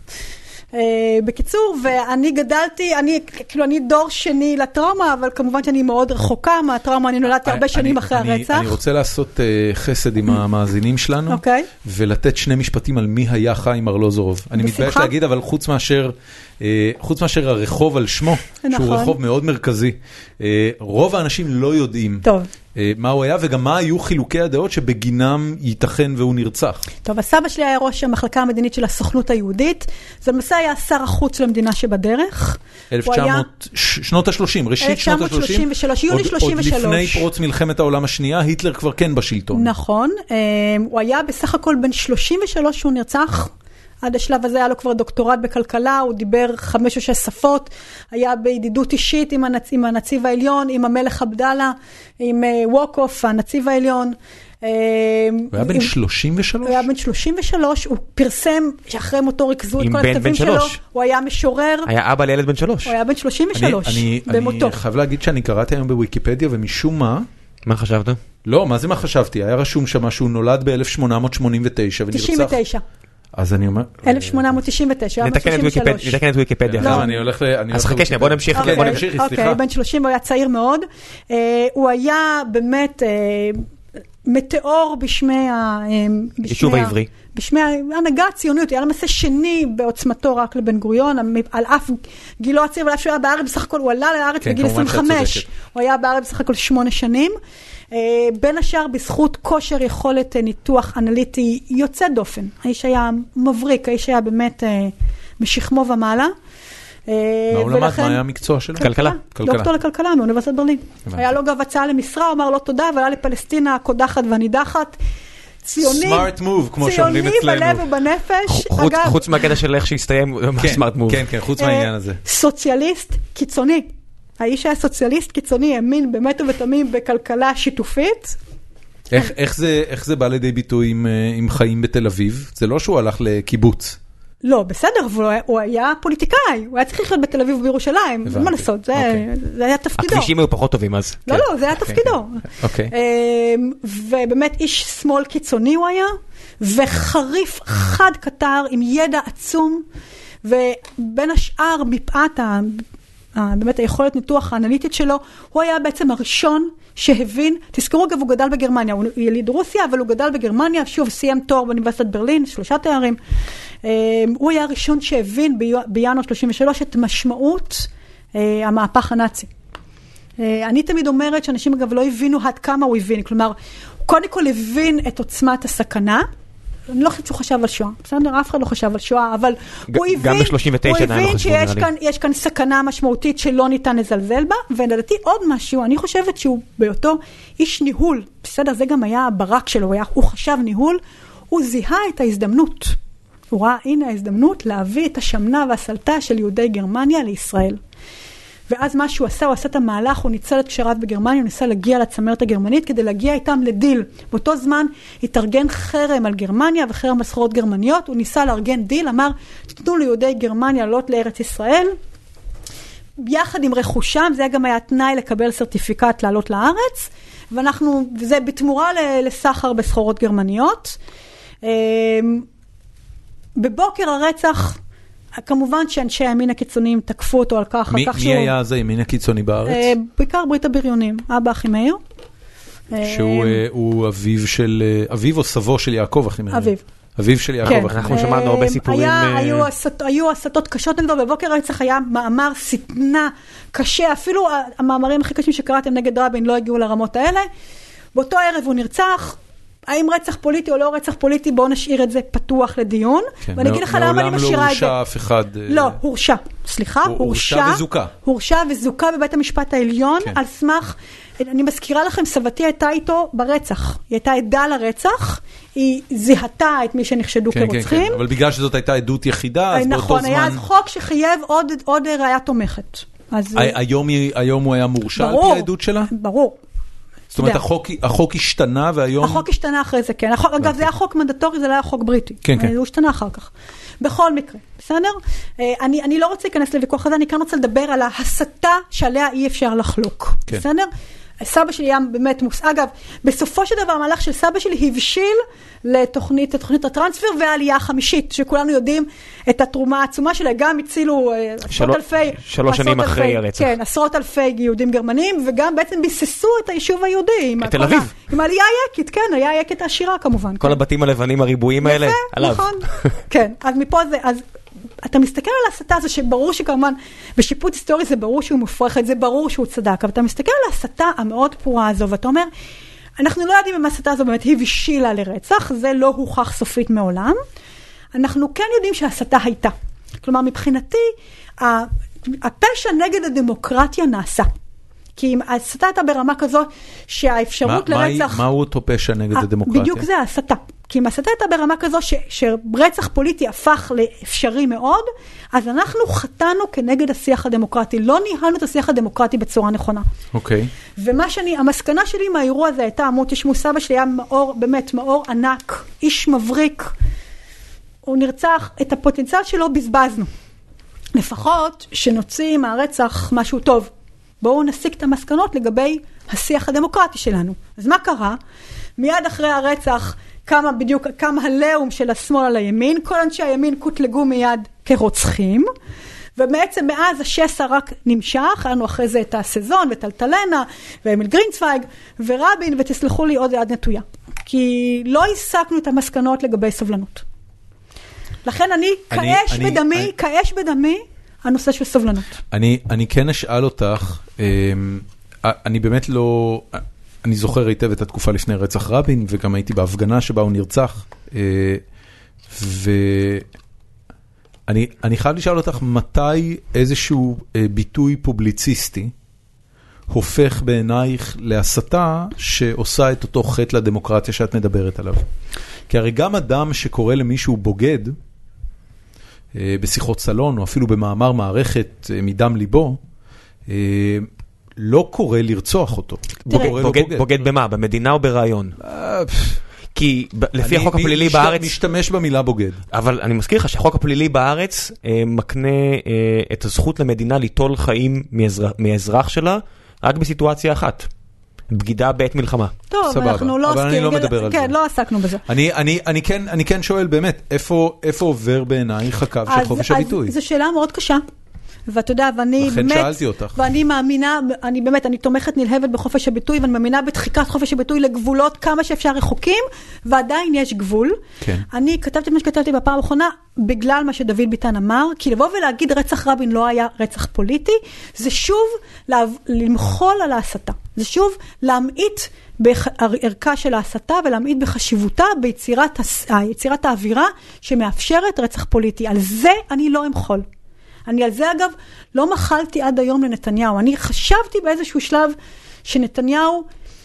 בקיצור, ואני גדלתי, אני, כאילו, אני דור שני לטראומה, אבל כמובן שאני מאוד רחוקה מהטראומה, אני נולדתי הרבה שנים אחרי הרצח. אני רוצה לעשות חסד עם המאזינים שלנו, ולתת שני משפטים על מי היה חיים ארלוזורוב. אני מתבייש להגיד, אבל חוץ מאשר, חוץ מאשר הרחוב על שמו, שהוא רחוב מאוד מרכזי, רוב האנשים לא יודעים מה הוא היה, וגם מה היו חילוקי הדעות שבגינם ייתכן והוא נרצח. טוב, הסבא שלי היה ראש המחלקה המדינית של הסוכנות היהודית, זה למעשה היה שר החוץ למדינה שבדרך. אלף תשע מאות, שנות ה-שלושים, ראשית שנות ה-שלושים. אלף תשע מאות שלושים ושלוש, יוני שלושים ושלוש. עוד לפני פרוץ מלחמת העולם השנייה, היטלר כבר כן בשלטון. נכון, הוא היה בסך הכל בין שלושים ושלוש שהוא נרצח, עד השלב הזה היה לו כבר דוקטורט בכלכלה, הוא דיבר חמש או שש שפות, היה בידידות אישית עם, הנצ... עם הנציב העליון, עם המלך עבדאללה, עם uh, ווקוף, הנציב העליון. הוא היה בן שלושים ושלוש? הוא היה בן שלושים ושלוש, הוא פרסם שאחרי מותו ריכזו את כל הכתבים שלו, הוא היה משורר. היה אבא לילד בן שלוש. הוא היה בן שלושים ושלוש, במותו. אני חייב להגיד שאני קראתי היום בוויקיפדיה, ומשום מה... מה חשבת? לא, מה זה מה חשבתי? היה רשום שמה שהוא נולד ב-אלף שמונה מאות שמונים ותשע, ונרצח... תשעים ותשע. אז אני אומר... אלף שמונה מאות תשעים ותשע, נתקן את ויקיפדיה. לא, אני הולך ל... אז חכה שנייה, בוא נמשיך. בוא נמשיך, סליחה. אוקיי, בן שלושים, הוא היה צעיר מאוד. הוא היה באמת מטאור בשמי ה... יישוב העברי. בשמי ההנהגה הציוניות, היה למעשה שני בעוצמתו רק לבן גוריון, על אף גילו הצעיר, ועל אף שהוא היה בארץ, בסך הכל הוא עלה לארץ בגיל עשרים וחמש. הוא היה בארץ בסך הכל שמונה שנים. בין השאר בזכות כושר יכולת ניתוח אנליטי יוצא דופן. האיש היה מבריק, האיש היה באמת משכמו ומעלה. מה הוא למד? מה היה המקצוע שלו? כלכלה. דוקטור לכלכלה מאוניברסיטת ברלין. היה לו גם הצעה למשרה, הוא אמר לו תודה, ועלה לפלסטינה הקודחת והנידחת. ציוני, smart move, כמו שאומרים אצלנו. ציוני בלב ובנפש. חוץ מהקטע של איך שהסתיים, smart move. כן, כן, חוץ מהעניין הזה. סוציאליסט קיצוני. האיש היה סוציאליסט קיצוני, האמין באמת ובתמים בכלכלה שיתופית. איך, איך זה, איך זה בא לידי ביטוי עם, עם חיים בתל אביב? זה לא שהוא הלך לקיבוץ. לא, בסדר, אבל הוא היה פוליטיקאי, הוא היה צריך לחיות בתל אביב ובירושלים, אין מה לעשות, זה היה תפקידו. הכבישים היו פחות טובים אז. לא, לא, זה היה תפקידו. אוקיי. ובאמת איש שמאל קיצוני הוא היה, וחריף חד קטר עם ידע עצום, ובין השאר מפאת באמת היכולת ניתוח האנליטית שלו, הוא היה בעצם הראשון שהבין, תזכרו אגב, הוא גדל בגרמניה, הוא יליד רוסיה, אבל הוא גדל בגרמניה, שוב סיים תואר באוניברסיטת ברלין, שלושה תארים. הוא היה הראשון שהבין בינואר שלושים ושלוש את משמעות המהפך הנאצי. אני תמיד אומרת שאנשים אגב לא הבינו עד כמה הוא הבין, כלומר, קודם כל הבין את עוצמת הסכנה, אני לא חושבת שהוא חשב על שואה, בסדר? אף אחד לא חשב על שואה, אבל הוא הבין שיש כאן סכנה משמעותית שלא ניתן לזלזל בה, ולדעתי עוד משהו, אני חושבת שהוא באותו איש ניהול, בסדר? זה גם היה הברק שלו, הוא חשב ניהול, הוא זיהה את ההזדמנות, הוא ראה, הנה ההזדמנות להביא את השמנה והסלטה של יהודי גרמניה לישראל. ואז מה שהוא עשה, הוא עשה את המהלך, הוא ניצל את קשריו בגרמניה, הוא ניסה להגיע לצמרת הגרמנית, כדי להגיע איתם לדיל. באותו זמן התארגן חרם על גרמניה, וחרם על סחורות גרמניות, הוא ניסה לארגן דיל, אמר, תתנו ליהודי גרמניה לעלות לארץ ישראל, יחד עם רכושם, זה גם היה תנאי לקבל סרטיפיקט לעלות לארץ, ואנחנו, וזה בתמורה לסחר בסחורות גרמניות. בבוקר הרצח, כמובן שאנשי הימין הקיצוניים תקפו אותו על כך. מי, מי היה אז הימין הקיצוני בארץ? בעיקר ברית הבריונים, אבא אחימאיר. שהוא הוא אביו של, אביו או סבו של יעקב אחימאיר? אביו. אביו של יעקב אחימאיר. אנחנו שמענו הרבה סיפורים. היו הסתות קשות נגדו, בבוקר הרצח היה מאמר סטנה קשה, אפילו המאמרים הכי קשים שקראתם נגד רבין לא הגיעו לרמות האלה. באותו ערב הוא נרצח, האם רצח פוליטי או לא רצח פוליטי, בואו נשאיר את זה פתוח לדיון. ואני אגיד לך למה אני משאירה את זה. מעולם לא הורשע אף אחד. לא, הורשע. סליחה, הורשע. הורשע וזוקה. הורשע וזוקה בבית המשפט העליון, על סמך, אני מזכירה לכם, סבתי הייתה איתו ברצח. היא הייתה עדה לרצח, היא זיהתה את מי שנחשדו כרוצחים. כן, כן, אבל בגלל שזאת הייתה עדות יחידה, אז באותו זמן... נכון, היה אז חוק שחייב עוד ראיה תומכת. היום הוא היה מורשע על פי העדות שלה? ברור. זאת אומרת, החוק השתנה והיום... החוק השתנה אחרי זה, כן. אגב, זה היה חוק מנדטורי, זה לא היה חוק בריטי. כן, כן. הוא השתנה אחר כך. בכל מקרה, בסדר? אני לא רוצה להיכנס לוויכוח הזה, אני כאן רוצה לדבר על ההסתה שעליה אי אפשר לחלוק. בסדר? סבא שלי היה באמת מוס... אגב, בסופו של דבר, המהלך של סבא שלי הבשיל לתוכנית, לתוכנית הטרנספר והעלייה החמישית, שכולנו יודעים את התרומה העצומה שלה, גם הצילו עשרות אלפי... שלוש שנים אחרי הרצח. כן, עשרות אלפי יהודים גרמנים, וגם בעצם ביססו את היישוב היהודי. את תל אביב. עם העלייה היקית, כן, העלייה היקית העשירה כמובן. כל הבתים הלבנים הריבועים האלה, עליו. נכון, כן. אז מפה זה... אתה מסתכל על ההסתה הזו, שברור שכמובן, בשיפוט היסטורי זה ברור שהוא מופרכת, זה ברור שהוא צדק, אבל אתה מסתכל על ההסתה המאוד פורה הזו, ואתה אומר, אנחנו לא יודעים אם ההסתה הזו באמת הבשילה לרצח, זה לא הוכח סופית מעולם, אנחנו כן יודעים שההסתה הייתה. כלומר, מבחינתי, הפשע נגד הדמוקרטיה נעשה. כי אם ההסתה הייתה ברמה כזאת, שהאפשרות לרצח... מהו אותו פשע נגד הדמוקרטיה? בדיוק זה ההסתה. כי אם ההסתה הייתה ברמה כזו שרצח פוליטי הפך לאפשרי מאוד, אז אנחנו חטאנו כנגד השיח הדמוקרטי. לא ניהלנו את השיח הדמוקרטי בצורה נכונה. אוקיי. ומה שאני, המסקנה שלי מהאירוע הזה הייתה, אמרו, תשמעו, סבא שלי היה מאור, באמת, מאור ענק, איש מבריק. הוא נרצח, את הפוטנציאל שלו בזבזנו. לפחות שנוציא מהרצח משהו טוב. בואו נסיק את המסקנות לגבי השיח הדמוקרטי שלנו. אז מה קרה? מיד אחרי הרצח, כמה בדיוק, כמה הלאום של השמאל על הימין, כל אנשי הימין קוטלגו מיד כרוצחים, ובעצם מאז השסע רק נמשך, היה לנו אחרי זה את הסזון ואת אלטלנה, ואמיל גרינצוויג, ורבין, ותסלחו לי עוד יד נטויה. כי לא הסקנו את המסקנות לגבי סובלנות. לכן אני, אני כאש אני, בדמי, אני... כאש בדמי, הנושא של סובלנות. אני, אני כן אשאל אותך, אני באמת לא... אני זוכר היטב את התקופה לפני רצח רבין, וגם הייתי בהפגנה שבה הוא נרצח, ואני אני חייב לשאול אותך, מתי איזשהו ביטוי פובליציסטי הופך בעינייך להסתה שעושה את אותו חטא לדמוקרטיה שאת מדברת עליו? כי הרי גם אדם שקורא למישהו בוגד, בשיחות סלון, או אפילו במאמר מערכת מדם ליבו, לא קורא לרצוח אותו. בוגד במה? במדינה או ברעיון? כי לפי החוק הפלילי בארץ... אני משתמש במילה בוגד. אבל אני מזכיר לך שהחוק הפלילי בארץ מקנה את הזכות למדינה ליטול חיים מאזרח שלה, רק בסיטואציה אחת. בגידה בעת מלחמה. טוב, אנחנו לא אבל אני לא מדבר על זה. כן, לא עסקנו בזה. אני, אני, אני כן, אני כן שואל באמת, איפה, איפה עובר בעינייך הקו של חופש הביטוי? אז זו שאלה מאוד קשה. ואתה יודע, ואני לכן באמת, שאלתי אותך. ואני מאמינה, אני באמת, אני תומכת נלהבת בחופש הביטוי, ואני מאמינה בדחיקת חופש הביטוי לגבולות כמה שאפשר רחוקים, ועדיין יש גבול. כן. אני כתבתי מה שכתבתי בפעם האחרונה, בגלל מה שדוד ביטן אמר, כי לבוא ולהגיד רצח רבין לא היה רצח פוליטי, זה שוב למחול על ההסתה. זה שוב להמעיט בערכה של ההסתה, ולהמעיט בחשיבותה ביצירת, יצירת האווירה שמאפשרת רצח פוליטי. על זה אני לא אמחול. אני על זה אגב לא מחלתי עד היום לנתניהו. אני חשבתי באיזשהו שלב שנתניהו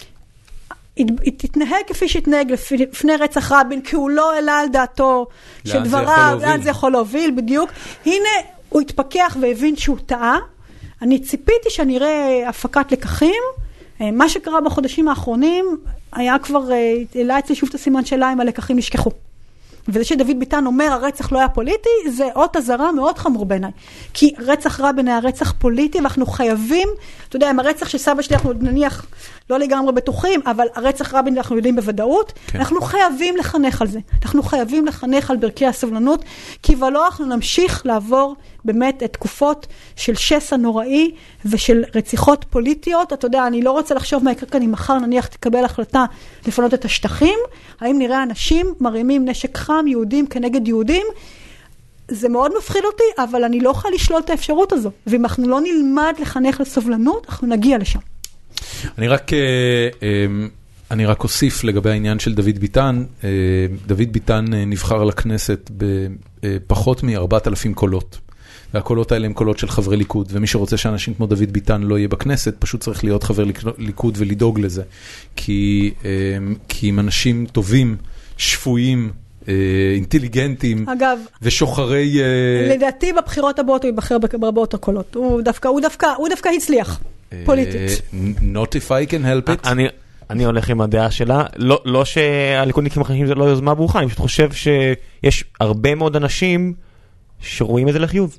תתנהג כפי שהתנהג לפני רצח רבין, כי הוא לא העלה על דעתו שדבריו, לאן זה יכול להוביל, בדיוק. הנה הוא התפכח והבין שהוא טעה. אני ציפיתי שאני אראה הפקת לקחים. מה שקרה בחודשים האחרונים היה כבר, העלה אצלי שוב את הסימן שלה אם הלקחים נשכחו. וזה שדוד ביטן אומר הרצח לא היה פוליטי, זה אות הזרה מאוד חמור בעיניי. כי רצח רבין היה רצח פוליטי, ואנחנו חייבים, אתה יודע, עם הרצח של סבא שלי, אנחנו נניח לא לגמרי בטוחים, אבל הרצח רבין אנחנו יודעים בוודאות, כן. אנחנו חייבים לחנך על זה. אנחנו חייבים לחנך על ברכי הסבלנות, כי ולא אנחנו נמשיך לעבור באמת את תקופות של שסע נוראי, ושל רציחות פוליטיות. אתה יודע, אני לא רוצה לחשוב מה יקרה כאן, אם מחר נניח תקבל החלטה לפנות את השטחים, האם נראה אנשים מרימים נשק חם, יהודים כנגד יהודים, זה מאוד מפחיד אותי, אבל אני לא יכולה לשלול את האפשרות הזו. ואם אנחנו לא נלמד לחנך לסובלנות, אנחנו נגיע לשם. אני רק, אני רק אוסיף לגבי העניין של דוד ביטן. דוד ביטן נבחר לכנסת בפחות מ-ארבעת אלפים קולות. והקולות האלה הם קולות של חברי ליכוד, ומי שרוצה שאנשים כמו דוד ביטן לא יהיה בכנסת, פשוט צריך להיות חבר ליכוד ולדאוג לזה. כי, כי אם אנשים טובים, שפויים, אינטליגנטים, אגב, ושוחרי... לדעתי בבחירות הבאות הוא ייבחר ברבות הקולות. הוא דווקא, הוא דווקא, הוא דווקא הצליח, פוליטית. Not if I can help it. אני, אני הולך עם הדעה שלה. לא, לא שהליכודניקים החדשים זה לא יוזמה ברוכה, אני פשוט חושב שיש הרבה מאוד אנשים שרואים את זה לחיוב.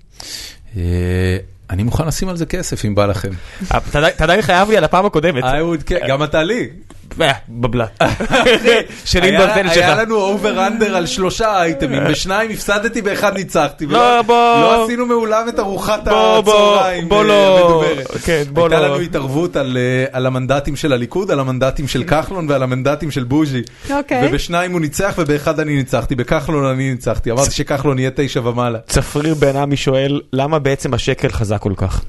אני מוכן לשים על זה כסף אם בא לכם. אתה עדיין חייב לי על הפעם הקודמת. גם אתה לי. בבלת. היה לנו אובר-אנדר על שלושה אייטמים, בשניים הפסדתי, באחד ניצחתי. לא, בוא. לא עשינו מעולם את ארוחת הצהריים. בוא לא. הייתה לנו התערבות על המנדטים של הליכוד, על המנדטים של כחלון ועל המנדטים של בוז'י. ובשניים הוא ניצח ובאחד אני ניצחתי. בכחלון אני ניצחתי. אמרתי שכחלון יהיה תשע ומעלה. צפריר בן-עמי שואל, למה בעצם השקל חזק כל כך?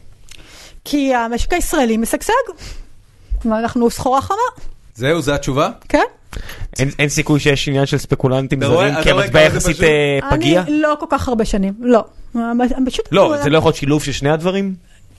כי המשק הישראלי משגשג. ואנחנו סחורה חמה. זהו, זו התשובה? כן. אין סיכוי שיש עניין של ספקולנטים זרים, כי המטבע יחסית פגיע? אני לא כל כך הרבה שנים, לא. לא, זה לא יכול להיות שילוב של שני הדברים?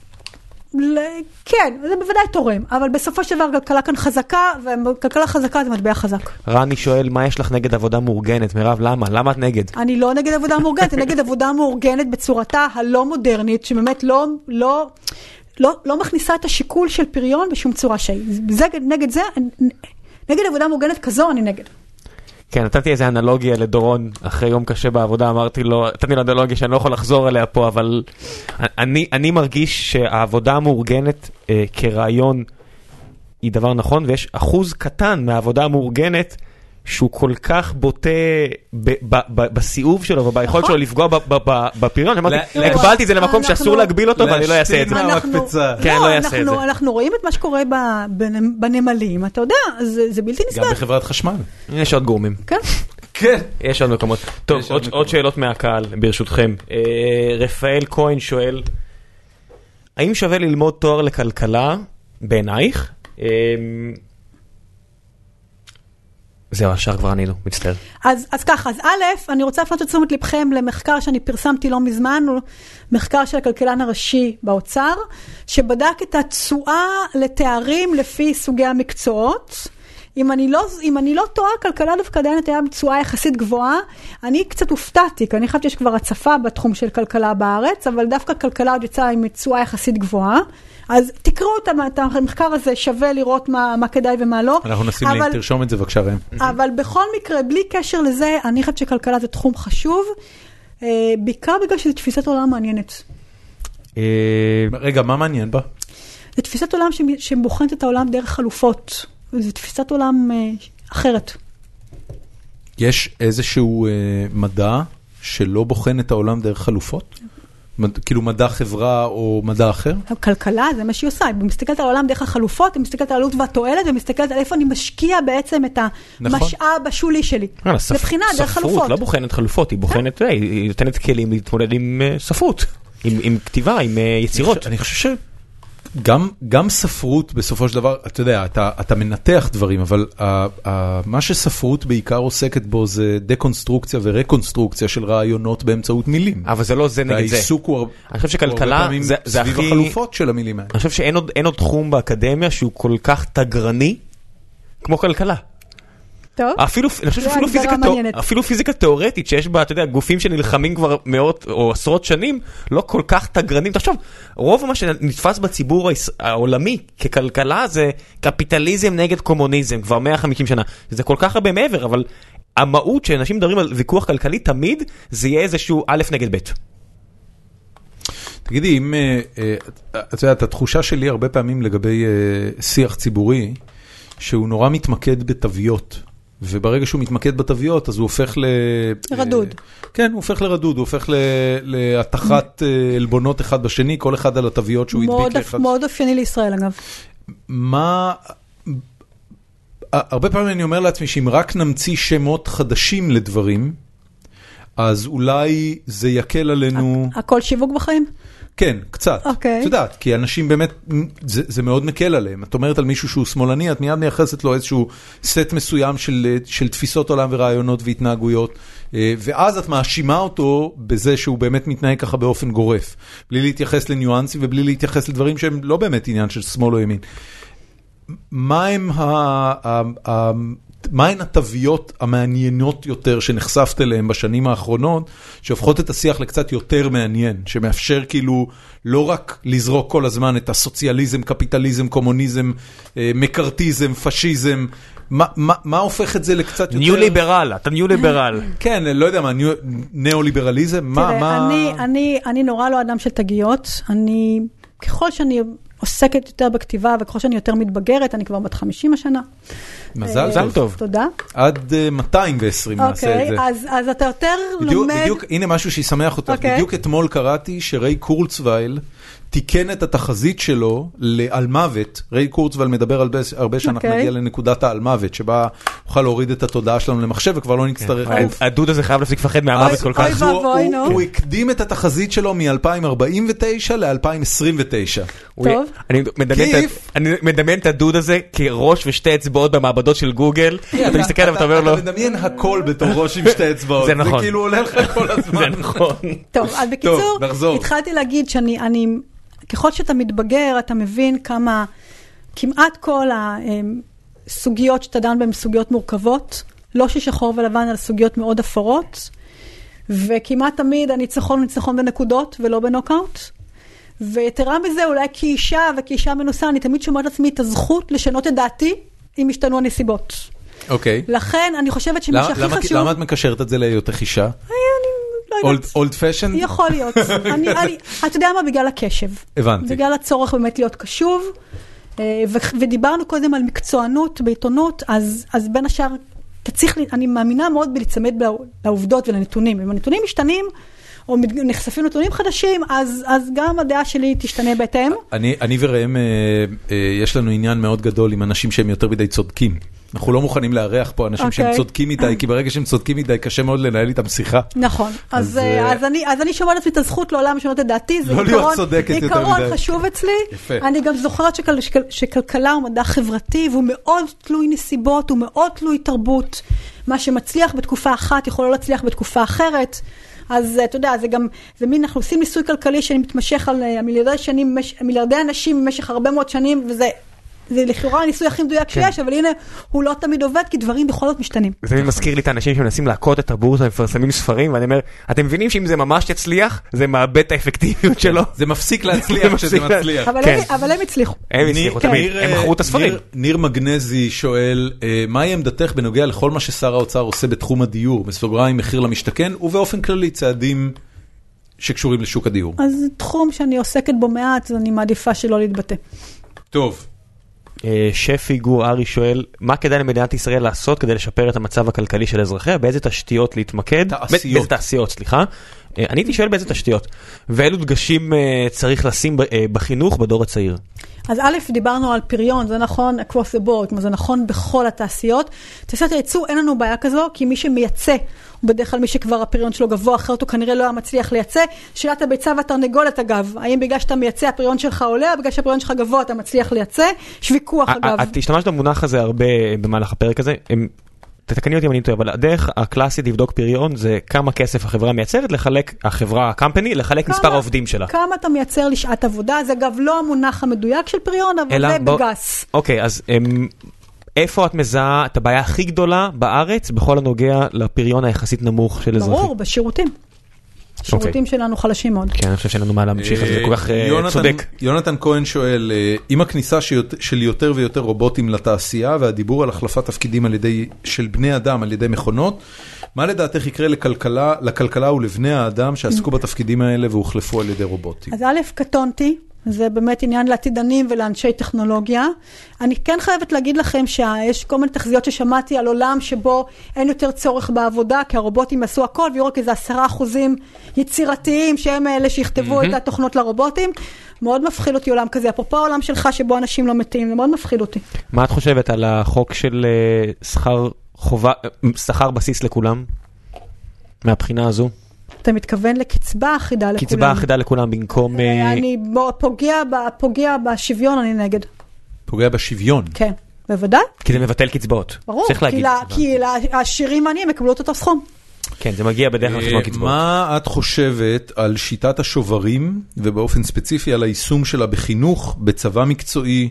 כן, זה בוודאי תורם, אבל בסופו של דבר כלכלה כאן חזקה, וכלכלה חזקה זה מטבע חזק. רני שואל, מה יש לך נגד עבודה מאורגנת? מירב, למה? למה את נגד? אני לא נגד עבודה מאורגנת, אני נגד עבודה מאורגנת בצורתה הלא מודרנית, שבאמת לא... לא לא, לא מכניסה את השיקול של פריון בשום צורה שהיא. זה, נגד זה, נגד עבודה מאורגנת כזו, אני נגד. כן, נתתי איזו אנלוגיה לדורון, אחרי יום קשה בעבודה, אמרתי לו, נתתי לו אנלוגיה שאני לא יכול לחזור אליה פה, אבל אני, אני מרגיש שהעבודה המאורגנת אה, כרעיון היא דבר נכון, ויש אחוז קטן מהעבודה המאורגנת, שהוא כל כך בוטה בסיאוב שלו וביכולת שלו לפגוע בפריון. הגבלתי את זה למקום שאסור להגביל אותו ואני לא אעשה את זה. כן, לא אעשה את זה. אנחנו רואים את מה שקורה בנמלים, אתה יודע, זה בלתי נסבל. גם בחברת חשמל. יש עוד גורמים. כן. כן. יש עוד מקומות. טוב, עוד שאלות מהקהל, ברשותכם. רפאל כהן שואל, האם שווה ללמוד תואר לכלכלה בעינייך? זהו, השאר כבר ענינו, מצטער. אז, אז ככה, אז א', אני רוצה לפנות את תשומת לבכם למחקר שאני פרסמתי לא מזמן, הוא מחקר של הכלכלן הראשי באוצר, שבדק את התשואה לתארים לפי סוגי המקצועות, אם אני לא, אם אני לא טועה, כלכלה דווקא עדיין היה בתשואה יחסית גבוהה. אני קצת הופתעתי, כי אני חושבת שיש כבר הצפה בתחום של כלכלה בארץ, אבל דווקא כלכלה עוד יצאה עם תשואה יחסית גבוהה. אז תקראו את המחקר הזה, שווה לראות מה, מה כדאי ומה לא. אנחנו נשים לי, תרשום את זה בבקשה ראם. אבל בכל מקרה, בלי קשר לזה, אני חושבת שכלכלה זה תחום חשוב, בעיקר בגלל שזו תפיסת עולם מעניינת. רגע, מה מעניין בה? זו תפיסת עולם שבוחנת את העולם דרך חלופות. זו תפיסת עולם אחרת. יש איזשהו מדע שלא בוחן את העולם דרך חלופות? כאילו מדע חברה או מדע אחר? הכלכלה זה מה שהיא עושה, היא מסתכלת על העולם דרך החלופות, היא מסתכלת על העלות והתועלת, ומסתכלת על איפה אני משקיע בעצם את המשאב השולי שלי. לבחינה דרך חלופות. ספרות לא בוחנת חלופות, היא בוחנת, היא נותנת כלים להתמודד עם ספרות, עם כתיבה, עם יצירות. אני חושב שגם גם ספרות בסופו של דבר, אתה יודע, אתה מנתח דברים, אבל מה שספרות בעיקר עוסקת בו זה דקונסטרוקציה ורקונסטרוקציה של רעיונות באמצעות מילים. אבל זה לא זה נגד זה. והעיסוק הוא אני חושב שכלכלה זה הכי... סביב החלופות של המילים האלה. אני חושב שאין עוד, אין עוד תחום באקדמיה שהוא כל כך תגרני כמו כלכלה. טוב. אפילו, אני חושב שאפילו פיזיקה, אפילו פיזיקה תיאורטית שיש בה, אתה יודע, גופים שנלחמים כבר מאות או עשרות שנים, לא כל כך תגרנים. תחשוב, רוב מה שנתפס בציבור העולמי ככלכלה זה קפיטליזם נגד קומוניזם, כבר מאה וחמישים שנה. זה כל כך הרבה מעבר, אבל המהות שאנשים מדברים על ויכוח כלכלי תמיד, זה יהיה איזשהו א' נגד ב'. תגידי, אם, את יודעת, התחושה שלי הרבה פעמים לגבי שיח ציבורי, שהוא נורא מתמקד בתוויות. וברגע שהוא מתמקד בתוויות, אז הוא הופך ל... רדוד. כן, הוא הופך לרדוד, הוא הופך להתחת אלבונות אחד בשני, כל אחד על התוויות שהוא הדביק לאחד. מאוד אופייני לישראל, אגב. מה... הרבה פעמים אני אומר לעצמי, שאם רק נמציא שמות חדשים לדברים, אז אולי זה יקל עלינו... הכל שיווק בחיים? כן, קצת. אוקיי. את יודעת, כי אנשים באמת, זה, זה מאוד מקל עליהם. את אומרת על מישהו שהוא שמאלני, את מיד מייחסת לו איזשהו סט מסוים של, של תפיסות עולם ורעיונות והתנהגויות, ואז את מאשימה אותו בזה שהוא באמת מתנהג ככה באופן גורף, בלי להתייחס לניואנסים ובלי להתייחס לדברים שהם לא באמת עניין של שמאל או ימין. מה הם ה... ה, ה מהן התוויות המעניינות יותר שנחשפת אליהן בשנים האחרונות, שהופכות את השיח לקצת יותר מעניין, שמאפשר כאילו לא רק לזרוק כל הזמן את הסוציאליזם, קפיטליזם, קומוניזם, מקרטיזם, פשיזם, מה, מה, מה הופך את זה לקצת יותר... ניו ליברל, אתה ניו ליברל. כן, לא יודע מה, ניאו-ליברליזם, מה... תראה, מה... אני, אני, אני נורא לא אדם של תגיות, אני, ככל שאני עוסקת יותר בכתיבה, וככל שאני יותר מתבגרת, אני כבר בת חמישים השנה. מזל טוב. תודה. עד מאתיים ועשרים נעשה את זה. אוקיי, אז אתה יותר לומד... בדיוק, הנה משהו שישמח אותך. בדיוק אתמול קראתי שריי קורצווייל תיקן את התחזית שלו על מוות. ריי קורצווייל מדבר על הרבה שאנחנו נגיע לנקודת העל מוות, שבה נוכל להוריד את התודעה שלנו למחשב, וכבר לא נצטרך... הדוד הזה חייב להפסיק לפחד מהמוות כל כך. הוא הקדים את התחזית שלו מ-אלפיים ארבעים ותשע ל-אלפיים עשרים ותשע. טוב. אני מדמיין את הדוד הזה כראש ושתי אצבעות במעבדות של גוגל. אתה מסתכל עליו ואתה אומר לו... אתה מדמיין הכל בתור ראש עם שתי אצבעות. זה נכון. זה כאילו עולה לך כל הזמן. זה נכון. טוב, אז בקיצור, התחלתי להגיד שאני... ככל שאתה מתבגר, אתה מבין כמה, כמעט כל הסוגיות שאתה דן בהן סוגיות מורכבות, לא ששחור ולבן, על סוגיות מאוד אפורות, וכמעט תמיד הניצחון הוא ניצחון בנקודות ולא בנוקאוט. ויתרה מזה, אולי כאישה וכאישה מנוסה, אני תמיד שומעת לעצמי את הזכות לשנות את דעתי, אם השתנו הנסיבות. אוקיי. לכן, אני חושבת שמי שהכי חשוב... למה את מקשרת את זה להיותך אישה? אולד פשן? יכול להיות. אתה יודע מה? בגלל הקשב. הבנתי. בגלל הצורך באמת להיות קשוב, ודיברנו קודם על מקצוענות בעיתונות, אז בין השאר, אני מאמינה מאוד בלהצמד לעובדות ולנתונים. אם הנתונים משתנים, או נחשפים נתונים חדשים, אז גם הדעה שלי תשתנה בהתאם. אני וראם, יש לנו עניין מאוד גדול עם אנשים שהם יותר מדי צודקים. אנחנו לא מוכנים לארח פה אנשים שהם צודקים מדי, כי ברגע שהם צודקים מדי, קשה מאוד לנהל איתם שיחה. נכון. אז אני שומעת לעצמי את הזכות לעולם לשנות את דעתי. לא להיות צודקת יותר מדי. עיקרון חשוב אצלי. אני גם זוכרת שכלכלה הוא מדע חברתי, והוא מאוד תלוי נסיבות, הוא מאוד תלוי תרבות. מה שמצליח בתקופה אחת יכול לא להצליח בתקופה אחרת. אז אתה יודע, זה גם, זה מין, אנחנו עושים ניסוי כלכלי שמתמשך על מיליארדי שנים, מיליארדי אנשים במשך הרבה מאוד שנים, וזה זה לכאורה הניסוי הכי מדויק שיש, אבל הנה, הוא לא תמיד עובד, כי דברים בכל זאת משתנים. זה מזכיר לי את האנשים שמנסים להכות את הבורסה, מפרסמים ספרים, ואני אומר, אתם מבינים שאם זה ממש יצליח, זה מאבד את האפקטיביות שלו. זה מפסיק להצליח כשזה מצליח. אבל הם הצליחו. הם הצליחו תמיד, הם מכרו את הספרים. ניר מגנזי שואל, מהי עמדתך בנוגע לכל מה ששר האוצר עושה בתחום הדיור, בסוגריים מחיר למשתכן, ובאופן כללי צעדים שקשורים לשוק הדיור? אז תחום שאני עוסקת בו מעט, אז אני מעדיפה שלא להתבטא. טוב. שפי גור ארי שואל, מה כדאי למדינת ישראל לעשות כדי לשפר את המצב הכלכלי של אזרחיה? באיזה תשתיות להתמקד? תעשיות. באיזה תעשיות, סליחה. אני הייתי שואל באיזה תשתיות. ואילו דגשים צריך לשים בחינוך בדור הצעיר? אז א', דיברנו על פריון, זה נכון across the board, זה נכון בכל התעשיות. תעשיות הייצוא, אין לנו בעיה כזו, כי מי שמייצא, הוא בדרך כלל מי שכבר הפריון שלו גבוה, אחרת הוא כנראה לא היה מצליח לייצא. שאלת הביצה והתרנגולת אגב, האם בגלל שאתה מייצא הפריון שלך עולה, או בגלל שהפריון שלך גבוה אתה מצליח לייצא? יש ויכוח אגב. את השתמשת במונח הזה הרבה במהלך הפרק הזה, תתקני אותי אם אני טועה, אבל הדרך הקלאסית לבדוק פריון זה כמה כסף החברה מייצרת, לחלק, החברה, הקמפני, לחלק מספר העובדים שלה. כמה אתה מייצר לשעת עבודה, זה אגב לא המונח המדויק של פריון, אבל זה בגס. אוקיי, אז איפה את מזהה את הבעיה הכי גדולה בארץ, בכל הנוגע לפריון היחסית נמוך של אזרחים? ברור, בשירותים. שירותים שלנו חלשים מאוד. כן, אני חושב שאין לנו מה להמשיך, זה כל כך צודק. יונתן כהן שואל, עם הכניסה של יותר ויותר רובוטים לתעשייה, והדיבור על החלפת תפקידים של בני אדם על ידי מכונות, מה לדעתך יקרה לכלכלה ולבני האדם שעסקו בתפקידים האלה והוחלפו על ידי רובוטים? אז א', קטונתי. זה באמת עניין לעתידנים ולאנשי טכנולוגיה. אני כן חייבת להגיד לכם שיש כל מיני תחזיות ששמעתי על עולם שבו אין יותר צורך בעבודה, כי הרובוטים עשו הכל, ויראו כזה עשרה אחוזים יצירתיים שהם אלה שיכתבו את התוכנות לרובוטים. מאוד מפחיד אותי עולם כזה. אפרופו העולם שלך שבו אנשים לא מתים, זה מאוד מפחיד אותי. מה את חושבת על החוק של שכר חובה, שכר בסיס לכולם? מהבחינה הזו? אתה מתכוון לקצבה אחידה לכולם. קצבה אחידה לכולם במקום... אני פוגע, פוגע בשוויון, אני נגד. פוגע בשוויון? כן, בוודאי. כי זה מבטל קצבאות. ברור, כי העשירים העניים יקבלו את אותו סכום. כן, זה מגיע בדרך כלל חשבון קצבאות. מה את חושבת על שיטת השוברים, ובאופן ספציפי על היישום שלה בחינוך, בצבא מקצועי?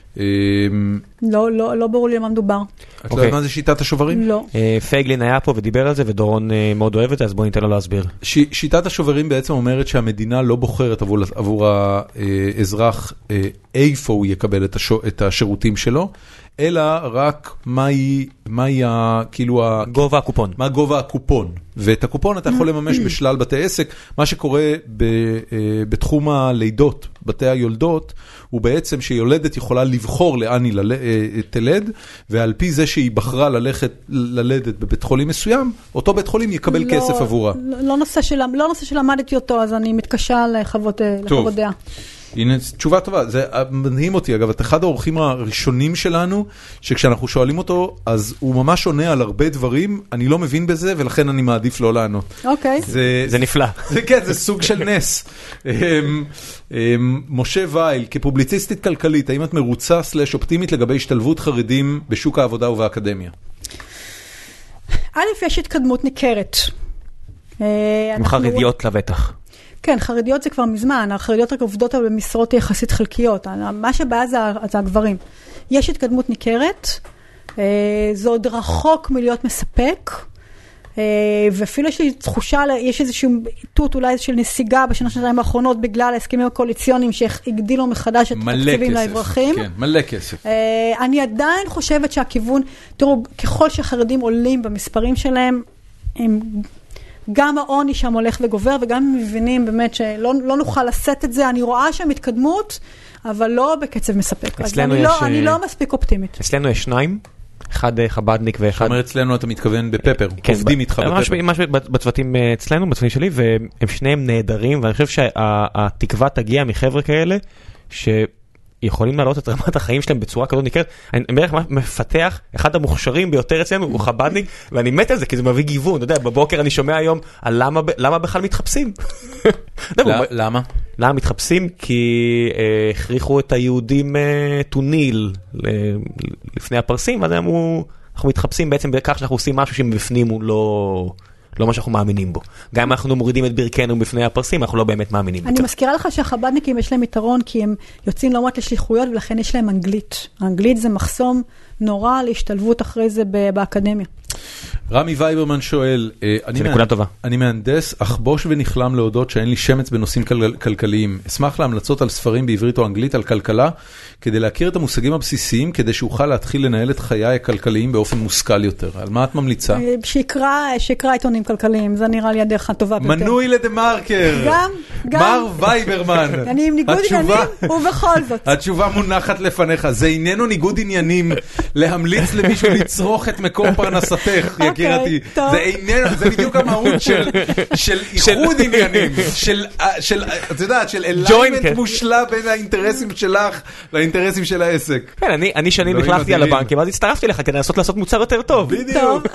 לא, לא, לא ברור לי למה מדובר. את לא יודעת מה זה שיטת השוברים? לא. פייגלין היה פה ודיבר על זה, ודורון מאוד אוהב את זה, אז בואו ניתן לו להסביר. שיטת השוברים בעצם אומרת שהמדינה לא בוחרת עבור האזרח איפה הוא יקבל את השירותים שלו, אלא רק מהי, מהי כאילו גובה הקופון. מה גובה הקופון. ואת הקופון אתה יכול לממש בשלל בתי עסק. מה שקורה בתחום הלידות, בתי היולדות, הוא בעצם שיולדת יכולה לבחור לאן היא תלד, ועל פי זה שהיא בחרה ללכת ללדת בבית חולים מסוים, אותו בית חולים יקבל לא, כסף עבורה. לא, לא נושא של, לא נושא שלמדתי אותו, אז אני מתקשה לחוות, לחוות דעה. הנה, תשובה טובה. זה מדהים אותי, אגב, את אחד האורחים הראשונים שלנו, שכשאנחנו שואלים אותו, אז הוא ממש עונה על הרבה דברים, אני לא מבין בזה, ולכן אני מעדיף לא לענות. אוקיי. זה, זה נפלא. זה כן, זה סוג של נס. משה וייל, כפובליציסטית כלכלית, האם את מרוצה סלש אופטימית לגבי השתלבות חרדים בשוק העבודה ובאקדמיה? א', יש התקדמות ניכרת. עם חרדיות לבטח. כן, חרדיות זה כבר מזמן, החרדיות רק עובדות במשרות יחסית חלקיות, מה שבעיה זה, זה הגברים. יש התקדמות ניכרת, זה עוד רחוק מלהיות מספק, ואפילו יש לי תחושה, יש איזשהו איתות אולי של נסיגה בשנה שנתיים האחרונות, בגלל ההסכמים הקואליציוניים שהגדילו מחדש את התקציבים לאברכים. כן, מלא כסף. אני עדיין חושבת שהכיוון, תראו, ככל שהחרדים עולים במספרים שלהם, הם... גם העוני שם הולך וגובר, וגם מבינים באמת שלא לא נוכל לשאת את זה. אני רואה שם התקדמות, אבל לא בקצב מספק. אז אני, יש... לא, אני לא מספיק אופטימית. אצלנו יש שניים, אחד חבדניק ואחד... אומר אצלנו אתה מתכוון בפפר, כן, עובדים איתך בפפר. ממש בצוותים אצלנו, בצוותים שלי, והם שניהם נהדרים, ואני חושב שהתקווה תגיע מחבר'ה כאלה, ש... יכולים לעלות את רמת החיים שלהם בצורה כזאת ניכרת. אני בערך מפתח, אחד המוכשרים ביותר אצלנו הוא חבדניק, ואני מת על זה, כי זה מביא גיוון. אתה יודע, בבוקר אני שומע היום על למה, למה בכלל מתחפשים. למה? למה מתחפשים? כי הכריחו את היהודים to kneel לפני הפרסים, אז אנחנו מתחפשים בעצם בכך שאנחנו עושים משהו שמבפנים הוא לא... לא מה שאנחנו מאמינים בו. גם אם אנחנו מורידים את ברכנו בפני הפרסים, אנחנו לא באמת מאמינים בכך. אני מזכירה לך שהחבדניקים יש להם יתרון, כי הם יוצאים לא מעט לשליחויות, ולכן יש להם אנגלית. האנגלית זה מחסום נורא להשתלבות אחרי זה באקדמיה. רמי וייברמן שואל, זה נקודה טובה. אני מהנדס, אך בוש ונכלם להודות שאין לי שמץ בנושאים כלכליים. אשמח להמלצות על ספרים בעברית או אנגלית על כלכלה, כדי להכיר את המושגים הבסיסיים, כדי שאוכל להתחיל לנהל את חיי הכלכליים באופן מושכל יותר. על מה את ממליצה? שיקרא, שיקרא עיתונים כלכליים, זה נראה לי הדרך הטובה ביותר. מנוי לדה-מרקר. גם, גם. מר וייברמן. אני עם ניגוד עניינים, ובכל זאת. התשובה מונחת לפניך. זה איננו ניגוד עניינים להמליץ למישהו לצרוך את מקור פרנסתך, יקירתי. זה איננו, זה בדיוק המהות של איחוד עניינים, של, את יודעת, של אליימנט מושלה בין האינטרסים שלך לאינטרסים של העסק. כן, אני שנים החלפתי על הבנקים, אז הצטרפתי לך כדי לנסות לעשות מוצר יותר טוב. בדיוק.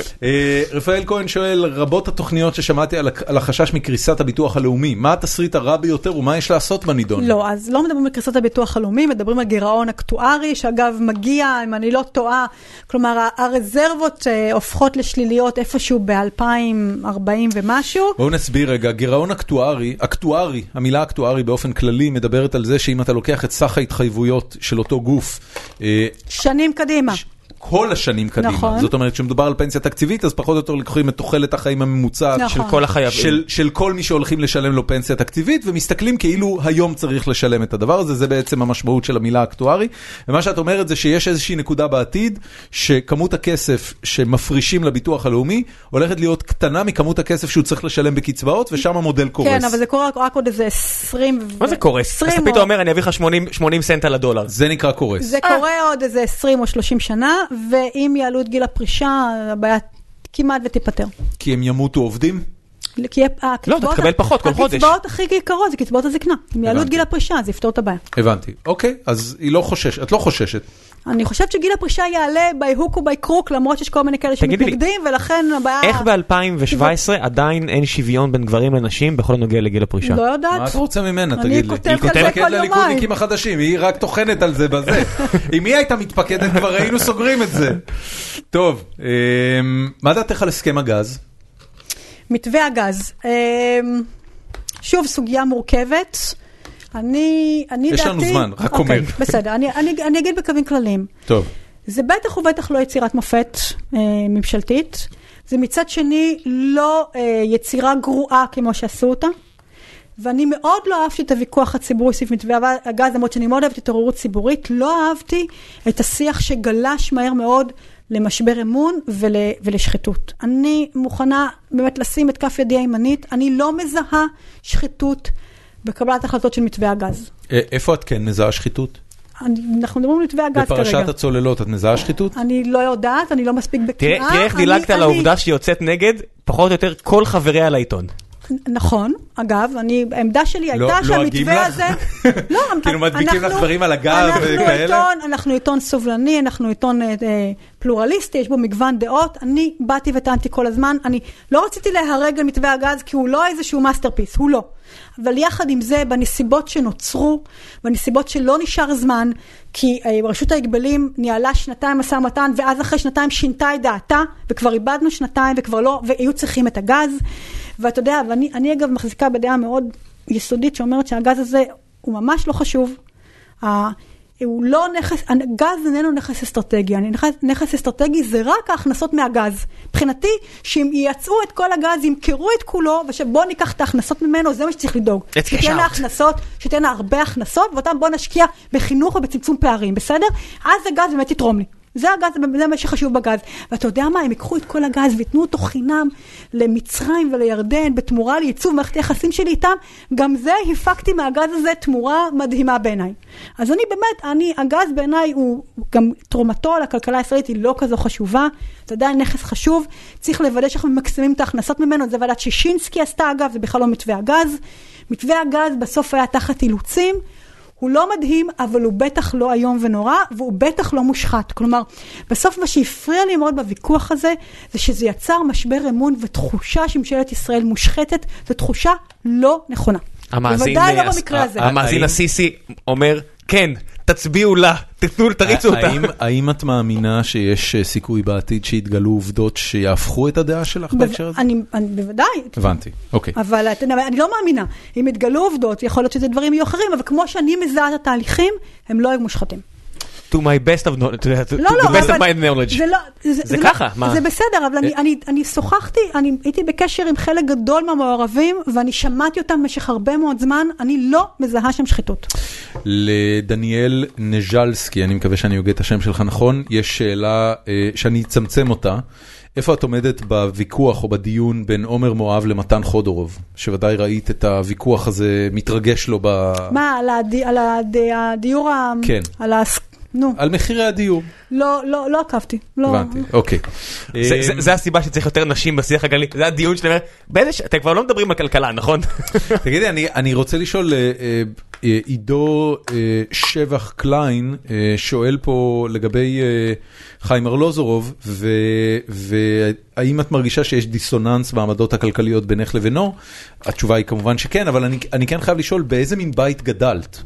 רפאל כהן שואל, רבות התוכניות ששמעתי על החשש מקריסת הביטוח הלאומי, מה התסריט הרע ביותר ומה יש לעשות בנידון? לא, אז לא מדברים על קריסת הביטוח הלאומי, מדברים על גירעון אקטוארי, שאגב מגיע, אם אני לא טועה, כלומר, הרזרבות הופכות לשליליות איפשהו ב-אלפיים וארבעים ומשהו. בואו נסביר רגע, גירעון אקטוארי, אקטוארי, המילה אקטוארי באופן כללי מדברת על זה שאם אתה לוקח את סך ההתחייבויות של אותו גוף, שנים קדימה. כל השנים קדימה. נכון. זאת אומרת, כשמדובר על פנסיה תקציבית, אז פחות או יותר לקחים את תוחלת החיים הממוצעת נכון. של כל החייבים. של, של כל מי שהולכים לשלם לו פנסיה תקציבית, ומסתכלים כאילו היום צריך לשלם את הדבר הזה, זה בעצם המשמעות של המילה אקטוארי. ומה שאת אומרת זה שיש איזושהי נקודה בעתיד, שכמות הכסף שמפרישים לביטוח הלאומי, הולכת להיות קטנה מכמות הכסף שהוא צריך לשלם בקצבאות, ושם המודל קורס. כן, אבל זה קורה רק עוד איזה עשרים... מה זה קורס? אז אתה פתאום אומר, אני אביא לך שמונים סנט על הדולר. זה נקרא קורס. זה קורה עוד איזה עשרים או שלושים שנה, ואם יעלו את גיל הפרישה, הבעיה כמעט ותיפטר. כי הם ימותו עובדים? כי לא, אתה תקבל פחות כל חודש. הקצבאות הכי יקרות זה קצבאות הזקנה. אם יעלו את גיל הפרישה, זה יפתור את הבעיה. הבנתי. אוקיי, אז היא לא חוששת, את לא חוששת. אני חושבת שגיל הפרישה יעלה בהוק ובקרוק, למרות שיש כל מיני כאלה שמתנגדים, ולכן הבעיה... איך ב-אלפיים שבע עשרה עדיין אין שוויון בין גברים לנשים בכל הנוגע לגיל הפרישה? לא יודעת. מה את רוצה ממנה, תגיד לי? היא כותבת לליכודניקים החדשים, היא רק תוכנת על זה בזה. אם היא הייתה מתפקדת, כבר היינו סוגרים את זה. טוב, מה דעתך על הסכם הגז? מתווה הגז. שוב, סוגיה מורכבת. אני, אני יש דעתי... לנו זמן, רק אוקיי, אומר. בסדר, אני, אני, אני אגיד בקווים כלליים. טוב. זה בטח ובטח לא יצירת מופת אה, ממשלתית. זה מצד שני לא אה, יצירה גרועה כמו שעשו אותה. ואני מאוד לא אהבתי את הוויכוח הציבורי סביב מתווה הגז, למרות שאני מאוד אהבתי את התעוררות ציבורית, לא אהבתי את השיח שגלש מהר מאוד למשבר אמון ול, ולשחיתות. אני מוכנה באמת לשים את כף ידי הימנית, אני לא מזהה שחיתות בקבלת החלטות של מתווה הגז. איפה את כן מזהה שחיתות? אנחנו מדברים על מתווה הגז כרגע. בפרשת הצוללות, את מזהה שחיתות? אני לא יודעת, אני לא מספיק בקיאה. תראה איך דילגת על העובדה שיוצאת נגד, פחות או יותר כל חבריה על העיתון. נכון, אגב, אני, העמדה שלי הייתה שהמתווה הזה... לא, כאילו מדביקים לך דברים על הגב וכאלה? אנחנו עיתון סובלני, אנחנו עיתון פלורליסטי, יש בו מגוון דעות, אני באתי וטענתי כל הזמן, אני לא רציתי להרג על מתווה הגז, כי הוא לא איזשהו מאסטרפיס, הוא לא. אבל יחד עם זה, בנסיבות שנוצרו, בנסיבות שלא נשאר זמן, כי רשות ההגבלים ניהלה שנתיים משא ומתן, ואז אחרי שנתיים שינתה את דעתה, וכבר איבדנו שנתיים, וכבר לא, והיו צריכים את הגז. ואתה יודע, ואני, אני אגב מחזיקה בדעה מאוד יסודית, שאומרת שהגז הזה הוא ממש לא חשוב. הוא לא נכס, הגז איננו נכס אסטרטגי. נכס, נכס אסטרטגי זה רק ההכנסות מהגז. מבחינתי, שאם ייצאו את כל הגז, ימכרו את כולו, ושבוא ניקח את ההכנסות ממנו, זה מה שצריך לדאוג. שתהיינה הכנסות, שתהיינה הרבה הכנסות, ואותם בוא נשקיע בחינוך ובצמצום פערים, בסדר? אז הגז באמת יתרום לי. זה הגז, זה מה שחשוב בגז. ואתה יודע מה, הם יקחו את כל הגז ויתנו אותו חינם למצרים ולירדן בתמורה לייצוב מערכת היחסים שלי איתם, גם זה הפקתי מהגז הזה תמורה מדהימה בעיניי. אז אני באמת, אני, הגז בעיניי הוא גם תרומתו לכלכלה הישראלית היא לא כזו חשובה, זה עדיין נכס חשוב, צריך לוודא שאנחנו ממקסמים את ההכנסות ממנו, זה ועדת שישינסקי עשתה אגב, זה בכלל לא מתווה הגז. מתווה הגז בסוף היה תחת אילוצים, הוא לא מדהים, אבל הוא בטח לא היום ונורא, והוא בטח לא מושחת. כלומר, בסוף מה שהפריע לי מאוד בוויכוח הזה, זה שזה יצר משבר אמון ותחושה שממשלת ישראל מושחתת, זו תחושה לא נכונה. בוודאי לא במקרה הזה. המאזין הסיסי אומר, כן, תצביעו לה, תתנו, תריצו אותה. האם את מאמינה שיש סיכוי בעתיד שיתגלו עובדות שיהפכו את הדעה שלך בהקשר הזה? אני, בוודאי. הבנתי, אוקיי. אבל אני לא מאמינה. אם יתגלו עובדות, יכול להיות שזה דברים יהיו אחרים, אבל כמו שאני מזהה את התהליכים, הם לא היו מושחתים. To my best of knowledge, to לא, the לא, best of אבל my knowledge. זה, לא, זה, זה זה ככה, לא, מה? זה בסדר, אבל אני, אני, אני שוחחתי, אני הייתי בקשר עם חלק גדול מהמעורבים, ואני שמעתי אותם במשך הרבה מאוד זמן, אני לא מזהה שם שחיתות. לדניאל נז'לסקי, אני מקווה שאני אוגע את השם שלך נכון, יש שאלה אה, שאני אצמצם אותה, איפה את עומדת בוויכוח או בדיון בין עומר מואב למתן חודורוב? שוודאי ראית את הוויכוח הזה מתרגש לו ב... מה, על, הדי, על הדי, הדיור ה... כן. על ה... נו. על מחירי הדיור. לא, לא, לא עקבתי. לא. הבנתי, אוקיי. זה, זה, זה הסיבה שצריך יותר נשים בשיח הגלי, זה הדיון שאתם באיזה ש... אתם כבר לא מדברים על כלכלה, נכון? תגידי, אני, אני רוצה לשאול, עידו שבח קליין שואל פה לגבי חיים ארלוזורוב, ו, והאם את מרגישה שיש דיסוננס בעמדות הכלכליות בינך לבינו? התשובה היא כמובן שכן, אבל אני, אני כן חייב לשאול, באיזה מין בית גדלת?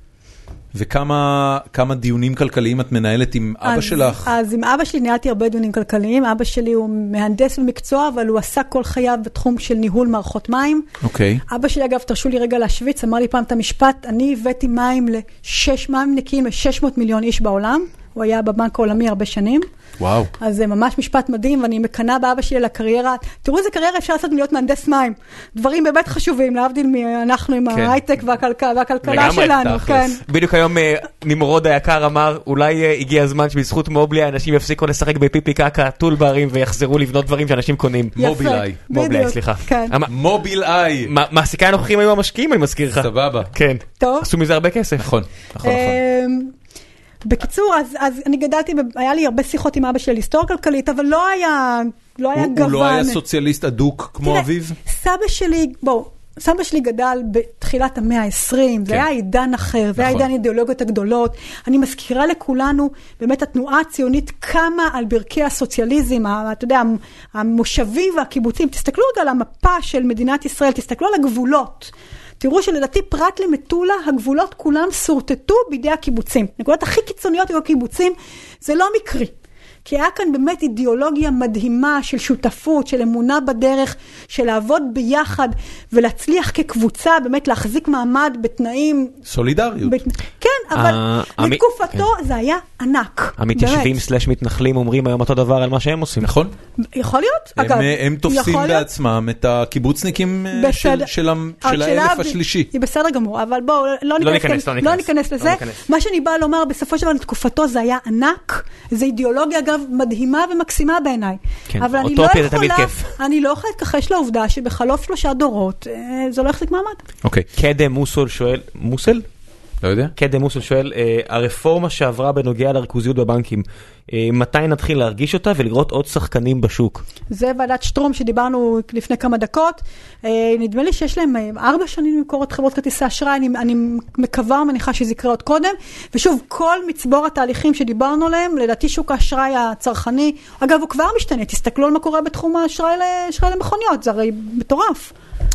וכמה כמה דיונים כלכליים את מנהלת עם אבא אז, שלך? אז עם אבא שלי ניהלתי הרבה דיונים כלכליים. אבא שלי הוא מהנדס במקצוע, אבל הוא עשה כל חייו בתחום של ניהול מערכות מים. אוקיי. אבא שלי, אגב, תרשו לי רגע להשוויץ, אמר לי פעם את המשפט, אני הבאתי מים לשש, מים נקיים ל-שש מאות מיליון איש בעולם. הוא היה בבנק העולמי הרבה שנים. וואו. אז זה ממש משפט מדהים, ואני מקנה באבא שלי לקריירה. תראו איזה קריירה אפשר לעשות מלהיות מהנדס מים. דברים באמת חשובים, להבדיל מאנחנו עם כן. ההייטק והכלכלה, והכלכלה שלנו. כן. בדיוק היום נמרוד היקר אמר, אולי הגיע הזמן שבזכות מובילאיי אנשים יפסיקו לשחק בפיפי קקה, טולברים, ויחזרו לבנות דברים שאנשים קונים. מובילאיי. מובילאיי, סליחה. כן. מובילאיי. מעסיקי הנוכחים היו המשקיעים, אני מזכיר לך. סבבה. כן. טוב. עשו מזה הרבה כסף. נכון, נכון, נכון. בקיצור, אז, אז אני גדלתי, היה לי הרבה שיחות עם אבא שלי על היסטוריה כלכלית, אבל לא היה, לא היה הוא, גוון. הוא לא היה סוציאליסט אדוק כמו תראה, אביו? סבא שלי, בוא, סבא שלי גדל בתחילת המאה ה-עשרים, זה כן. היה עידן אחר, זה היה נכון. עידן אידיאולוגיות הגדולות. אני מזכירה לכולנו, באמת התנועה הציונית קמה על ברכי הסוציאליזם, ה- אתה יודע, המושבים והקיבוצים. תסתכלו רגע על המפה של מדינת ישראל, תסתכלו על הגבולות. תראו שלדעתי פרט למטולה, הגבולות כולם סורטטו בידי הקיבוצים. נקודות הכי קיצוניות היו הקיבוצים, זה לא מקרי. כי היה כאן באמת אידיאולוגיה מדהימה של שותפות, של אמונה בדרך, של לעבוד ביחד ולהצליח כקבוצה, באמת להחזיק מעמד בתנאים... סולידריות. בת... כן, אבל לתקופתו זה היה ענק. המתיישבים סלש מתנחלים אומרים היום אותו דבר על מה שהם עושים. נכון. יכול להיות, הם, אגב. הם תופסים בעצמם את הקיבוצניקים של, של, של האלף השלישי. היא בסדר גמור, אבל בואו, לא, לא ניכנס, לא לא ניכנס לזה. מה שאני באה לומר, בסופו של דבר לתקופתו זה היה ענק, זה אידיאולוגיה אגב מדהימה ומקסימה בעיניי. כן, אבל אני לא יכולה, אני לא יכולה להתכחש לעובדה שבחלוף שלושה דורות, זה לא יחזיק מעמד. אוקיי. קדם מוסול שואל, מוסל? לא יודע. קדם מוסול שואל, הרפורמה שעברה בנוגע לריכוזיות בבנקים, מתי נתחיל להרגיש אותה ולראות עוד שחקנים בשוק? זה ועדת שטרום שדיברנו לפני כמה דקות. נדמה לי שיש להם ארבע שנים למכור את חברות כרטיסי אשראי, אני, אני מקווה ומניחה שזה יקרה עוד קודם. ושוב, כל מצבור התהליכים שדיברנו עליהם, לדעתי שוק האשראי הצרכני, אגב הוא כבר משתנה, תסתכלו על מה קורה בתחום האשראי למכוניות, זה הרי מטורף.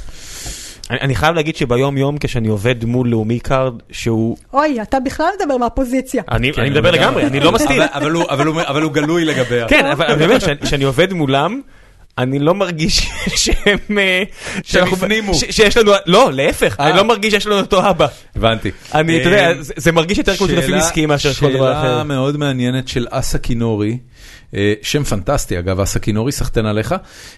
אני, אני חייב להגיד שביום יום כשאני עובד מול לאומי קארד שהוא... אוי, אתה בכלל מדבר מהפוזיציה. אני, כן, אני מדבר לגמרי, אני לא מסתיר. אבל, אבל, הוא, אבל, הוא, אבל הוא גלוי לגביה. כן, אבל אני אומר, כשאני עובד מולם, אני לא מרגיש שהם... שהם הפנימו. שיש לנו... לא, להפך, אני לא מרגיש שיש לנו אותו אבא. הבנתי. אני, אתה יודע, זה מרגיש יותר כמו שותפים עסקיים מאשר כל דבר אחר. שאלה מאוד מעניינת של אסה כינורי, שם פנטסטי אגב, אסה כינורי, סחטן עליך.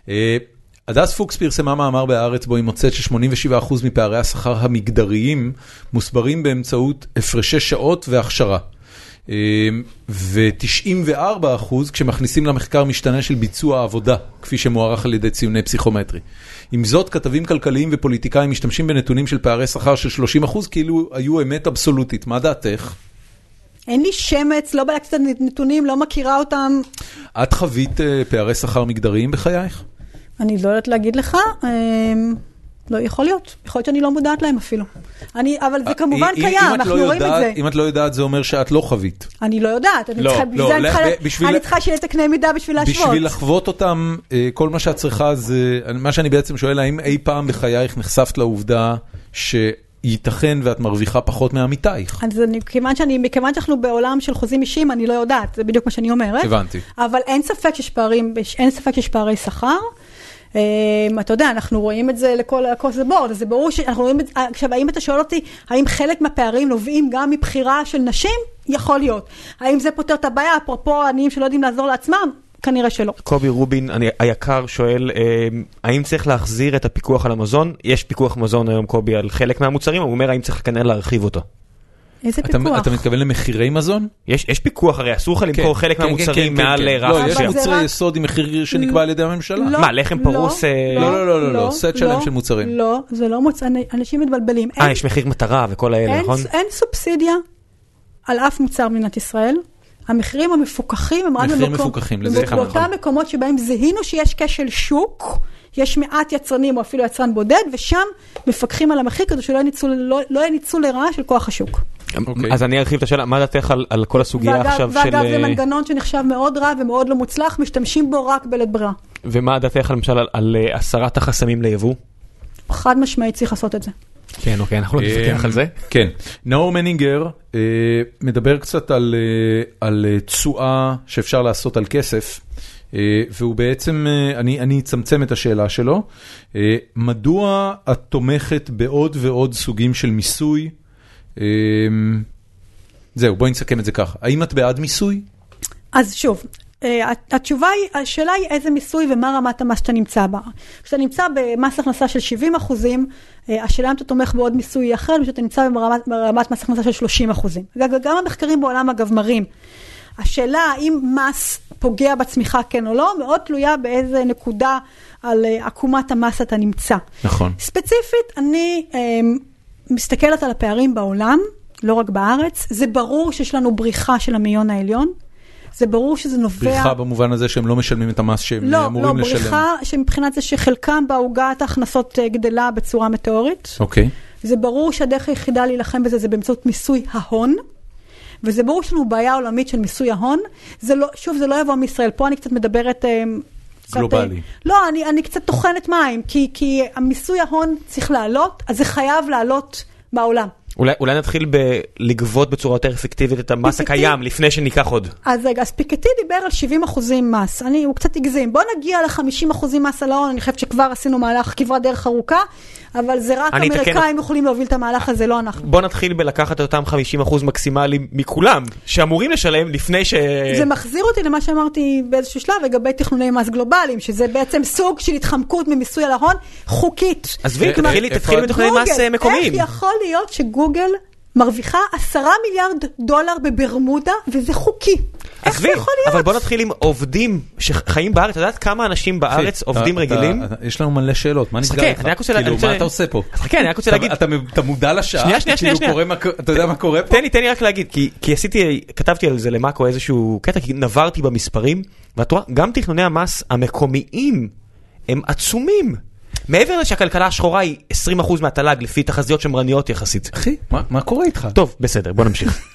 הדס פוקס פרסמה מאמר בארץ בו היא מוצאת ש-שמונים ושבעה אחוז מפערי השכר המגדריים מוסברים באמצעות הפרשי שעות והכשרה. ו-תשעים וארבעה אחוז כשמכניסים למחקר משתנה של ביצוע העבודה, כפי שמוערך על ידי ציוני פסיכומטרי. עם זאת, כתבים כלכליים ופוליטיקאים משתמשים בנתונים של פערי שכר של שלושים אחוז כאילו היו אמת אבסולוטית. מה דעתך? אין לי שמץ, לא בדקתי את הנתונים, לא מכירה אותם. את חווית פערי שכר מגדריים בחייך? אני לא יודעת להגיד לך, לא יכול להיות, יכול להיות שאני לא מודעת להם אפילו. אני, אבל זה כמובן קיים, אנחנו רואים את זה. אם את לא יודעת, זה אומר שאת לא חווית. אני לא יודעת, אני צריכה שיהיה תקני מידה בשביל להשוות. בשביל לחוות אותם, כל מה שאת צריכה זה, מה שאני בעצם שואל, האם אי פעם בחייך נחשפת לעובדה ש... ייתכן ואת מרוויחה פחות מעמיתייך. אז אני, כיוון שאני, מכיוון שאנחנו בעולם של חוזים אישיים, אני לא יודעת, זה בדיוק מה שאני אומרת. הבנתי. אבל אין ספק שיש פערים, אין ספק שיש פערי שכר. אתה יודע, אנחנו רואים את זה לכל הקוס הבורד, אז זה ברור שאנחנו רואים את זה, עכשיו, האם אתה שואל אותי, האם חלק מהפערים נובעים גם מבחירה של נשים? יכול להיות. האם זה פותר את הבעיה, אפרופו עניים שלא יודעים לעזור לעצמם? כנראה שלא. קובי רובין, אני, היקר, שואל, האם צריך להחזיר את הפיקוח על המזון? יש פיקוח מזון היום, קובי, על חלק מהמוצרים, הוא אומר, האם צריך כנראה להרחיב אותו? איזה אתה, פיקוח? אתה מתכוון למחירי מזון? יש, יש פיקוח, הרי אסור לך למכור כן, חלק כן, מהמוצרים כן, מעל כן, כן. רף. לא, יש אבל מוצרי רק... יסוד עם מחיר שנקבע על ידי הממשלה. לא, מה, לחם פרוס? לא, אה... לא, לא, לא, לא, לא, סט שלם לא, של מוצרים. לא, זה לא מוצא, אנשים מתבלבלים. אה, יש מחיר מטרה וכל האלה, אין, נכון? אין סובסידיה על אף מוצר במדינת ישראל. המחירים המפוקחים הם רק מחירים במקום, מפוקחים, לזה באותם נכון. מקומות שבהם זיהינו שיש כשל שוק, יש מעט יצרנים או אפילו יצרן בודד, ושם מפקחים על המחיר כדי שלא יהיה ניצול, לא, לא יהיה ניצול לרעה של כוח השוק. אוקיי. אז אני ארחיב את השאלה, מה דעתך על, על כל הסוגיה ואגב, עכשיו ואגב, של... ואגב, זה מנגנון שנחשב מאוד רע ומאוד לא מוצלח, משתמשים בו רק בלית ברירה. ומה דעתך למשל על, על uh, הסרת החסמים ליבוא? חד משמעית צריך לעשות את זה. כן, אוקיי, אנחנו לא נפתח על זה. כן. נאור מנינגר מדבר קצת על, על תשואה שאפשר לעשות על כסף, והוא בעצם, אני, אני אצמצם את השאלה שלו, מדוע את תומכת בעוד ועוד סוגים של מיסוי? זהו, בואי נסכם את זה ככה. האם את בעד מיסוי? אז שוב, התשובה היא, השאלה היא איזה מיסוי ומה רמת המס שאתה נמצא בה. כשאתה נמצא במס הכנסה של שבעים אחוזים, השאלה אם אתה תומך בעוד מיסוי אחר, כשאתה נמצא ברמת, ברמת מס הכנסה של שלושים אחוזים. גם המחקרים בעולם אגב מראים. השאלה האם מס פוגע בצמיחה כן או לא, מאוד תלויה באיזה נקודה על עקומת המס אתה נמצא. נכון. ספציפית, אני מסתכלת על הפערים בעולם, לא רק בארץ. זה ברור שיש לנו בריחה של המאיון העליון. זה ברור שזה נובע... בריחה במובן הזה שהם לא משלמים את המס שהם לא, אמורים לא, לשלם. לא, בריחה שמבחינת זה שחלקם בעוגת ההכנסות גדלה בצורה מטאורית. אוקיי. זה ברור שהדרך היחידה להילחם בזה זה באמצעות מיסוי ההון. וזה ברור שלנו בעיה עולמית של מיסוי ההון. זה לא, שוב, זה לא יבוא מישראל. פה אני קצת מדברת... גלובלי. לא, אני, אני קצת תוכנת מים, כי, כי המיסוי ההון צריך לעלות, אז זה חייב לעלות בעולם. אולי, אולי נתחיל בלגבות בצורה יותר אפקטיבית את המס הקיים, לפני שניקח עוד. אז רגע, אז פיקטי דיבר על שבעים אחוזים מס. אני, הוא קצת הגזים. בוא נגיע ל-חמישים אחוזים מס על ההון, אני חושבת שכבר עשינו מהלך כברת דרך ארוכה, אבל זה רק אמריקאים יכולים להוביל את המהלך הזה, לא אנחנו. בוא נתחיל בלקחת את אותם חמישים אחוז מקסימליים מכולם, שאמורים לשלם לפני ש... זה מחזיר אותי למה שאמרתי באיזשהו שלב, לגבי תכנוני מס גלובליים, שזה בעצם סוג של התחמקות ממיסוי על ההון, חוקית. אז תתחיל מתכנוני מס מקומיים. איך יכול להיות שגוגל מרוויחה עשרה מיליארד דולר בברמודה, וזה חוקי? איך זה יכול להיות? אבל בוא נתחיל עם עובדים שחיים בארץ. אתה יודעת כמה אנשים בארץ עובדים רגילים? יש לנו מלא שאלות, מה נסגר לך? כאילו, מה אתה עושה פה? כן, אני רק רוצה להגיד... אתה מודע לשעה? שנייה, שנייה, שנייה. אתה יודע מה קורה פה? תן לי, תן לי רק להגיד, כי עשיתי, כתבתי על זה למאקו איזשהו קטע, כי נברתי במספרים, ואת רואה, גם תכנוני המס המקומיים הם עצומים. מעבר שהכלכלה השחורה היא עשרים אחוז מהתל"ג לפי תחזיות שמרניות יחסית. אחי, מה קורה איתך? טוב, בסדר, בוא נמשיך.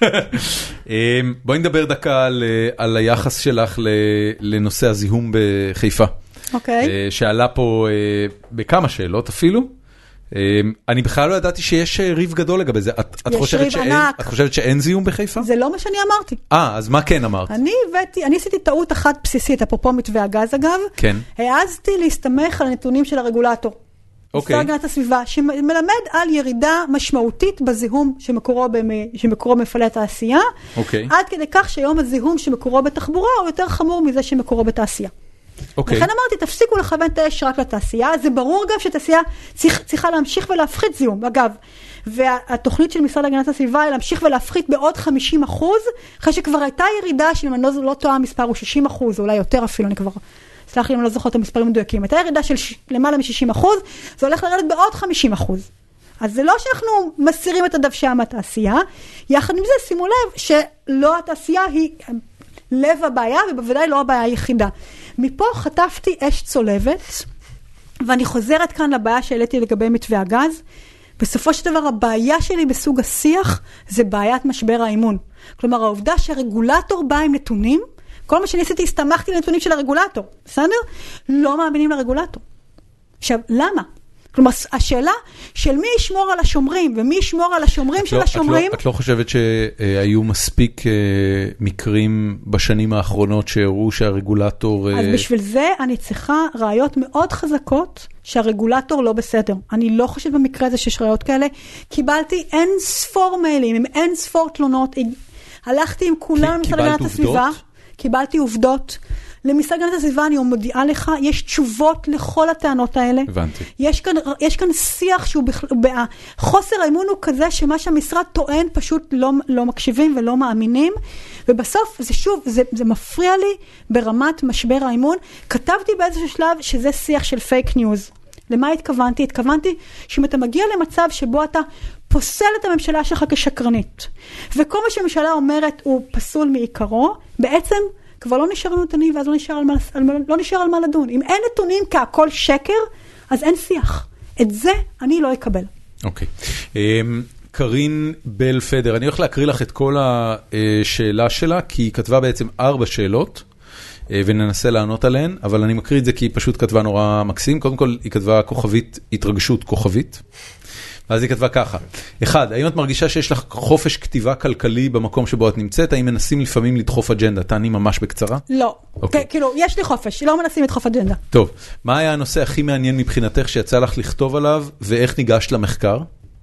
בואי נדבר דקה על היחס שלך לנושא הזיהום בחיפה. אוקיי. שעלה פה בכמה שאלות אפילו. אני בכלל לא ידעתי שיש ריב גדול לגבי זה. את חושבת שאין זיהום בחיפה? זה לא מה שאני אמרתי. אה, אז מה כן אמרת? אני הבאתי, אני עשיתי טעות אחת בסיסית, אפרופו מתווה הגז אגב. כן. העזתי להסתמך על הנתונים של הרגולטור. אוקיי. משרד הגנת הסביבה, שמלמד על ירידה משמעותית בזיהום שמקורו שמקורו במפעלי התעשייה. אוקיי. עד כדי כך שהיום הזיהום שמקורו בתחבורה הוא יותר חמור מזה שמקורו בתעשייה. אוקיי. לכן אמרתי, תפסיקו לכוון את האש רק לתעשייה. זה ברור אגב שתעשייה צריך, צריכה להמשיך ולהפחית זיהום. אגב, והתוכנית של משרד הגנת הסביבה היא להמשיך ולהפחית בעוד חמישים אחוז, אחרי שכבר הייתה ירידה, שאם אני לא, לא טועה, המספר הוא שישים אחוז, או אולי יותר אפילו, אני כבר, סלח לי אם אני לא זוכר את המספרים מדויקים. הייתה ירידה של ש... למעלה מ-שישים אחוז, זה הולך לרדת בעוד חמישים אחוז. אז זה לא שאנחנו מסירים את הדוושה מהתעשייה, יחד עם זה שימו לב שלא התעשייה היא לב הבעיה, ובוודאי לא הבעיה היחידה. מפה חטפתי אש צולבת, ואני חוזרת כאן לבעיה שהעליתי לגבי מתווה הגז. בסופו של דבר, הבעיה שלי בסוג השיח, זה בעיית משבר האמון. כלומר, העובדה שהרגולטור בא עם נתונים, כל מה שאני עשיתי, הסתמכתי לנתונים של הרגולטור, בסדר? לא מאמינים לרגולטור. עכשיו, למה? כלומר, השאלה של מי ישמור על השומרים, ומי ישמור על השומרים של השומרים... את לא חושבת שהיו מספיק מקרים בשנים האחרונות שהראו שהרגולטור... אז בשביל זה אני צריכה ראיות מאוד חזקות שהרגולטור לא בסדר. אני לא חושבת במקרה הזה שיש ראיות כאלה. קיבלתי אין ספור מיילים, עם אין ספור תלונות. הלכתי עם כולם למשרד להגנת הסביבה. קיבלתי עובדות. למשרד להגנת הסביבה אני מודיעה לך, יש תשובות לכל הטענות האלה. הבנתי. יש כאן, יש כאן שיח שהוא בכלל, חוסר האמון הוא כזה שמה שהמשרד טוען פשוט לא, לא מקשיבים ולא מאמינים, ובסוף זה שוב, זה, זה מפריע לי ברמת משבר האמון. כתבתי באיזשהו שלב שזה שיח של פייק ניוז. למה התכוונתי? התכוונתי שאם אתה מגיע למצב שבו אתה פוסל את הממשלה שלך כשקרנית, וכל מה שהממשלה אומרת הוא פסול מעיקרו, בעצם כבר לא נשאר נתונים, ואז לא נשאר על מה, לא נשאר על מה לדון. אם אין נתונים כהכל שקר, אז אין שיח. את זה אני לא אקבל. אוקיי. קרין בל פדר, אני הולך להקריא לך את כל השאלה שלה, כי היא כתבה בעצם ארבע שאלות, וננסה לענות עליהן, אבל אני מקריא את זה כי היא פשוט כתבה נורא מקסים. קודם כל, היא כתבה כוכבית, התרגשות כוכבית. ואז היא כתבה ככה. אחד, האם את מרגישה שיש לך חופש כתיבה כלכלי במקום שבו את נמצאת? האם מנסים לפעמים לדחוף אג'נדה? תעני ממש בקצרה? לא. אוקיי. כאילו, יש לי חופש, לא מנסים לדחוף אג'נדה. טוב. מה היה הנושא הכי מעניין מבחינתך שיצא לך לכתוב עליו, ואיך ניגשת למחקר?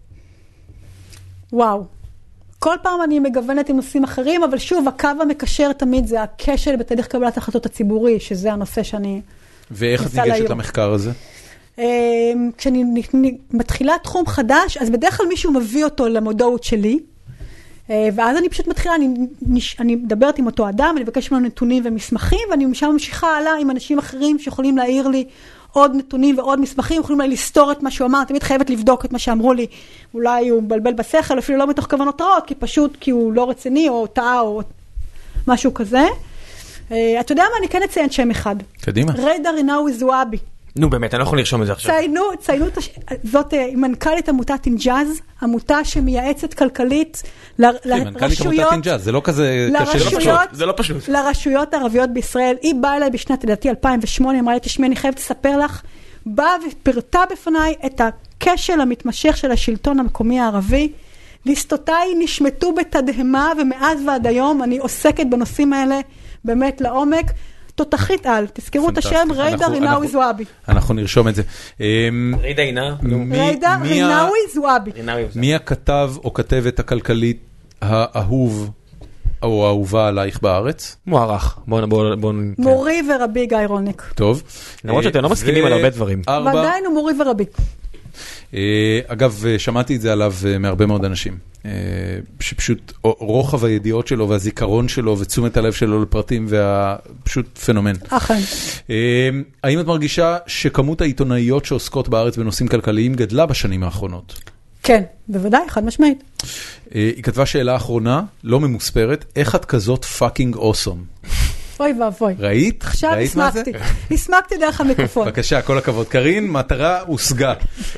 וואו. כל פעם אני מגוונת עם נושאים אחרים, אבל שוב, הקו המקשר תמיד זה הקשר בתהליך קבלת ההחלטות הציבורי, שזה הנושא שאני... ואיך את ניגשת למחקר הזה? כשאני מתחילה תחום חדש, אז בדרך כלל מישהו מביא אותו למודעות שלי, ואז אני פשוט מתחילה, אני, אני מדברת עם אותו אדם, אני מבקש ממנו נתונים ומסמכים, ואני משם ממשיכה הלאה עם אנשים אחרים שיכולים להעיר לי עוד נתונים ועוד מסמכים, יכולים לי לסתור את מה שהוא אמר, תמיד חייבת לבדוק את מה שאמרו לי, אולי הוא מבלבל בשכל, אפילו לא מתוך כוונות רעות, כי פשוט כי הוא לא רציני או טעה או משהו כזה. אתה יודע מה? אני כן אציין שם אחד. קדימה. ריידה רינאוי זועבי. נו באמת, אני לא יכול לרשום את זה עכשיו. ציינו, ציינו, זאת מנכ"לית עמותת אינג'אז, עמותה שמייעצת כלכלית לרשויות, מנכ"לית עמותת אינג'אז, זה לא כזה קשה. זה לא פשוט. לרשויות הערביות בישראל, היא באה אליי בשנת לדעתי אלפיים ושמונה, אמרה לי, תשמעי, אני חייבת לספר לך, באה ופרטה בפניי את הכשל המתמשך של השלטון המקומי הערבי, ליסטותיי נשמטו בתדהמה, ומאז ועד היום אני עוסקת בנושאים האלה באמת לעומק, תותחית על, תזכרו את השם, ריידה רינאוי זועבי. אנחנו נרשום את זה. ריידה עינה? ריידה רינאוי זועבי. מי הכתב או כתבת הכלכלית האהוב או האהובה עלייך בארץ? מוערך. מורי ורבי גיא רולניק. טוב. למרות שאתם לא מסכימים על הרבה דברים. ועדיין הוא מורי ורבי. אגב, שמעתי את זה עליו מהרבה מאוד אנשים, שפשוט רוחב הידיעות שלו והזיכרון שלו ותשומת הלב שלו לפרטים והפשוט פנומן. אכן. האם את מרגישה שכמות העיתונאיות שעוסקות בארץ בנושאים כלכליים גדלה בשנים האחרונות? כן, בוודאי, חד משמעית. היא כתבה שאלה אחרונה, לא ממוספרת, איך את כזאת פאקינג אוסום? אוי ואבוי. ראית? עכשיו הסמקתי. הסמקתי דרך המיקרופון. בבקשה, כל הכבוד. קרין, מטרה הושגה.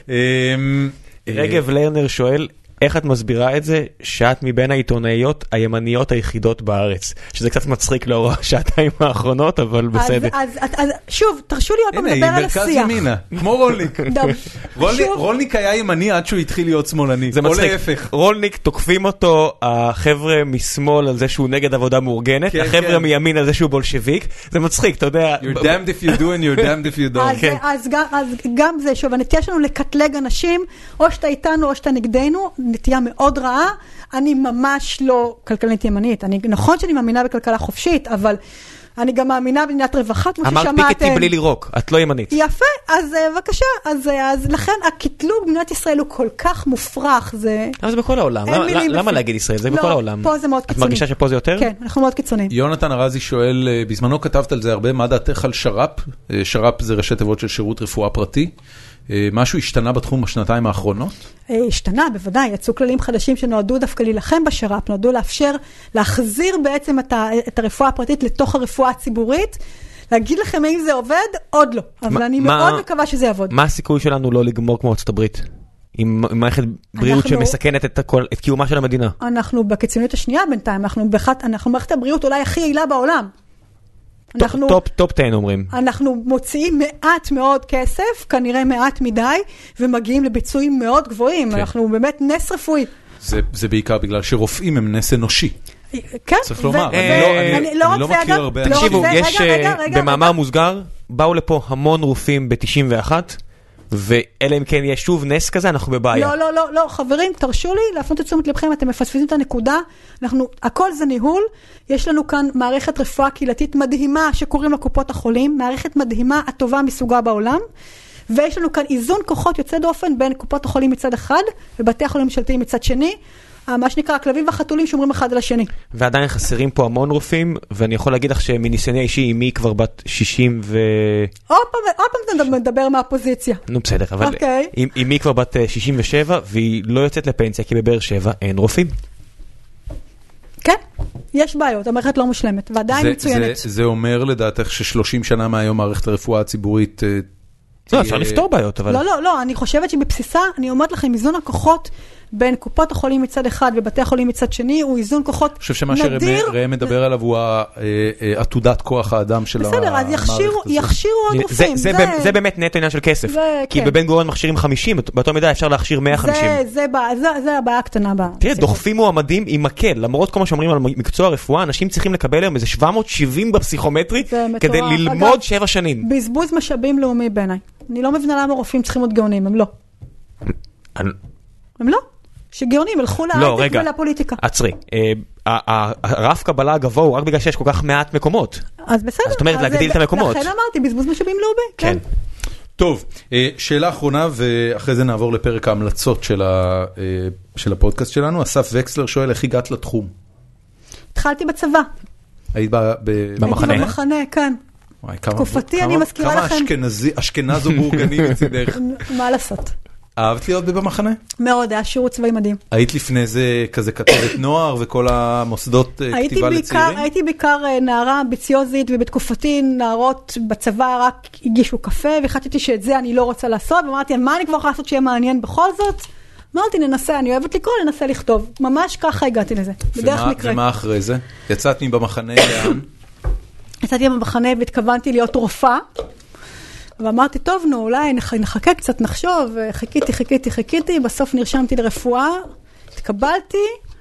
רגב לרנר שואל, איך את מסבירה את זה שאת מבין העיתונאיות הימניות היחידות בארץ? שזה קצת מצחיק לאור השעתיים האחרונות, אבל בסדר. אז שוב, תרשו לי עוד פעם לדבר על השיח. הנה, היא מרכז ימינה, כמו רולניק. רולניק היה ימני עד שהוא התחיל להיות שמאלני. זה מצחיק. רולניק תוקפים אותו, החבר'ה משמאל על זה שהוא נגד עבודה מאורגנת, החבר'ה מימין על זה שהוא בולשביק. זה מצחיק, אתה יודע. You're damned if you do and you're damned if you don't. אז גם זה, שוב, הנטייה שלנו לקטלג אנשים, או שאתה איתנו או שאתה נגדנו, נטייה מאוד רעה. אני ממש לא כלכלנית ימנית. אני, נכון שאני מאמינה בכלכלה חופשית, אבל אני גם מאמינה במדינת רווחה, כמו ששמעתם. אמרת פיקטי בלי לירוק, את לא ימנית. יפה, אז בבקשה, אז, אז לכן הקטלוג במדינת ישראל הוא כל כך מופרך, זה... אבל זה בכל העולם, למה, למה להגיד ישראל? זה לא, בכל העולם. פה זה מאוד קיצוני. את מרגישה שפה זה יותר? כן, אנחנו מאוד קיצוניים. יונתן ארזי שואל, בזמנו כתבת על זה הרבה, מה דעתך על שר"פ? שר"פ זה ראשי תיבות של שירות רפואה פרטי. משהו השתנה בתחום בשנתיים האחרונות? השתנה, בוודאי. יצאו כללים חדשים שנועדו דווקא להילחם בשר"פ, נועדו לאפשר, להחזיר בעצם את הרפואה הפרטית לתוך הרפואה הציבורית. להגיד לכם האם זה עובד? עוד לא. אבל אני מאוד מקווה שזה יעבוד. מה הסיכוי שלנו לא לגמור כמו ארצות הברית? עם מערכת בריאות שמסכנת את קיומה של המדינה? אנחנו בקיצוניות השנייה בינתיים. אנחנו מערכת הבריאות אולי הכי יעילה בעולם. אנחנו, טופ, טופ עשר אומרים. אנחנו מוציאים מעט מאוד כסף, כנראה מעט מדי, ומגיעים לביצועים מאוד גבוהים. כן. אנחנו באמת נס רפואי. זה, זה בעיקר בגלל שרופאים הם נס אנושי. כן. צריך לומר, ו- אני לא, אני, אני לא אני רק לא זה, מכיר אגב, הרבה לא אנשים. תקשיבו, זה, יש רגע, רגע, רגע, במאמר רגע. מוסגר, באו לפה המון רופאים ב-תשעים ואחת, ואלה אם כן יש שוב נס כזה, אנחנו בבעיה. לא, לא, לא, לא, חברים, תרשו לי להפנות את תשומת לבכם, אתם מפספסים את הנקודה, אנחנו, הכל זה ניהול, יש לנו כאן מערכת רפואה קהילתית מדהימה שקוראים לה קופות החולים, מערכת מדהימה, הטובה מסוגה בעולם, ויש לנו כאן איזון כוחות יוצא דופן בין קופות החולים מצד אחד, ובתי החולים ממשלתיים מצד שני, מה שנקרא, הכלבים והחתולים שומרים אחד על השני. ועדיין חסרים פה המון רופאים, ואני יכול להגיד לך שמניסיוני האישי, אמי כבר בת שישים ו... עוד פעם, עוד פעם אתה מדבר מהפוזיציה. נו בסדר, אבל אוקיי. אמי כבר בת שישים ושבע, והיא לא יוצאת לפנסיה, כי בבאר שבע אין רופאים. כן, יש בעיות, המערכת לא מושלמת, ועדיין זה, מצוינת. זה, זה אומר לדעתך ש-שלושים שנה מהיום מערכת הרפואה הציבורית... אה, לא, תהיה- אפשר לפתור בעיות, אבל... לא, לא, לא, אני חושבת שבבסיסה, אני אומרת לכם, איזון הכוחות בין קופות החולים מצד אחד ובתי החולים מצד שני, הוא איזון כוחות נדיר. אני חושב שמה שראם מדבר עליו הוא ה- אה, אה, עתודת כוח האדם של המערכת בסדר, אז יכשירו, הזאת. יכשירו עוד זה, רופאים. זה, זה, זה באמת נטו עניין של כסף. זה, כי כן. בבן גוריון מכשירים חמישים, באותו מידה אפשר להכשיר מאה וחמישים. זה, זה, זה, זה, זה הבעיה הקטנה בה. תראה, דוחפים מועמדים עם מקל, למרות כל מה שאומרים על מקצוע הרפואה, אנשים צריכים לקבל היום איזה שבע מאות שבעים בפסיכומטרי, זה מטורף. כדי ללמוד אגב, שבע שנים. בזבוז משאבים לאומי בעיניי. אני לא מבינה למה רופאים צריכים להיות גאונים, הם לא. אני- הם לא. שגאונים ילכו לא, להייטק רגע. ולפוליטיקה. עצרי. אה, ה- ה- הרף קבלה הגבוה הוא רק בגלל שיש כל כך מעט מקומות. אז בסדר. אז זאת אומרת, אז להגדיל זה- את המקומות. לכן אמרתי, בזבוז משאבים לאומי. כן. טוב, אה, שאלה אחרונה ואחרי זה נעבור לפרק ההמלצות של ה- אה, של הפודקאסט שלנו. אסף וקסלר שואל איך הגעת לתחום. התחלתי בצבא. היית ב- ב- במחנה? הייתי במחנה, כן. וואי, כמה- תקופתי, כמה- אני מזכירה לכם. כמה אשכנזי- אשכנזו בורגני מצידך. מה לעשות? אהבת להיות במחנה? מאוד, היה שירות צבאי מדהים. היית לפני זה כזה כתבת נוער וכל המוסדות אה, הייתי כתיבה בעיקר, לצעירים? הייתי בעיקר אה, נערה אמביציוזית, ובתקופתי נערות בצבא רק הגישו קפה, והחלטתי שאת זה אני לא רוצה לעשות, ואמרתי, מה אני כבר יכולה לעשות שיהיה מעניין בכל זאת? אמרתי, ננסה, אני אוהבת לקרוא, ננסה לכתוב. ממש ככה הגעתי לזה, בדרך ומה- מקרה. ומה אחרי זה? יצאת מבמחנה לאן? יצאתי במחנה והתכוונתי להיות רופאה, ואמרתי, טוב, נו, אולי נח- נחכה קצת, נחשוב, חיכיתי, חיכיתי, חיכיתי, בסוף נרשמתי לרפואה, התקבלתי,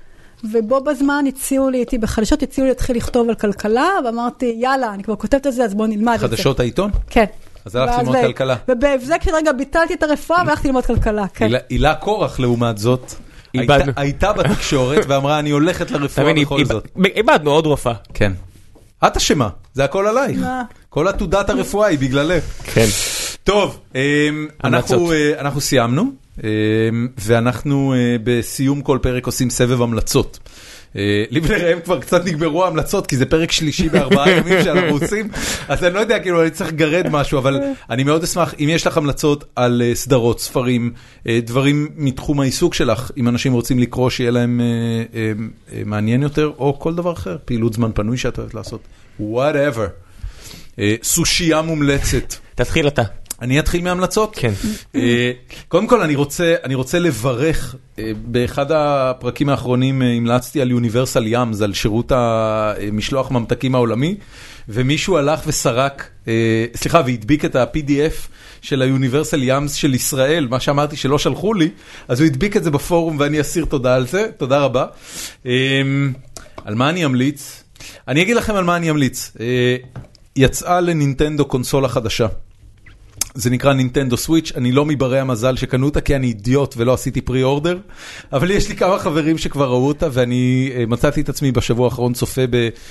ובו בזמן הציעו לי, הייתי בחדשות, הציעו לי להתחיל לכתוב על כלכלה, ואמרתי, יאללה, אני כבר כותבת את זה, אז בואו נלמד את זה. חדשות העיתון? כן. אז הלכת ואז ללמוד ב- כלכלה. ובהבזק שרגע ביטלתי את הרפואה, והלכתי ללמוד כלכלה, כן. הילה- הילה קורח לעומת זאת, איבדנו. הייתה- הייתה בתקשורת ואמרה אני הולכת לרפואה אתה בכל מבין, זאת. איבד- איבדנו עוד רופאה. כן. את אשמה, זה הכל עלייך. מה? כל עתודת הרפואה היא בגללך. כן. טוב, אמ, אנחנו המלצות. אה, אנחנו סיימנו, אמ, ואנחנו אה, בסיום כל פרק עושים סבב המלצות. אה, לי ולראם כבר קצת נגמרו ההמלצות, כי זה פרק שלישי בארבעה ימים שאנחנו עושים, אז אני לא יודע, כאילו אני צריך לגרד משהו, אבל אני מאוד אשמח, אם יש לך המלצות על אה, סדרות, ספרים, אה, דברים מתחום העיסוק שלך, אם אנשים רוצים לקרוא שיהיה להם אה, אה, אה, מעניין יותר, או כל דבר אחר, פעילות זמן פנוי שאת אוהבת לעשות, whatever. אה, סושייה מומלצת. תתחיל אתה. אני אתחיל מהמלצות? כן. אה, קודם כל אני רוצה, אני רוצה לברך, אה, באחד הפרקים האחרונים אה, המלצתי על יוניברסל יאמס, על שירות המשלוח ממתקים העולמי, ומישהו הלך וסרק, אה, סליחה, והדביק את ה-פי די אף של היוניברסל יאמס של ישראל, מה שאמרתי שלא שלחו לי, אז הוא הדביק את זה בפורום ואני אסיר תודה על זה, תודה רבה. אה, על מה אני אמליץ? אני אגיד לכם על מה אני אמליץ. אה, יצאה לנינטנדו קונסולה חדשה. זה נקרא נינטנדו סוויץ', אני לא מברי המזל שקנו אותה, כי אני אידיוט ולא עשיתי פרי אורדר, אבל יש לי כמה חברים שכבר ראו אותה, ואני מצאתי את עצמי בשבוע האחרון צופה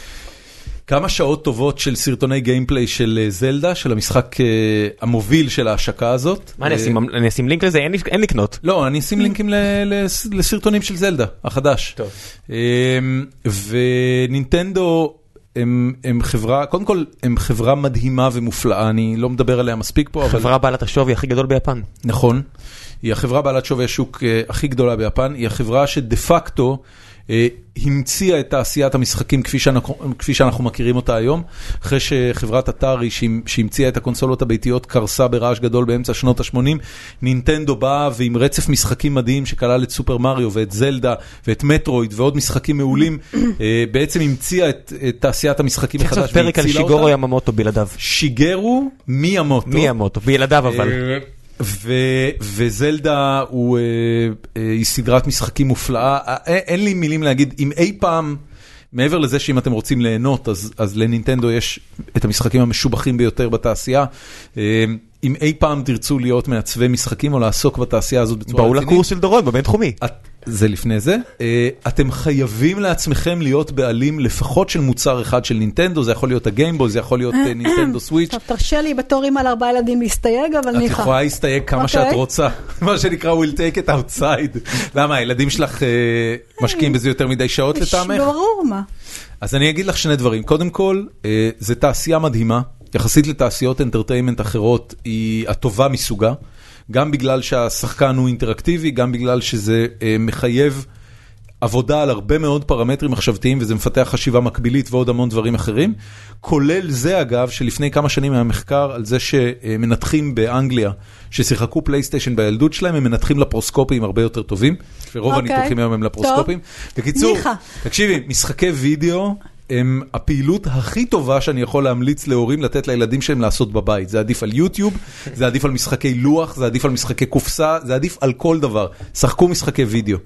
בכמה שעות טובות של סרטוני גיימפליי של זלדה, של המשחק המוביל של ההשקה הזאת. מה אני אשים? אני אשים לינק לזה? אין לי- אין לקנות. לא, אני אשים לינקים ל- ל- לסרטונים של זלדה, החדש. טוב. ונינטנדו הם, הם חברה, קודם כל, הם חברה מדהימה ומופלאה, אני לא מדבר עליה מספיק פה, אבל... חברה בעלת השווי הכי גדול ביפן. נכון, היא החברה בעלת שווי השוק אה, הכי גדולה ביפן, היא החברה שדה פקטו המציאה את תעשיית המשחקים כפי שאנחנו, כפי שאנחנו מכירים אותה היום, אחרי שחברת אטארי שהמציאה את הקונסולות הביתיות קרסה ברעש גדול באמצע שנות ה-שמונים, נינטנדו באה ועם רצף משחקים מדהים שכלל את סופר מריו ואת זלדה ואת מטרויד ועוד משחקים מעולים, בעצם המציאה את, את תעשיית המשחקים מחדש. צריך פרק על שיגורו יממוטו בלעדיו. שיגרו מיאמוטו. מיאמוטו, בלעדיו אבל. ו- וזלדה הוא, היא סדרת משחקים מופלאה. אין לי מילים להגיד, אם אי פעם, מעבר לזה שאם אתם רוצים ליהנות, אז, אז לנינטנדו יש את המשחקים המשובחים ביותר בתעשייה. אם אי פעם תרצו להיות מעצבי משחקים או לעסוק בתעשייה הזאת בצורה רצינית. באו לקורס של דורון, בבין תחומי. זה לפני זה. אתם חייבים לעצמכם להיות בעלים לפחות של מוצר אחד של נינטנדו, זה יכול להיות הגיימבוי, זה יכול להיות נינטנדו סוויץ'. טוב, תרשה לי בתור אימא לארבעה ילדים להסתייג, אבל ניחא. את יכולה להסתייג כמה שאת רוצה. מה שנקרא, we'll take it outside. למה, הילדים שלך משקיעים בזה יותר מדי שעות לטעמך? ברור, מה? אז אני אגיד לך שני דברים. קודם כל, זה תעשייה מדהימה. יחסית לתעשיות אנטרטיימנט אחרות, היא הטובה מסוגה. גם בגלל שהשחקן הוא אינטראקטיבי, גם בגלל שזה אה, מחייב עבודה על הרבה מאוד פרמטרים מחשבתיים, וזה מפתח חשיבה מקבילית ועוד המון דברים אחרים. כולל זה אגב, שלפני כמה שנים היה מחקר על זה שמנתחים באנגליה, ששיחקו פלייסטיישן בילדות שלהם, הם מנתחים לפרוסקופים הרבה יותר טובים, ורוב okay. הניתוחים היום הם לפרוסקופים. בקיצור, תקשיבי, משחקי וידאו, הם הפעילות הכי טובה שאני יכול להמליץ להורים לתת לילדים שלהם לעשות בבית. זה עדיף על יוטיוב, זה עדיף על משחקי לוח, זה עדיף על משחקי קופסה, זה עדיף על כל דבר. שחקו משחקי וידאו.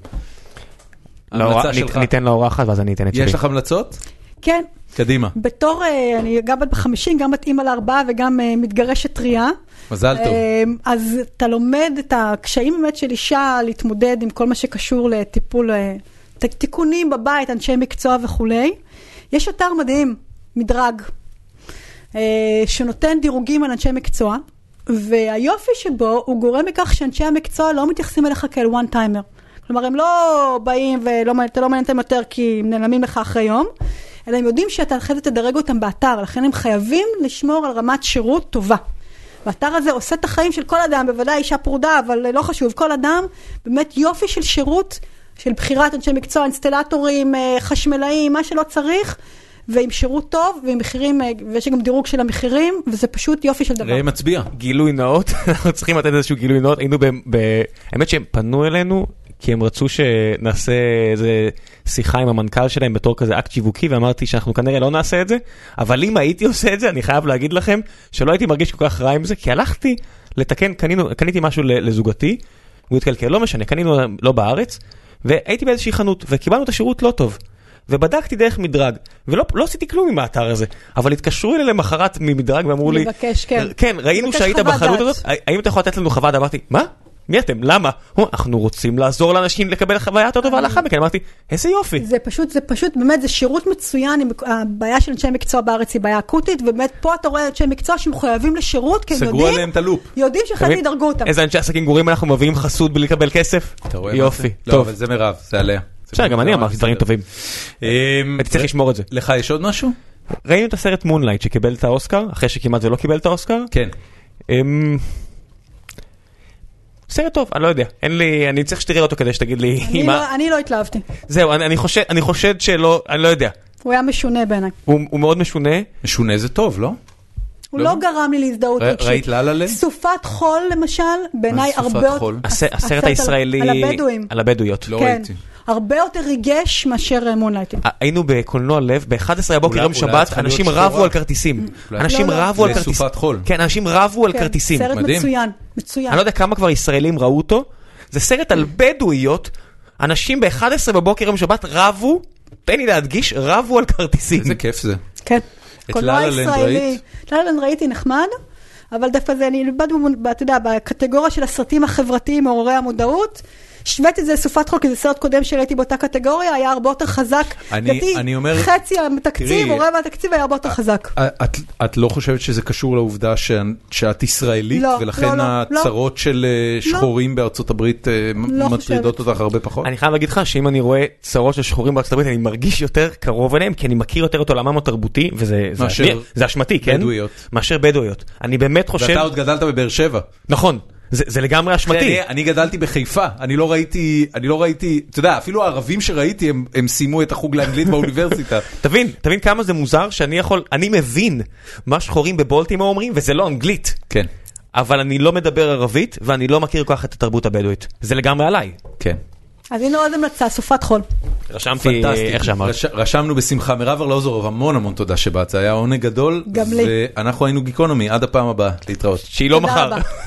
ניתן לאורחת ואז אני אתן את שלי. יש לך המלצות? כן. קדימה. בתור, אני גם בת בחמישים, גם בת אימא לארבעה וגם מתגרשת טריה. מזל טוב. אז אתה לומד את הקשיים באמת של אישה להתמודד עם כל מה שקשור לטיפול, תיקונים בבית, אנשי מקצוע וכולי. יש אתר מדהים, מדרג, שנותן דירוגים על אנשי מקצוע, והיופי שבו הוא גורם מכך שאנשי המקצוע לא מתייחסים אליך כאל one timer. כלומר, הם לא באים ואתה לא מעניין אותם יותר כי הם נעלמים לך אחרי יום, אלא הם יודעים שאתה אחרי זה תדרג אותם באתר, לכן הם חייבים לשמור על רמת שירות טובה. והאתר הזה עושה את החיים של כל אדם, בוודאי אישה פרודה, אבל לא חשוב, כל אדם, באמת יופי של שירות, של בחירת אנשי מקצוע, אינסטלטורים, חשמלאים, מה שלא צריך, ועם שירות טוב, ועם מחירים, ויש גם דירוג של המחירים, וזה פשוט יופי של דבר. ראה מצביע. גילוי נאות, אנחנו צריכים לתת איזשהו גילוי נאות, היינו האמת שהם פנו אלינו, כי הם רצו שנעשה איזה שיחה עם המנכ"ל שלהם בתור כזה אקט שיווקי, ואמרתי שאנחנו כנראה לא נעשה את זה, אבל אם הייתי עושה את זה, אני חייב להגיד לכם, שלא הייתי מרגיש כל כך רע עם זה, כי הלכתי לתקן, קנינו, קניתי משהו לזוגתי, הוא התקלקל, לא משנה, קנינו לא בארץ, והייתי באיזושהי חנות, וקיבלנו את השירות לא טוב. ובדקתי דרך מדרג, ולא לא עשיתי כלום עם האתר הזה, אבל התקשרו אלי למחרת ממדרג ואמרו לי, לבקש, כן. כן, ראינו שהיית בחנות הזאת, האם אתה יכול לתת לנו חוות? אמרתי, מה? מי אתם? למה? אנחנו רוצים לעזור לאנשים לקבל חוויה יותר טובה לאחר מכן. אמרתי, איזה יופי. זה פשוט, זה פשוט, באמת, זה שירות מצוין. הבעיה של אנשי מקצוע בארץ היא בעיה אקוטית, ובאמת פה אתה רואה אנשי מקצוע שמחויבים לשירות, כי הם יודעים, סגרו עליהם את הלופ. יודעים שאחרי ידרגו אותם. איזה אנשי עסקים גורים אנחנו מביאים חסות בלי לקבל כסף? יופי. לא, אבל זה מרב, זה עליה. בסדר, גם אני אמרתי דברים טובים. הייתי צריך לשמור את זה. לך יש עוד משהו? ראינו את הסרט מונלייט שקיבל את האוסקר, אחרי שכמעט ולא קיבל את האוסקר. כן. סרט טוב, אני לא יודע. אין לי, אני צריך שתראה אותו כדי שתגיד לי. אני לא, אני לא התלהבתי. זהו, אני חושב, אני חושב שלא, אני לא יודע. הוא היה משונה בעיניי. הוא, הוא מאוד משונה. משונה זה טוב, לא? הוא לא גרם לי להזדהות רגשית. ראית לה לה? סופת חול למשל, בעיניי הרבה יותר... הסרט הישראלי... על הבדואים. על הבדואיות. לא ראיתי. הרבה יותר ריגש מאשר מונלייטים. היינו בקולנוע לב, ב-אחת עשרה בבוקר יום שבת, אנשים רבו על כרטיסים. אנשים רבו על כרטיסים. סופת חול. כן, אנשים רבו על כרטיסים. סרט מצוין, מצוין. אני לא יודע כמה כבר ישראלים ראו אותו. זה סרט על בדואיות. אנשים ב-אחת עשרה בבוקר יום שבת רבו, תן לי להדגיש, רבו על כרטיסים. איזה כיף זה. כן. את לה לה לנד ראית? לה לה לנד ראיתי נחמד, אבל דווקא זה, אני אתה יודע, בקטגוריה של הסרטים החברתיים מעוררי המודעות, שוויתי את זה לסופת חול, כי זה סרט קודם שראיתי באותה קטגוריה, היה הרבה יותר חזק. אני אומר... חצי התקציב, או רבע התקציב היה הרבה יותר חזק. את לא חושבת שזה קשור לעובדה שאת ישראלית, ולכן הצרות של שחורים בארצות הברית מטרידות אותך הרבה פחות? אני חייב להגיד לך שאם אני רואה צרות של שחורים בארצות הברית, אני מרגיש יותר קרוב אליהם, כי אני מכיר יותר את עולמם התרבותי, וזה אשמתי, כן? בדואיות. מאשר בדואיות. אני באמת חושב... ואתה עוד גדלת בבאר שבע. נכון. זה, זה לגמרי אשמתי. אני, אני גדלתי בחיפה, אני לא ראיתי, אני לא ראיתי, אתה יודע, אפילו הערבים שראיתי, הם, הם סיימו את החוג לאנגלית באוניברסיטה. תבין, תבין כמה זה מוזר שאני יכול, אני מבין מה שחורים בבולטימור אומרים, וזה לא אנגלית. כן. אבל אני לא מדבר ערבית, ואני לא מכיר כל כך את התרבות הבדואית. זה לגמרי עליי. כן. אז הנה עוד המלצה, סופת חול. רשמתי, איך שאמרת. רש, רשמנו בשמחה, מירב ארלוזורוב, המון המון תודה שבאת, זה היה עונג גדול. גם לי. ואנחנו היינו גיקונומי, עד הפעם הבאה, להתראות. שהיא לא מחר.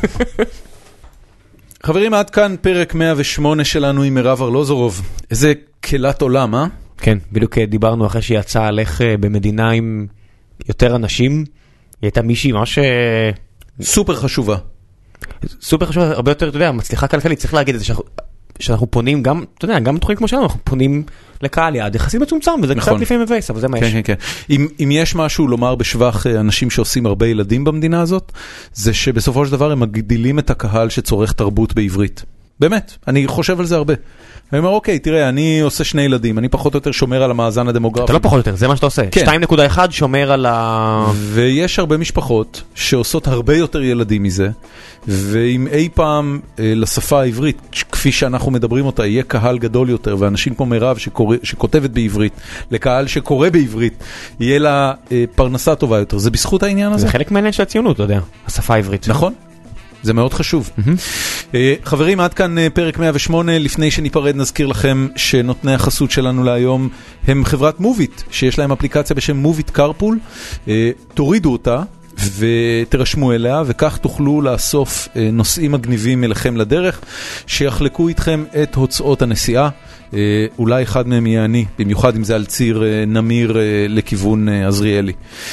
חברים, עד כאן פרק מאה ושמונה שלנו עם מירב ארלוזורוב. איזה קהלת עולם, אה? כן, בדיוק דיברנו אחרי שהיא יצאה על איך במדינה עם יותר אנשים, היא הייתה מישהי ממש... סופר חשובה. סופר חשובה, הרבה יותר, אתה יודע, מצליחה כלכלית, צריך להגיד את זה שאנחנו... שאנחנו פונים גם, אתה יודע, גם בתחומים כמו שלנו, אנחנו פונים לקהל יעד, יחסית מצומצם, וזה קצת לפעמים מבייס, אבל זה מה יש. כן, כן, כן. אם, אם יש משהו לומר בשבח אנשים שעושים הרבה ילדים במדינה הזאת, זה שבסופו של דבר הם מגדילים את הקהל שצורך תרבות בעברית. באמת, אני חושב על זה הרבה. אני אומר, אוקיי, תראה, אני עושה שני ילדים, אני פחות או יותר שומר על המאזן הדמוגרפי. אתה לא פחות או יותר, זה מה שאתה עושה. כן. שתיים נקודה אחת שומר על ה... ויש הרבה משפחות שעושות הרבה יותר ילדים מזה, ואם אי פעם אה, לשפה העברית, כפי שאנחנו מדברים אותה, יהיה קהל גדול יותר, ואנשים כמו מירב שקורא, שכותבת בעברית, לקהל שקורא בעברית, יהיה לה אה, פרנסה טובה יותר. זה בזכות העניין הזה? זה חלק מהעניין של הציונות, אתה יודע, השפה העברית. נכון. זה מאוד חשוב. חברים, עד כאן פרק מאה ושמונה. לפני שניפרד נזכיר לכם שנותני החסות שלנו להיום הם חברת מוביט, שיש להם אפליקציה בשם מוביט קארפול. תורידו אותה ותרשמו אליה, וכך תוכלו לאסוף נושאים מגניבים אליכם לדרך, שיחלקו איתכם את הוצאות הנסיעה. אולי אחד מהם יהיה אני, במיוחד אם זה על ציר נמיר לכיוון עזריאלי.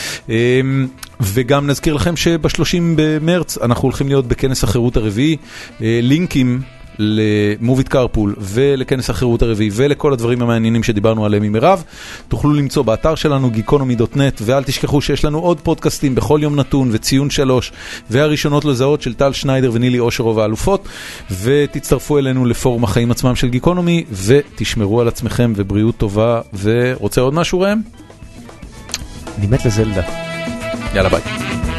וגם נזכיר לכם שב-שלושים במרץ אנחנו הולכים להיות בכנס החירות הרביעי, לינקים למוביט קארפול ולכנס החירות הרביעי ולכל הדברים המעניינים שדיברנו עליהם עם מירב, תוכלו למצוא באתר שלנו גיקונומי דוט נט, ואל תשכחו שיש לנו עוד פודקאסטים בכל יום נתון וציון שלוש, והראשונות לזהות של טל שניידר ונילי אושרוב האלופות, ותצטרפו אלינו לפורום החיים עצמם של גיקונומי, ותשמרו על עצמכם ובריאות טובה. ורוצה עוד משהו ראם? אני מת לזלדה. יאללה ביי.